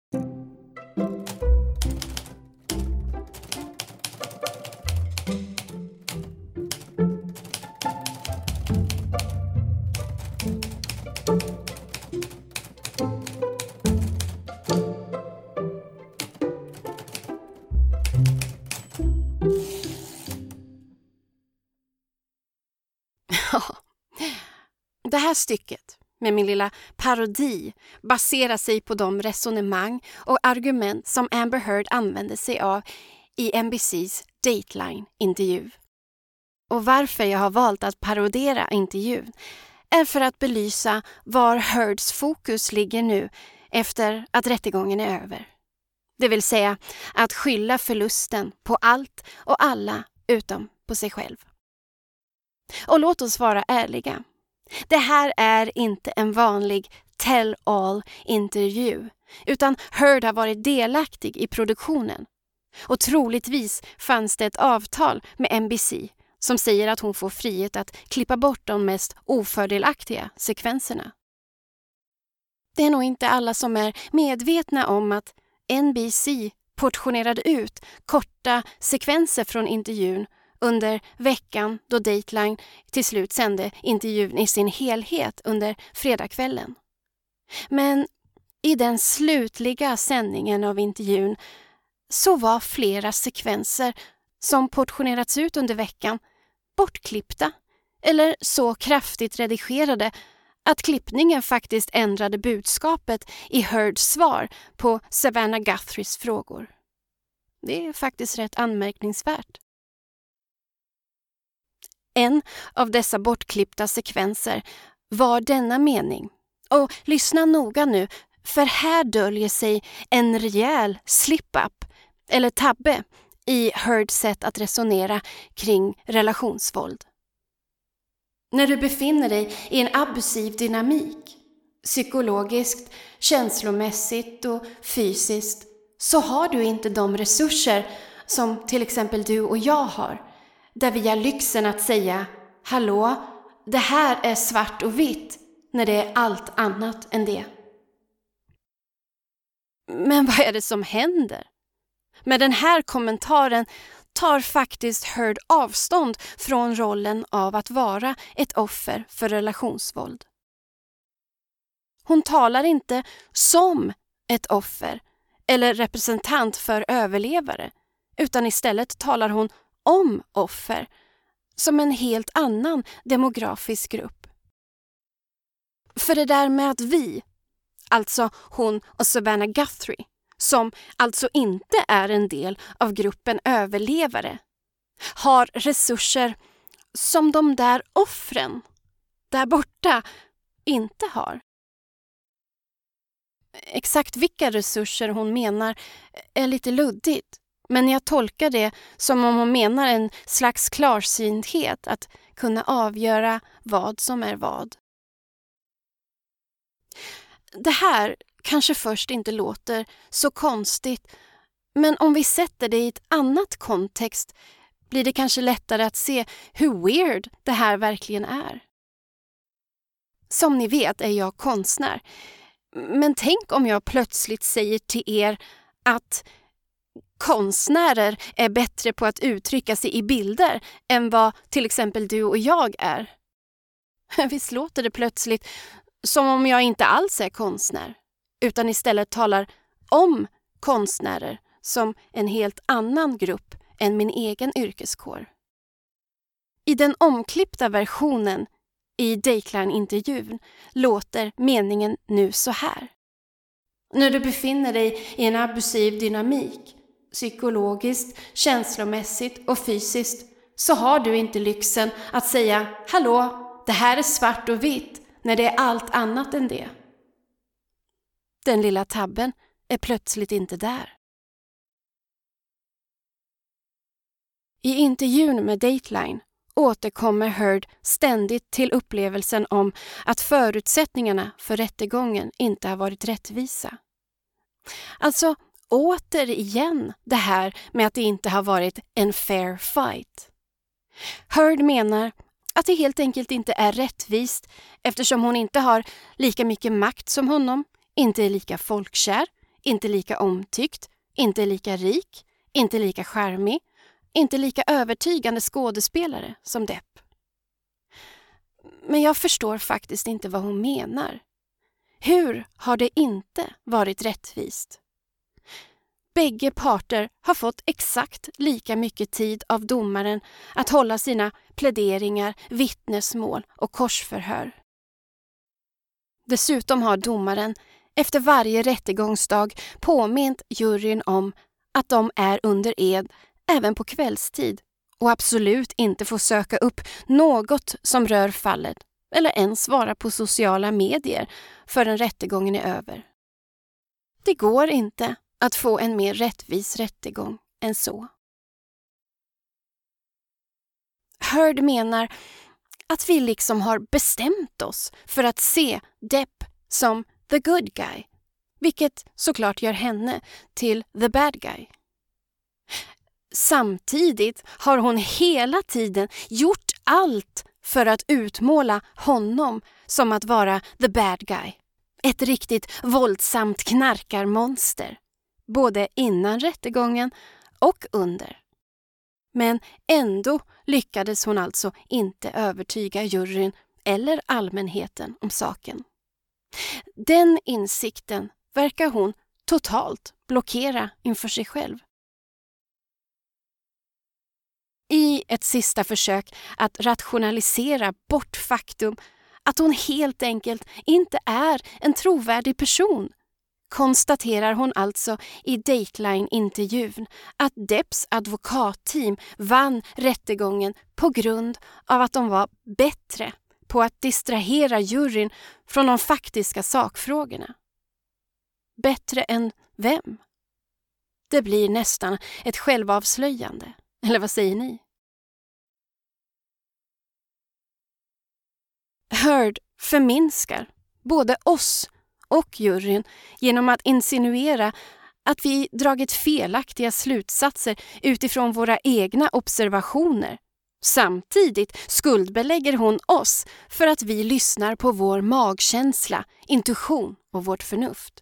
Det här stycket med min lilla parodi baserar sig på de resonemang och argument som Amber Heard använde sig av i N B C:s Dateline-intervju. Och varför jag har valt att parodera intervjun är för att belysa var Heards fokus ligger nu efter att rättegången är över. Det vill säga att skylla förlusten på allt och alla utom på sig själv. Och låt oss vara ärliga. Det här är inte en vanlig tell-all-intervju, utan Heard har varit delaktig i produktionen. Och troligtvis fanns det ett avtal med N B C som säger att hon får frihet att klippa bort de mest ofördelaktiga sekvenserna. Det är nog inte alla som är medvetna om att N B C portionerade ut korta sekvenser från intervjun under veckan då Dateline till slut sände intervjun i sin helhet under fredagskvällen. Men i den slutliga sändningen av intervjun så var flera sekvenser som portionerats ut under veckan bortklippta eller så kraftigt redigerade att klippningen faktiskt ändrade budskapet i Heards svar på Savannah Guthrie's frågor. Det är faktiskt rätt anmärkningsvärt. En av dessa bortklippta sekvenser var denna mening. Och lyssna noga nu, för här döljer sig en rejäl slip-up eller tabbe i Heards sätt att resonera kring relationsvåld. När du befinner dig i en abusiv dynamik, psykologiskt, känslomässigt och fysiskt, så har du inte de resurser som till exempel du och jag har, där vi har lyxen att säga hallå, det här är svart och vitt, när det är allt annat än det. Men vad är det som händer? Med den här kommentaren tar faktiskt Heard avstånd från rollen av att vara ett offer för relationsvåld. Hon talar inte som ett offer eller representant för överlevare, utan istället talar hon om offer som en helt annan demografisk grupp. För det där med att vi, alltså hon och Savannah Guthrie, som alltså inte är en del av gruppen överlevare, har resurser som de där offren där borta inte har. Exakt vilka resurser hon menar är lite luddigt, men jag tolkar det som om hon menar en slags klarsynthet att kunna avgöra vad som är vad. Det här kanske först inte låter så konstigt, men om vi sätter det i ett annat kontext blir det kanske lättare att se hur weird det här verkligen är. Som ni vet är jag konstnär, men tänk om jag plötsligt säger till er att konstnärer är bättre på att uttrycka sig i bilder än vad till exempel du och jag är. Visst låter det plötsligt som om jag inte alls är konstnär, utan istället talar om konstnärer som en helt annan grupp än min egen yrkeskår. I den omklippta versionen i Dateline-intervjun låter meningen nu så här. När du befinner dig i en abusiv dynamik, psykologiskt, känslomässigt och fysiskt, så har du inte lyxen att säga hallå, det här är svart och vitt, när det är allt annat än det. Den lilla tabben är plötsligt inte där. I intervjun med Dateline återkommer Heard ständigt till upplevelsen om att förutsättningarna för rättegången inte har varit rättvisa. Alltså återigen det här med att det inte har varit en fair fight. Heard menar att det helt enkelt inte är rättvist eftersom hon inte har lika mycket makt som honom, inte är lika folkkär, inte lika omtyckt, inte är lika rik, inte lika charmig, inte lika övertygande skådespelare som Depp. Men jag förstår faktiskt inte vad hon menar. Hur har det inte varit rättvist? Bägge parter har fått exakt lika mycket tid av domaren att hålla sina pläderingar, vittnesmål och korsförhör. Dessutom har domaren efter varje rättegångsdag påmint juryn om att de är under ed även på kvällstid och absolut inte får söka upp något som rör fallet eller ens vara på sociala medier förrän rättegången är över. Det går inte att få en mer rättvis rättegång än så. Heard menar att vi liksom har bestämt oss för att se Depp som the good guy, vilket såklart gör henne till the bad guy. Samtidigt har hon hela tiden gjort allt för att utmåla honom som att vara the bad guy. Ett riktigt våldsamt knarkarmonster, både innan rättegången och under. Men ändå lyckades hon alltså inte övertyga juryn eller allmänheten om saken. Den insikten verkar hon totalt blockera inför sig själv. I ett sista försök att rationalisera bort faktum att hon helt enkelt inte är en trovärdig person konstaterar hon alltså i Dateline-intervjun att Depps advokatteam vann rättegången på grund av att de var bättre på att distrahera juryn från de faktiska sakfrågorna. Bättre än vem? Det blir nästan ett självavslöjande. Eller vad säger ni? Heard förminskar både oss och juryn genom att insinuera att vi dragit felaktiga slutsatser utifrån våra egna observationer. Samtidigt skuldbelägger hon oss för att vi lyssnar på vår magkänsla, intuition och vårt förnuft.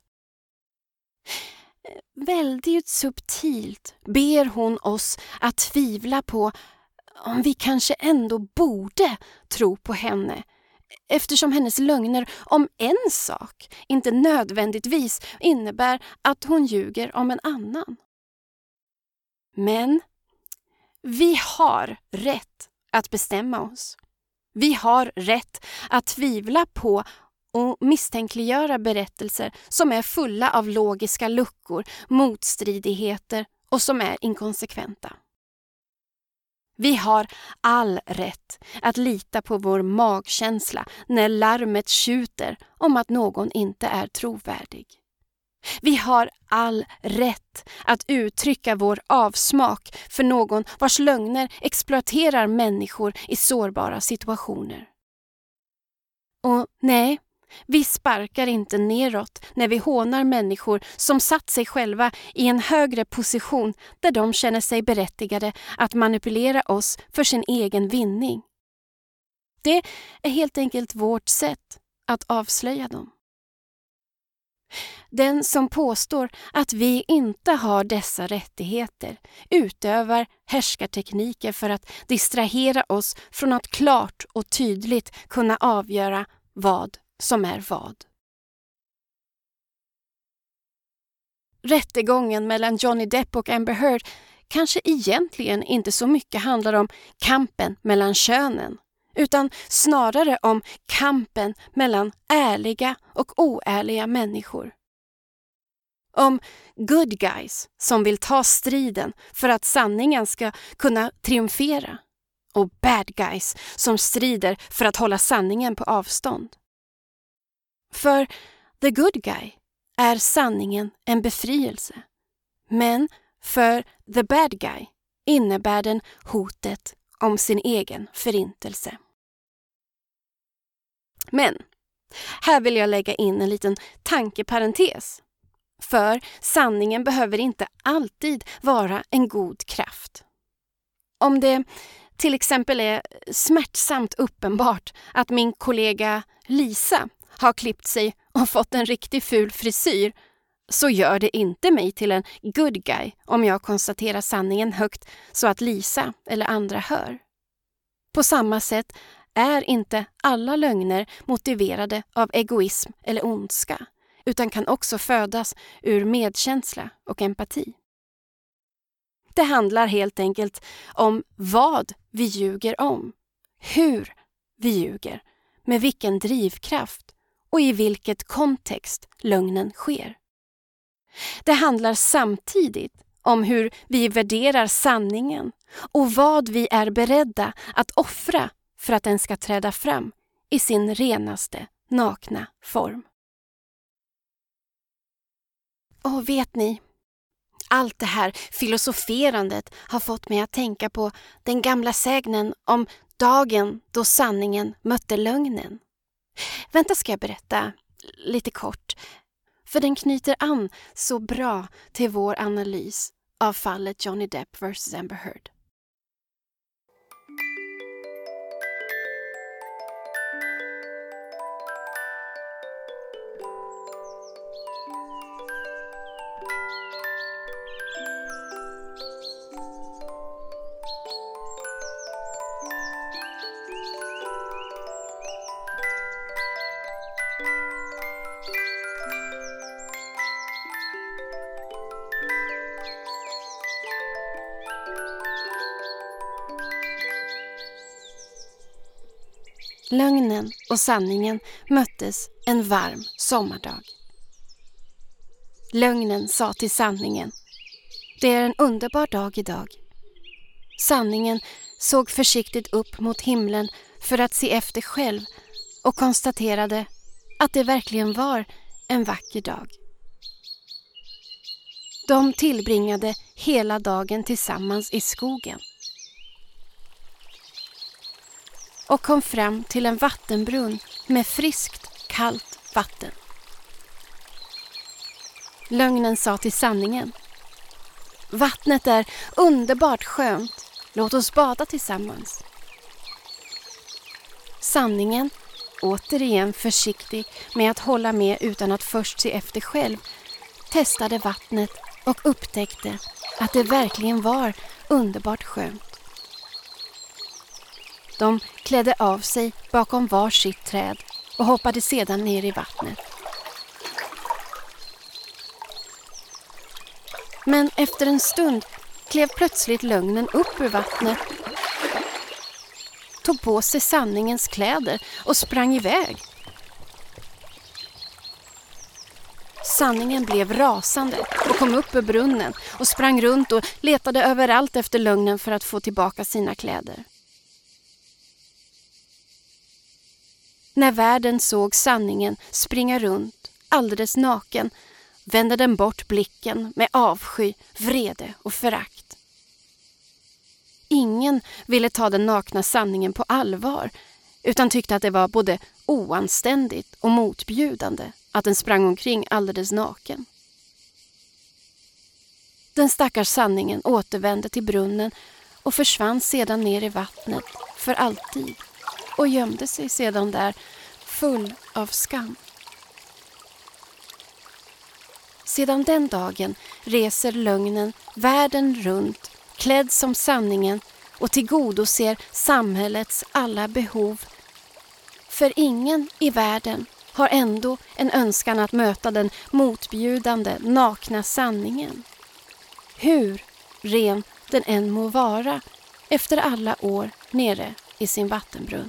Väldigt subtilt ber hon oss att tvivla på om vi kanske ändå borde tro på henne, eftersom hennes lögner om en sak inte nödvändigtvis innebär att hon ljuger om en annan. Men vi har rätt att bestämma oss. Vi har rätt att tvivla på och misstänkliggöra berättelser som är fulla av logiska luckor, motstridigheter och som är inkonsekventa. Vi har all rätt att lita på vår magkänsla när larmet tjuter om att någon inte är trovärdig. Vi har all rätt att uttrycka vår avsmak för någon vars lögner exploaterar människor i sårbara situationer. Och nej, vi sparkar inte neråt när vi hånar människor som satt sig själva i en högre position där de känner sig berättigade att manipulera oss för sin egen vinning. Det är helt enkelt vårt sätt att avslöja dem. Den som påstår att vi inte har dessa rättigheter utövar härskartekniker för att distrahera oss från att klart och tydligt kunna avgöra vad som är vad. Rättegången mellan Johnny Depp och Amber Heard kanske egentligen inte så mycket handlar om kampen mellan könen, utan snarare om kampen mellan ärliga och oärliga människor. Om good guys som vill ta striden för att sanningen ska kunna triumfera och bad guys som strider för att hålla sanningen på avstånd. För the good guy är sanningen en befrielse, men för the bad guy innebär den hotet om sin egen förintelse. Men här vill jag lägga in en liten tankeparentes. För sanningen behöver inte alltid vara en god kraft. Om det till exempel är smärtsamt uppenbart att min kollega Lisa har klippt sig och fått en riktigt ful frisyr, så gör det inte mig till en good guy om jag konstaterar sanningen högt så att Lisa eller andra hör. På samma sätt är inte alla lögner motiverade av egoism eller ondska, utan kan också födas ur medkänsla och empati. Det handlar helt enkelt om vad vi ljuger om, hur vi ljuger, med vilken drivkraft och i vilket kontext lögnen sker. Det handlar samtidigt om hur vi värderar sanningen och vad vi är beredda att offra för att den ska träda fram i sin renaste, nakna form. Och vet ni, allt det här filosoferandet har fått mig att tänka på den gamla sägnen om dagen då sanningen mötte lögnen. Vänta, ska jag berätta lite kort, för den knyter an så bra till vår analys av fallet Johnny Depp versus Amber Heard. Lögnen och sanningen möttes en varm sommardag. Lögnen sa till sanningen: det är en underbar dag idag. Sanningen såg försiktigt upp mot himlen för att se efter själv och konstaterade att det verkligen var en vacker dag. De tillbringade hela dagen tillsammans i skogen och kom fram till en vattenbrunn med friskt, kallt vatten. Lögnen sa till sanningen: vattnet är underbart skönt, låt oss bada tillsammans. Sanningen, återigen försiktig med att hålla med utan att först se efter själv, testade vattnet och upptäckte att det verkligen var underbart skönt. De klädde av sig bakom var sitt träd och hoppade sedan ner i vattnet. Men efter en stund klev plötsligt lögnen upp ur vattnet, tog på sig sanningens kläder och sprang iväg. Sanningen blev rasande och kom upp ur brunnen och sprang runt och letade överallt efter lögnen för att få tillbaka sina kläder. När världen såg sanningen springa runt alldeles naken vände den bort blicken med avsky, vrede och förakt. Ingen ville ta den nakna sanningen på allvar, utan tyckte att det var både oanständigt och motbjudande att den sprang omkring alldeles naken. Den stackars sanningen återvände till brunnen och försvann sedan ner i vattnet för alltid och gömde sig sedan där full av skam. Sedan den dagen reser lögnen världen runt, klädd som sanningen, och tillgodoser samhällets alla behov. För ingen i världen har ändå en önskan att möta den motbjudande, nakna sanningen. Hur ren den än må vara efter alla år nere i sin vattenbrunn.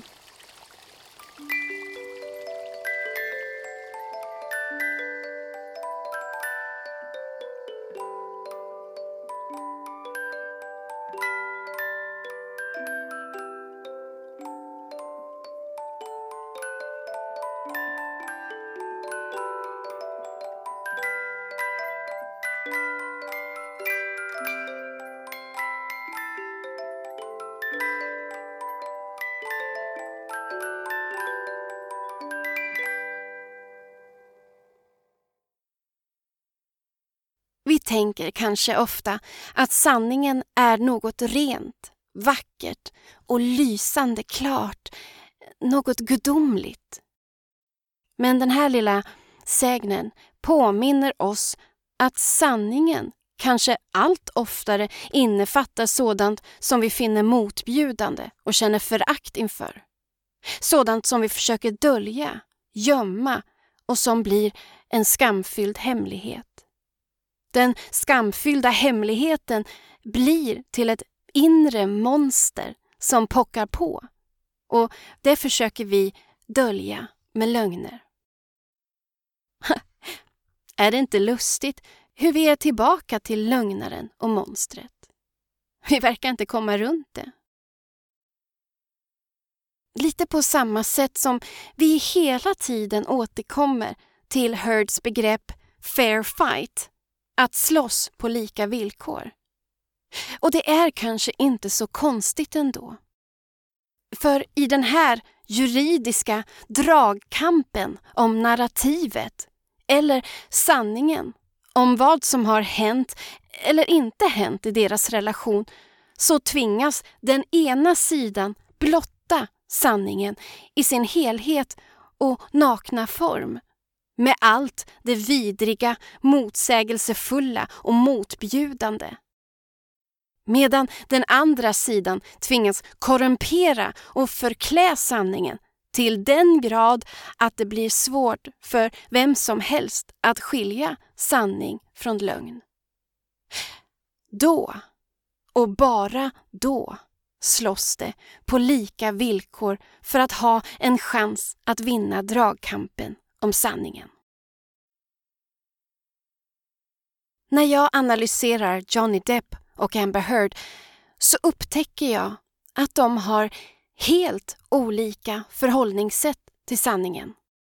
Vi tänker kanske ofta att sanningen är något rent, vackert och lysande klart, något gudomligt. Men den här lilla sägnen påminner oss att sanningen kanske allt oftare innefattar sådant som vi finner motbjudande och känner förakt inför. Sådant som vi försöker dölja, gömma och som blir en skamfylld hemlighet. Den skamfyllda hemligheten blir till ett inre monster som pockar på, och det försöker vi dölja med lögner. Är det inte lustigt hur vi är tillbaka till lögnaren och monstret? Vi verkar inte komma runt det. Lite på samma sätt som vi hela tiden återkommer till Heards begrepp fair fight, att slåss på lika villkor. Och det är kanske inte så konstigt ändå. För i den här juridiska dragkampen om narrativet eller sanningen om vad som har hänt eller inte hänt i deras relation, så tvingas den ena sidan blotta sanningen i sin helhet och nakna form, med allt det vidriga, motsägelsefulla och motbjudande. Medan den andra sidan tvingas korrumpera och förklä sanningen till den grad att det blir svårt för vem som helst att skilja sanning från lögn. Då, och bara då, slåss det på lika villkor för att ha en chans att vinna dragkampen om sanningen. När jag analyserar Johnny Depp och Amber Heard så upptäcker jag att de har helt olika förhållningssätt till sanningen.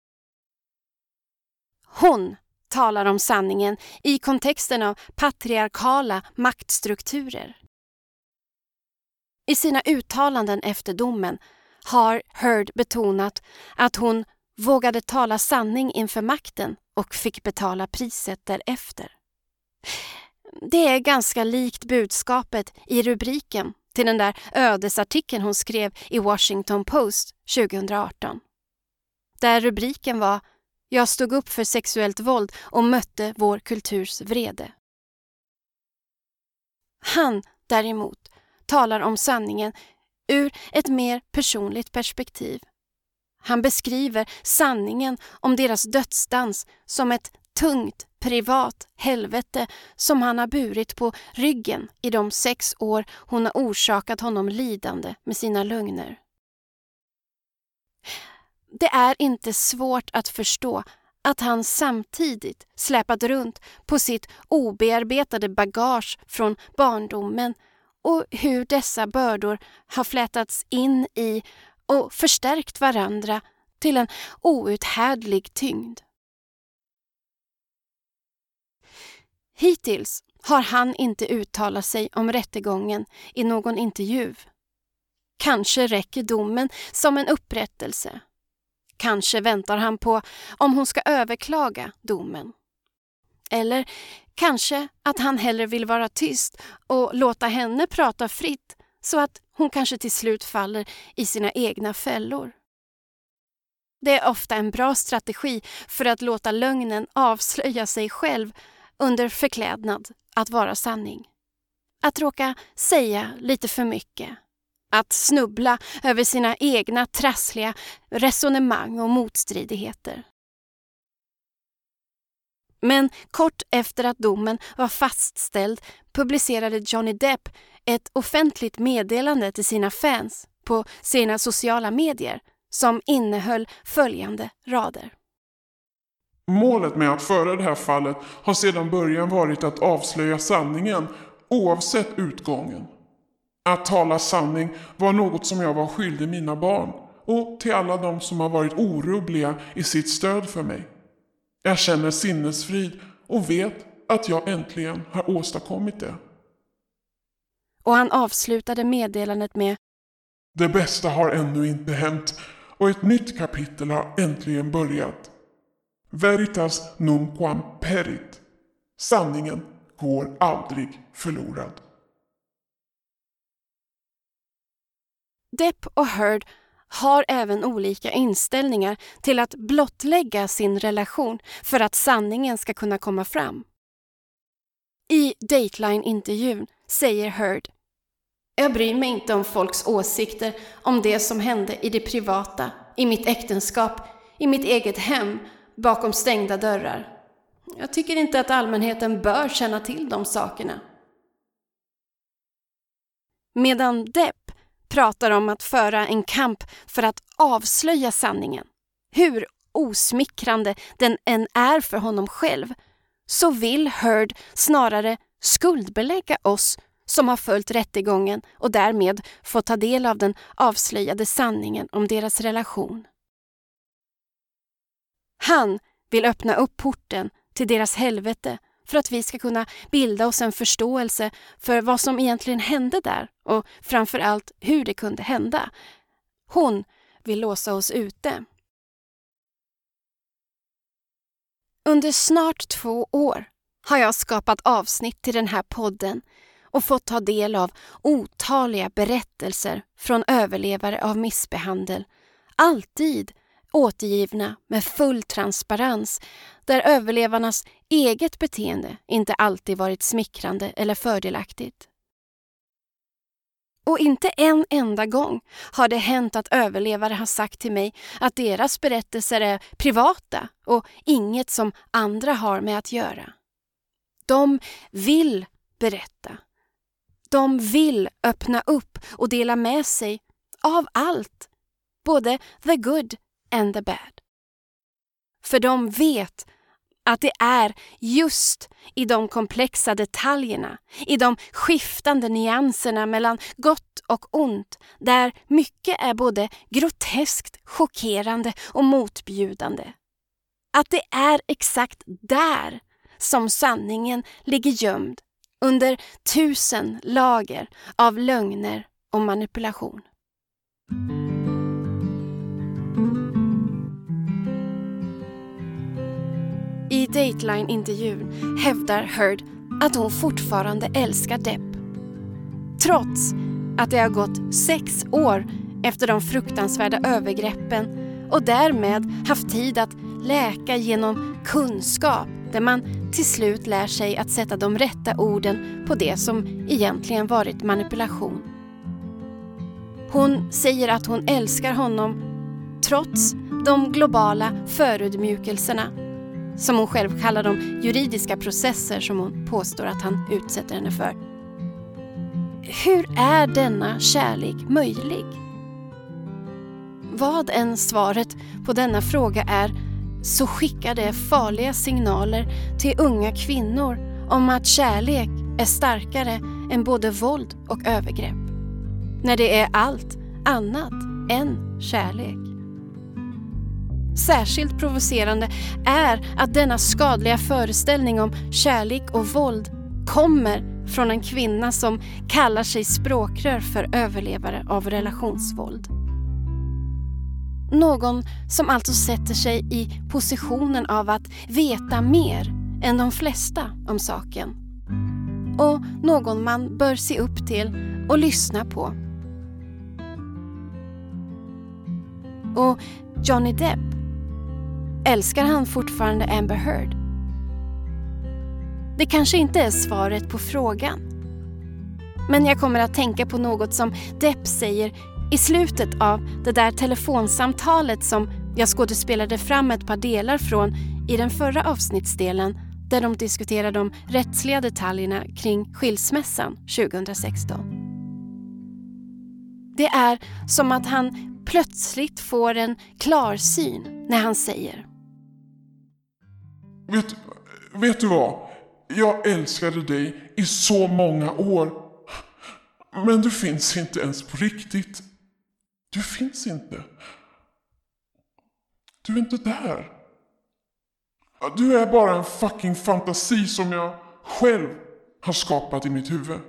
Hon talar om sanningen i kontexten av patriarkala maktstrukturer. I sina uttalanden efter domen har Heard betonat att hon vågade tala sanning inför makten och fick betala priset därefter. Det är ganska likt budskapet i rubriken till den där ödesartikeln hon skrev i Washington Post tjugoarton. Där rubriken var "Jag stod upp för sexuellt våld och mötte vår kulturs vrede". Han däremot talar om sanningen ur ett mer personligt perspektiv. Han beskriver sanningen om deras dödsdans som ett tungt, privat helvete som han har burit på ryggen i de sex år hon har orsakat honom lidande med sina lögner. Det är inte svårt att förstå att han samtidigt släpat runt på sitt obearbetade bagage från barndomen och hur dessa bördor har flätats in i och förstärkt varandra till en outhärdlig tyngd. Hittills har han inte uttalat sig om rättegången i någon intervju. Kanske räcker domen som en upprättelse. Kanske väntar han på om hon ska överklaga domen. Eller kanske att han hellre vill vara tyst och låta henne prata fritt så att hon kanske till slut faller i sina egna fällor. Det är ofta en bra strategi för att låta lögnen avslöja sig själv under förklädnad att vara sanning. Att råka säga lite för mycket. Att snubbla över sina egna trassliga resonemang och motstridigheter. Men kort efter att domen var fastställd publicerade Johnny Depp ett offentligt meddelande till sina fans på sina sociala medier som innehöll följande rader. Målet med att föra det här fallet har sedan början varit att avslöja sanningen oavsett utgången. Att tala sanning var något som jag var skyldig mina barn och till alla de som har varit orubbliga i sitt stöd för mig. Jag känner sinnesfrid och vet att jag äntligen har åstadkommit det. Och han avslutade meddelandet med: Det bästa har ännu inte hänt och ett nytt kapitel har äntligen börjat. Veritas nunquam perit. Sanningen går aldrig förlorad. Depp och Heard har även olika inställningar till att blottlägga sin relation för att sanningen ska kunna komma fram. I Dateline-intervjun säger Heard: Jag bryr mig inte om folks åsikter om det som hände i det privata, i mitt äktenskap, i mitt eget hem, bakom stängda dörrar. Jag tycker inte att allmänheten bör känna till de sakerna. Medan Depp pratar om att föra en kamp för att avslöja sanningen, hur osmickrande den än är för honom själv, så vill Heard snarare skuldbelägga oss som har följt rättegången och därmed få ta del av den avslöjade sanningen om deras relation. Han vill öppna upp porten till deras helvete för att vi ska kunna bilda oss en förståelse för vad som egentligen hände där och framförallt hur det kunde hända. Hon vill låsa oss ute. Under snart två år har jag skapat avsnitt till den här podden och fått ta del av otaliga berättelser från överlevare av missbehandel, alltid återgivna med full transparens, där överlevarnas eget beteende inte alltid varit smickrande eller fördelaktigt. Och inte en enda gång har det hänt att överlevare har sagt till mig att deras berättelser är privata och inget som andra har med att göra. De vill berätta. De vill öppna upp och dela med sig av allt, både the good and the bad. För de vet att det är just i de komplexa detaljerna, i de skiftande nyanserna mellan gott och ont, där mycket är både groteskt, chockerande och motbjudande. Att det är exakt där som sanningen ligger gömd under tusen lager av lögner och manipulation. I Dateline-intervjun hävdar Heard att hon fortfarande älskar Depp. Trots att det har gått sex år efter de fruktansvärda övergreppen och därmed haft tid att läka genom kunskap där man till slut lär sig att sätta de rätta orden på det som egentligen varit manipulation. Hon säger att hon älskar honom trots de globala förödmjukelserna, som hon själv kallar de juridiska processer som hon påstår att han utsätter henne för. Hur är denna kärlek möjlig? Vad än svaret på denna fråga är, så skickar det farliga signaler till unga kvinnor om att kärlek är starkare än både våld och övergrepp. När det är allt annat än kärlek. Särskilt provocerande är att denna skadliga föreställning om kärlek och våld kommer från en kvinna som kallar sig språkrör för överlevare av relationsvåld. Någon som alltså sätter sig i positionen av att veta mer än de flesta om saken. Och någon man bör se upp till och lyssna på. Och Johnny Depp, älskar han fortfarande Amber Heard? Det kanske inte är svaret på frågan. Men jag kommer att tänka på något som Depp säger i slutet av det där telefonsamtalet som jag skådespelade fram ett par delar från i den förra avsnittsdelen där de diskuterade de rättsliga detaljerna kring skilsmässan tjugohundrasexton. Det är som att han plötsligt får en klarsyn när han säger: Vet, vet du vad? Jag älskade dig i så många år. Men du finns inte ens på riktigt. Du finns inte. Du är inte där. Du är bara en fucking fantasi som jag själv har skapat i mitt huvud.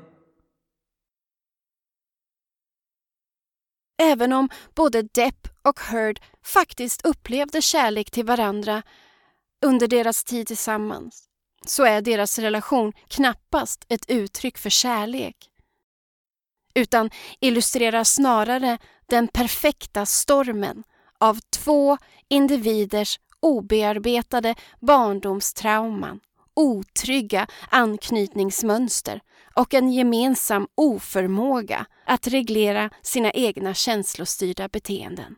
Även om både Depp och Heard faktiskt upplevde kärlek till varandra under deras tid tillsammans, så är deras relation knappast ett uttryck för kärlek, utan illustrerar snarare den perfekta stormen av två individers obearbetade barndomstrauman, otrygga anknytningsmönster och en gemensam oförmåga att reglera sina egna känslostyrda beteenden.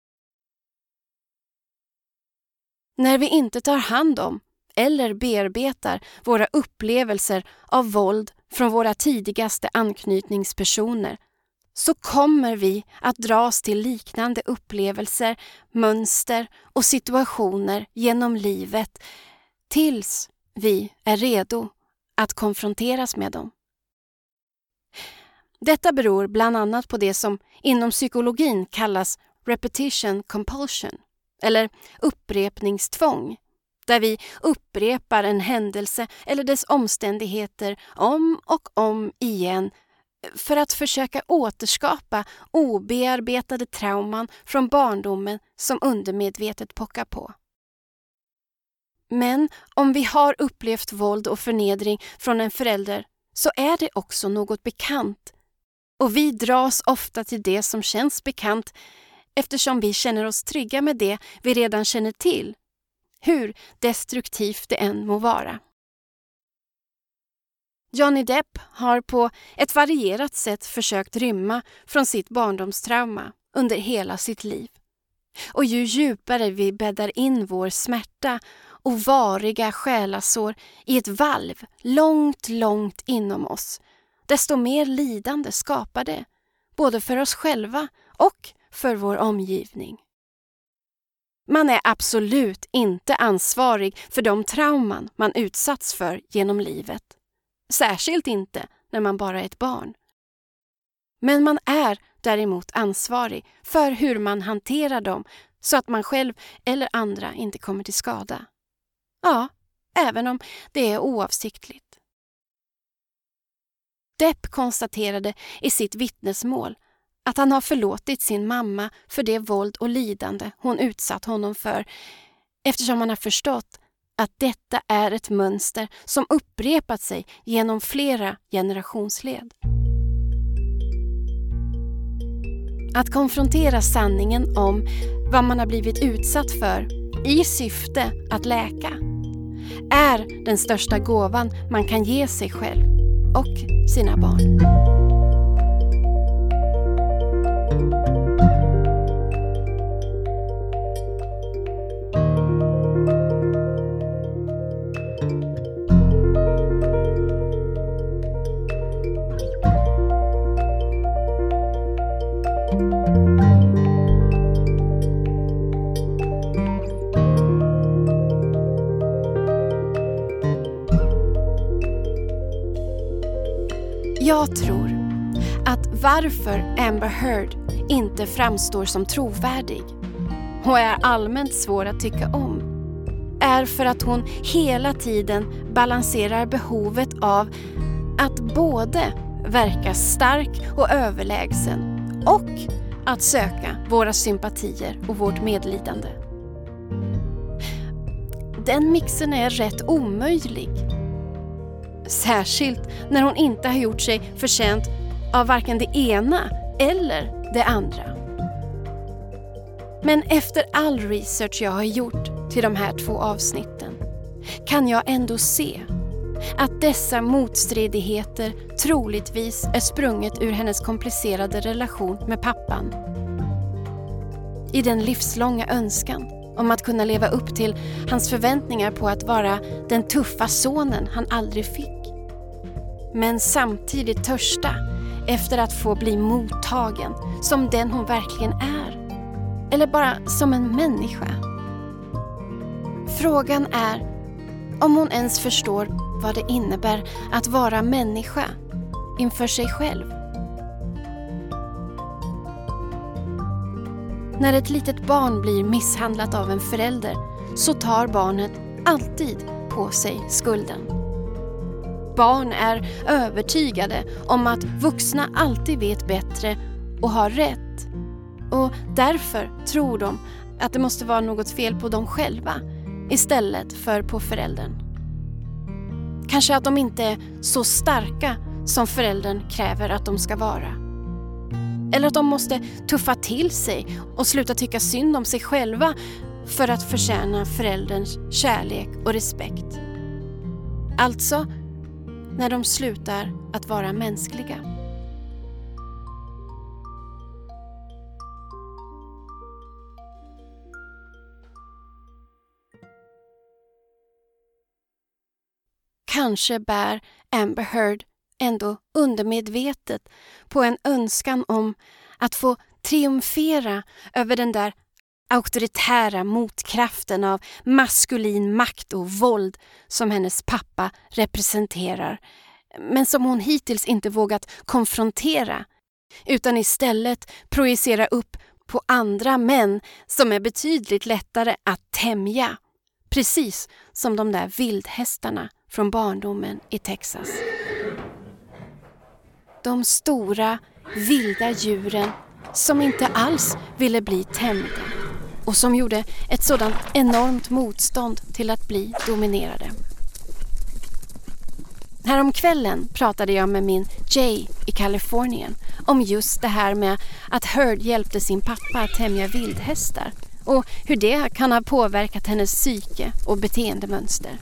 När vi inte tar hand om eller bearbetar våra upplevelser av våld från våra tidigaste anknytningspersoner, så kommer vi att dras till liknande upplevelser, mönster och situationer genom livet tills vi är redo att konfronteras med dem. Detta beror bland annat på det som inom psykologin kallas repetition compulsion, eller upprepningstvång, där vi upprepar en händelse eller dess omständigheter om och om igen för att försöka återskapa obearbetade trauman från barndomen som undermedvetet pockar på. Men om vi har upplevt våld och förnedring från en förälder, så är det också något bekant. Och vi dras ofta till det som känns bekant eftersom vi känner oss trygga med det vi redan känner till, hur destruktivt det än må vara. Johnny Depp har på ett varierat sätt försökt rymma från sitt barndomstrauma under hela sitt liv. Och ju djupare vi bäddar in vår smärta och variga själasår i ett valv långt, långt inom oss, desto mer lidande skapar det, både för oss själva och för vår omgivning. Man är absolut inte ansvarig för de trauman man utsatts för genom livet. Särskilt inte när man bara är ett barn. Men man är däremot ansvarig för hur man hanterar dem så att man själv eller andra inte kommer till skada. Ja, även om det är oavsiktligt. Depp konstaterade i sitt vittnesmål att han har förlåtit sin mamma för det våld och lidande hon utsatt honom för, eftersom han har förstått att detta är ett mönster som upprepat sig genom flera generationsled. Att konfrontera sanningen om vad man har blivit utsatt för i syfte att läka är den största gåvan man kan ge sig själv och sina barn. Jag tror att varför Amber Heard inte framstår som trovärdig och är allmänt svår att tycka om är för att hon hela tiden balanserar behovet av att både verka stark och överlägsen och att söka våra sympatier och vårt medlidande. Den mixen är rätt omöjlig. Särskilt när hon inte har gjort sig förtjänt av varken det ena eller det andra. Men efter all research jag har gjort till de här två avsnitten kan jag ändå se att dessa motstridigheter troligtvis är sprunget ur hennes komplicerade relation med pappan. I den livslånga önskan om att kunna leva upp till hans förväntningar på att vara den tuffa sonen han aldrig fick. Men samtidigt törsta efter att få bli mottagen som den hon verkligen är. Eller bara som en människa. Frågan är om hon ens förstår vad det innebär att vara människa inför sig själv. När ett litet barn blir misshandlat av en förälder så tar barnet alltid på sig skulden. Barn är övertygade om att vuxna alltid vet bättre och har rätt. Och därför tror de att det måste vara något fel på dem själva istället för på föräldern. Kanske att de inte är så starka som föräldern kräver att de ska vara. Eller att de måste tuffa till sig och sluta tycka synd om sig själva för att förtjäna förälderns kärlek och respekt. Alltså, när de slutar att vara mänskliga. Kanske bär Amber Heard ändå undermedvetet på en önskan om att få triumfera över den där auktoritära motkraften av maskulin makt och våld som hennes pappa representerar, men som hon hittills inte vågat konfrontera, utan istället projicera upp på andra män som är betydligt lättare att tämja, precis som de där vildhästarna från barndomen i Texas. De stora, vilda djuren som inte alls ville bli tämjda och som gjorde ett sådant enormt motstånd till att bli dominerade. Häromkvällen pratade jag med min Jay i Kalifornien om just det här med att Heard hjälpte sin pappa att tämja vildhästar och hur det kan ha påverkat hennes psyke och beteendemönster.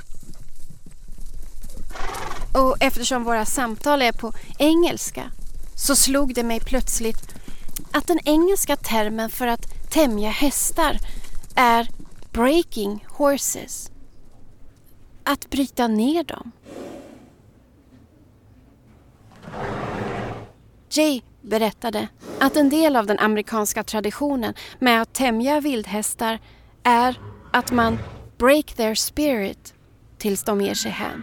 Och eftersom våra samtal är på engelska så slog det mig plötsligt att den engelska termen för att tämja hästar är breaking horses. Att bryta ner dem. Jay berättade att en del av den amerikanska traditionen med att tämja vildhästar är att man break their spirit tills de ger sig hän.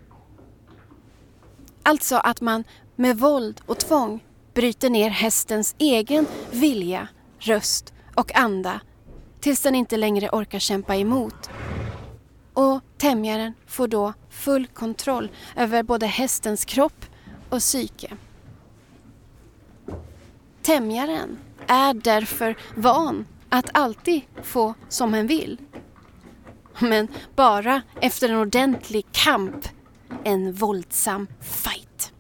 Alltså att man med våld och tvång bryter ner hästens egen vilja, röst och anda tills den inte längre orkar kämpa emot. Och tämjaren får då full kontroll över både hästens kropp och psyke. Tämjaren är därför van att alltid få som hen vill. Men bara efter en ordentlig kamp, en våldsam fight.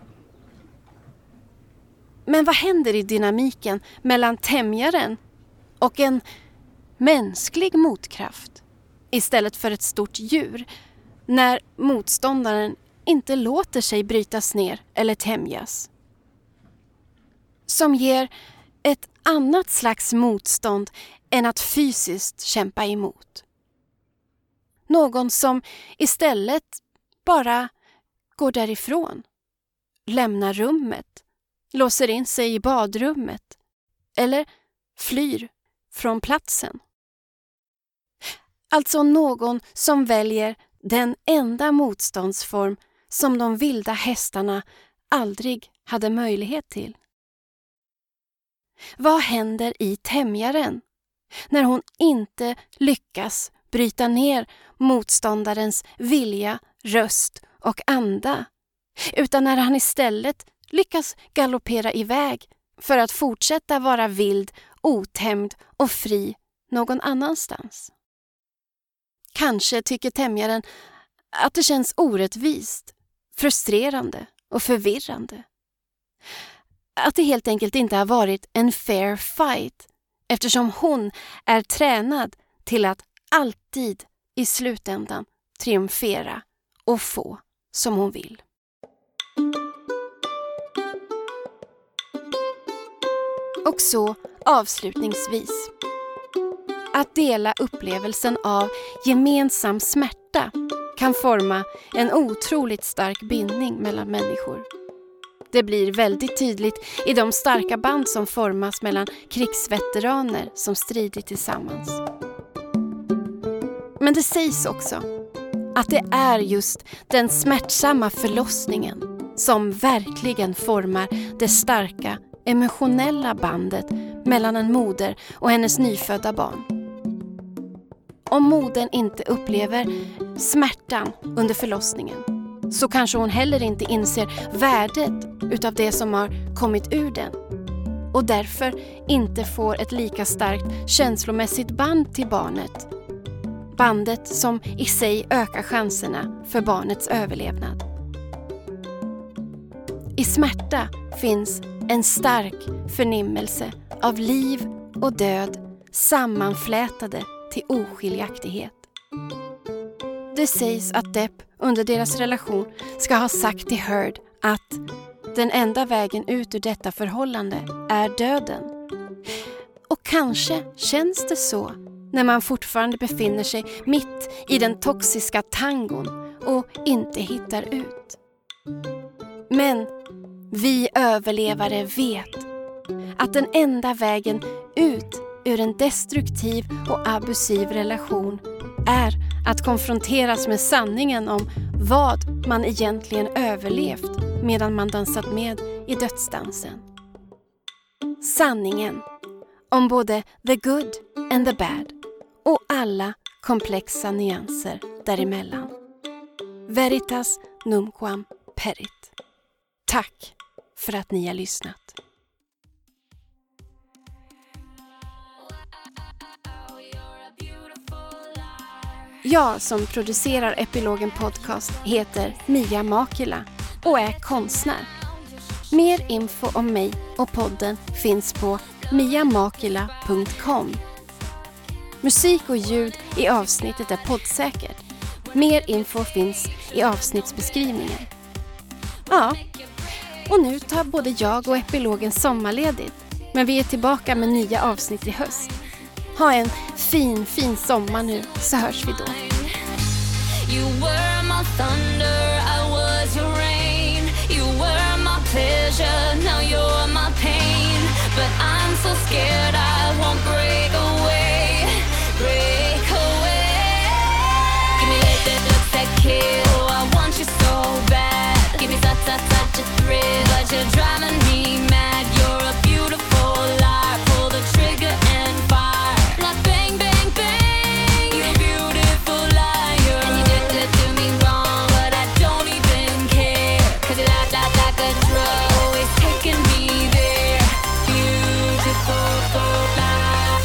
Men vad händer i dynamiken mellan tämjaren och en mänsklig motkraft istället för ett stort djur när motståndaren inte låter sig brytas ner eller tämjas? Som ger ett annat slags motstånd än att fysiskt kämpa emot. Någon som istället bara går därifrån, lämnar rummet, låser in sig i badrummet eller flyr från platsen. Alltså någon som väljer den enda motståndsform som de vilda hästarna aldrig hade möjlighet till. Vad händer i tämjaren När hon inte lyckas bryta ner motståndarens vilja, röst och anda, utan när han istället lyckas galoppera iväg för att fortsätta vara vild, otämjd och fri någon annanstans. Kanske tycker tämjaren att det känns orättvist, frustrerande och förvirrande. Att det helt enkelt inte har varit en fair fight, eftersom hon är tränad till att alltid i slutändan triumfera och få som hon vill. Och så avslutningsvis. Att dela upplevelsen av gemensam smärta kan forma en otroligt stark bindning mellan människor. Det blir väldigt tydligt i de starka band som formas mellan krigsveteraner som stridit tillsammans. Men det sägs också att det är just den smärtsamma förlossningen som verkligen formar det starka emotionella bandet mellan en moder och hennes nyfödda barn. Om modern inte upplever smärtan under förlossningen så kanske hon heller inte inser värdet utav det som har kommit ur den och därför inte får ett lika starkt känslomässigt band till barnet. Bandet som i sig ökar chanserna för barnets överlevnad. I smärta finns en stark förnimmelse av liv och död sammanflätade till oskiljaktighet. Det sägs att Depp under deras relation ska ha sagt till Heard att den enda vägen ut ur detta förhållande är döden. Och kanske känns det så när man fortfarande befinner sig mitt i den toxiska tangon och inte hittar ut. Men vi överlevare vet att den enda vägen ut ur en destruktiv och abusiv relation är att konfronteras med sanningen om vad man egentligen överlevt medan man dansat med i dödsdansen. Sanningen om både the good and the bad och alla komplexa nyanser däremellan. Veritas numquam perit. Tack för att ni har lyssnat. Jag som producerar Epilogen Podcast heter Mia Makila och är konstnär. Mer info om mig och podden finns på mia makila punkt com. Musik och ljud i avsnittet är poddsäkert. Mer info finns i avsnittsbeskrivningen. Ja, och nu tar både jag och Epilogen sommarledigt. Men vi är tillbaka med nya avsnitt i höst. Ha en fin, fin sommar nu, så hörs vi då. You were my thunder, I was your rain. You were my pleasure, now you're my pain. But I'm so scared I won't break away, break away. Give me that, that look, that kill, I want you so bad. Give me such, such, such a thrill, but you're driving me mad. You're a beautiful liar, pull the trigger and fire. Like bang, bang, bang, you beautiful liar. And you did it to me wrong, but I don't even care. Cause you lied, lied like a drug, always taking me there. Beautiful liar,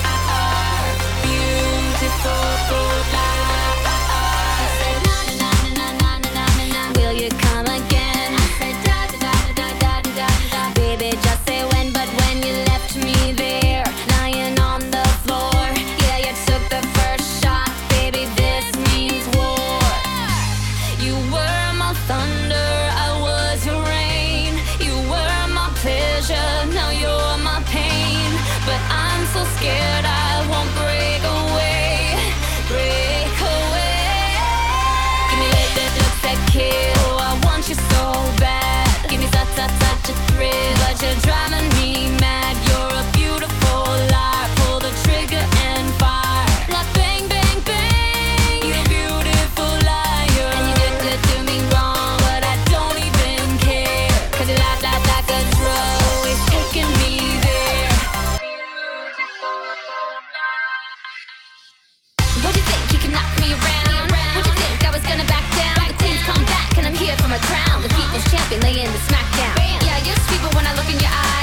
beautiful liar. Said na na na na na na na na. Will you come again? I said da da da da da da da. Baby, just say when, but when you left me there, lying on the floor. Yeah, you took the first shot, baby, this means war. You were my thunder, I was your rain. You were my pleasure, now you're my pain. But I'm so scared I won't break away, break away. Give me that, that look, that kill, I want you so bad. Give me such, such, such a thrill, but you're driving me mad. You're a beautiful liar, pull the trigger and fire. Like bang, bang, bang, you beautiful liar. And you did it to me wrong, but I don't even care. Cause you lied, lied like a drug, always taking me there. Beautiful liar. around. The people's champion laying the smack down. Bam. Yeah, you're sweet, but when I look in your eyes,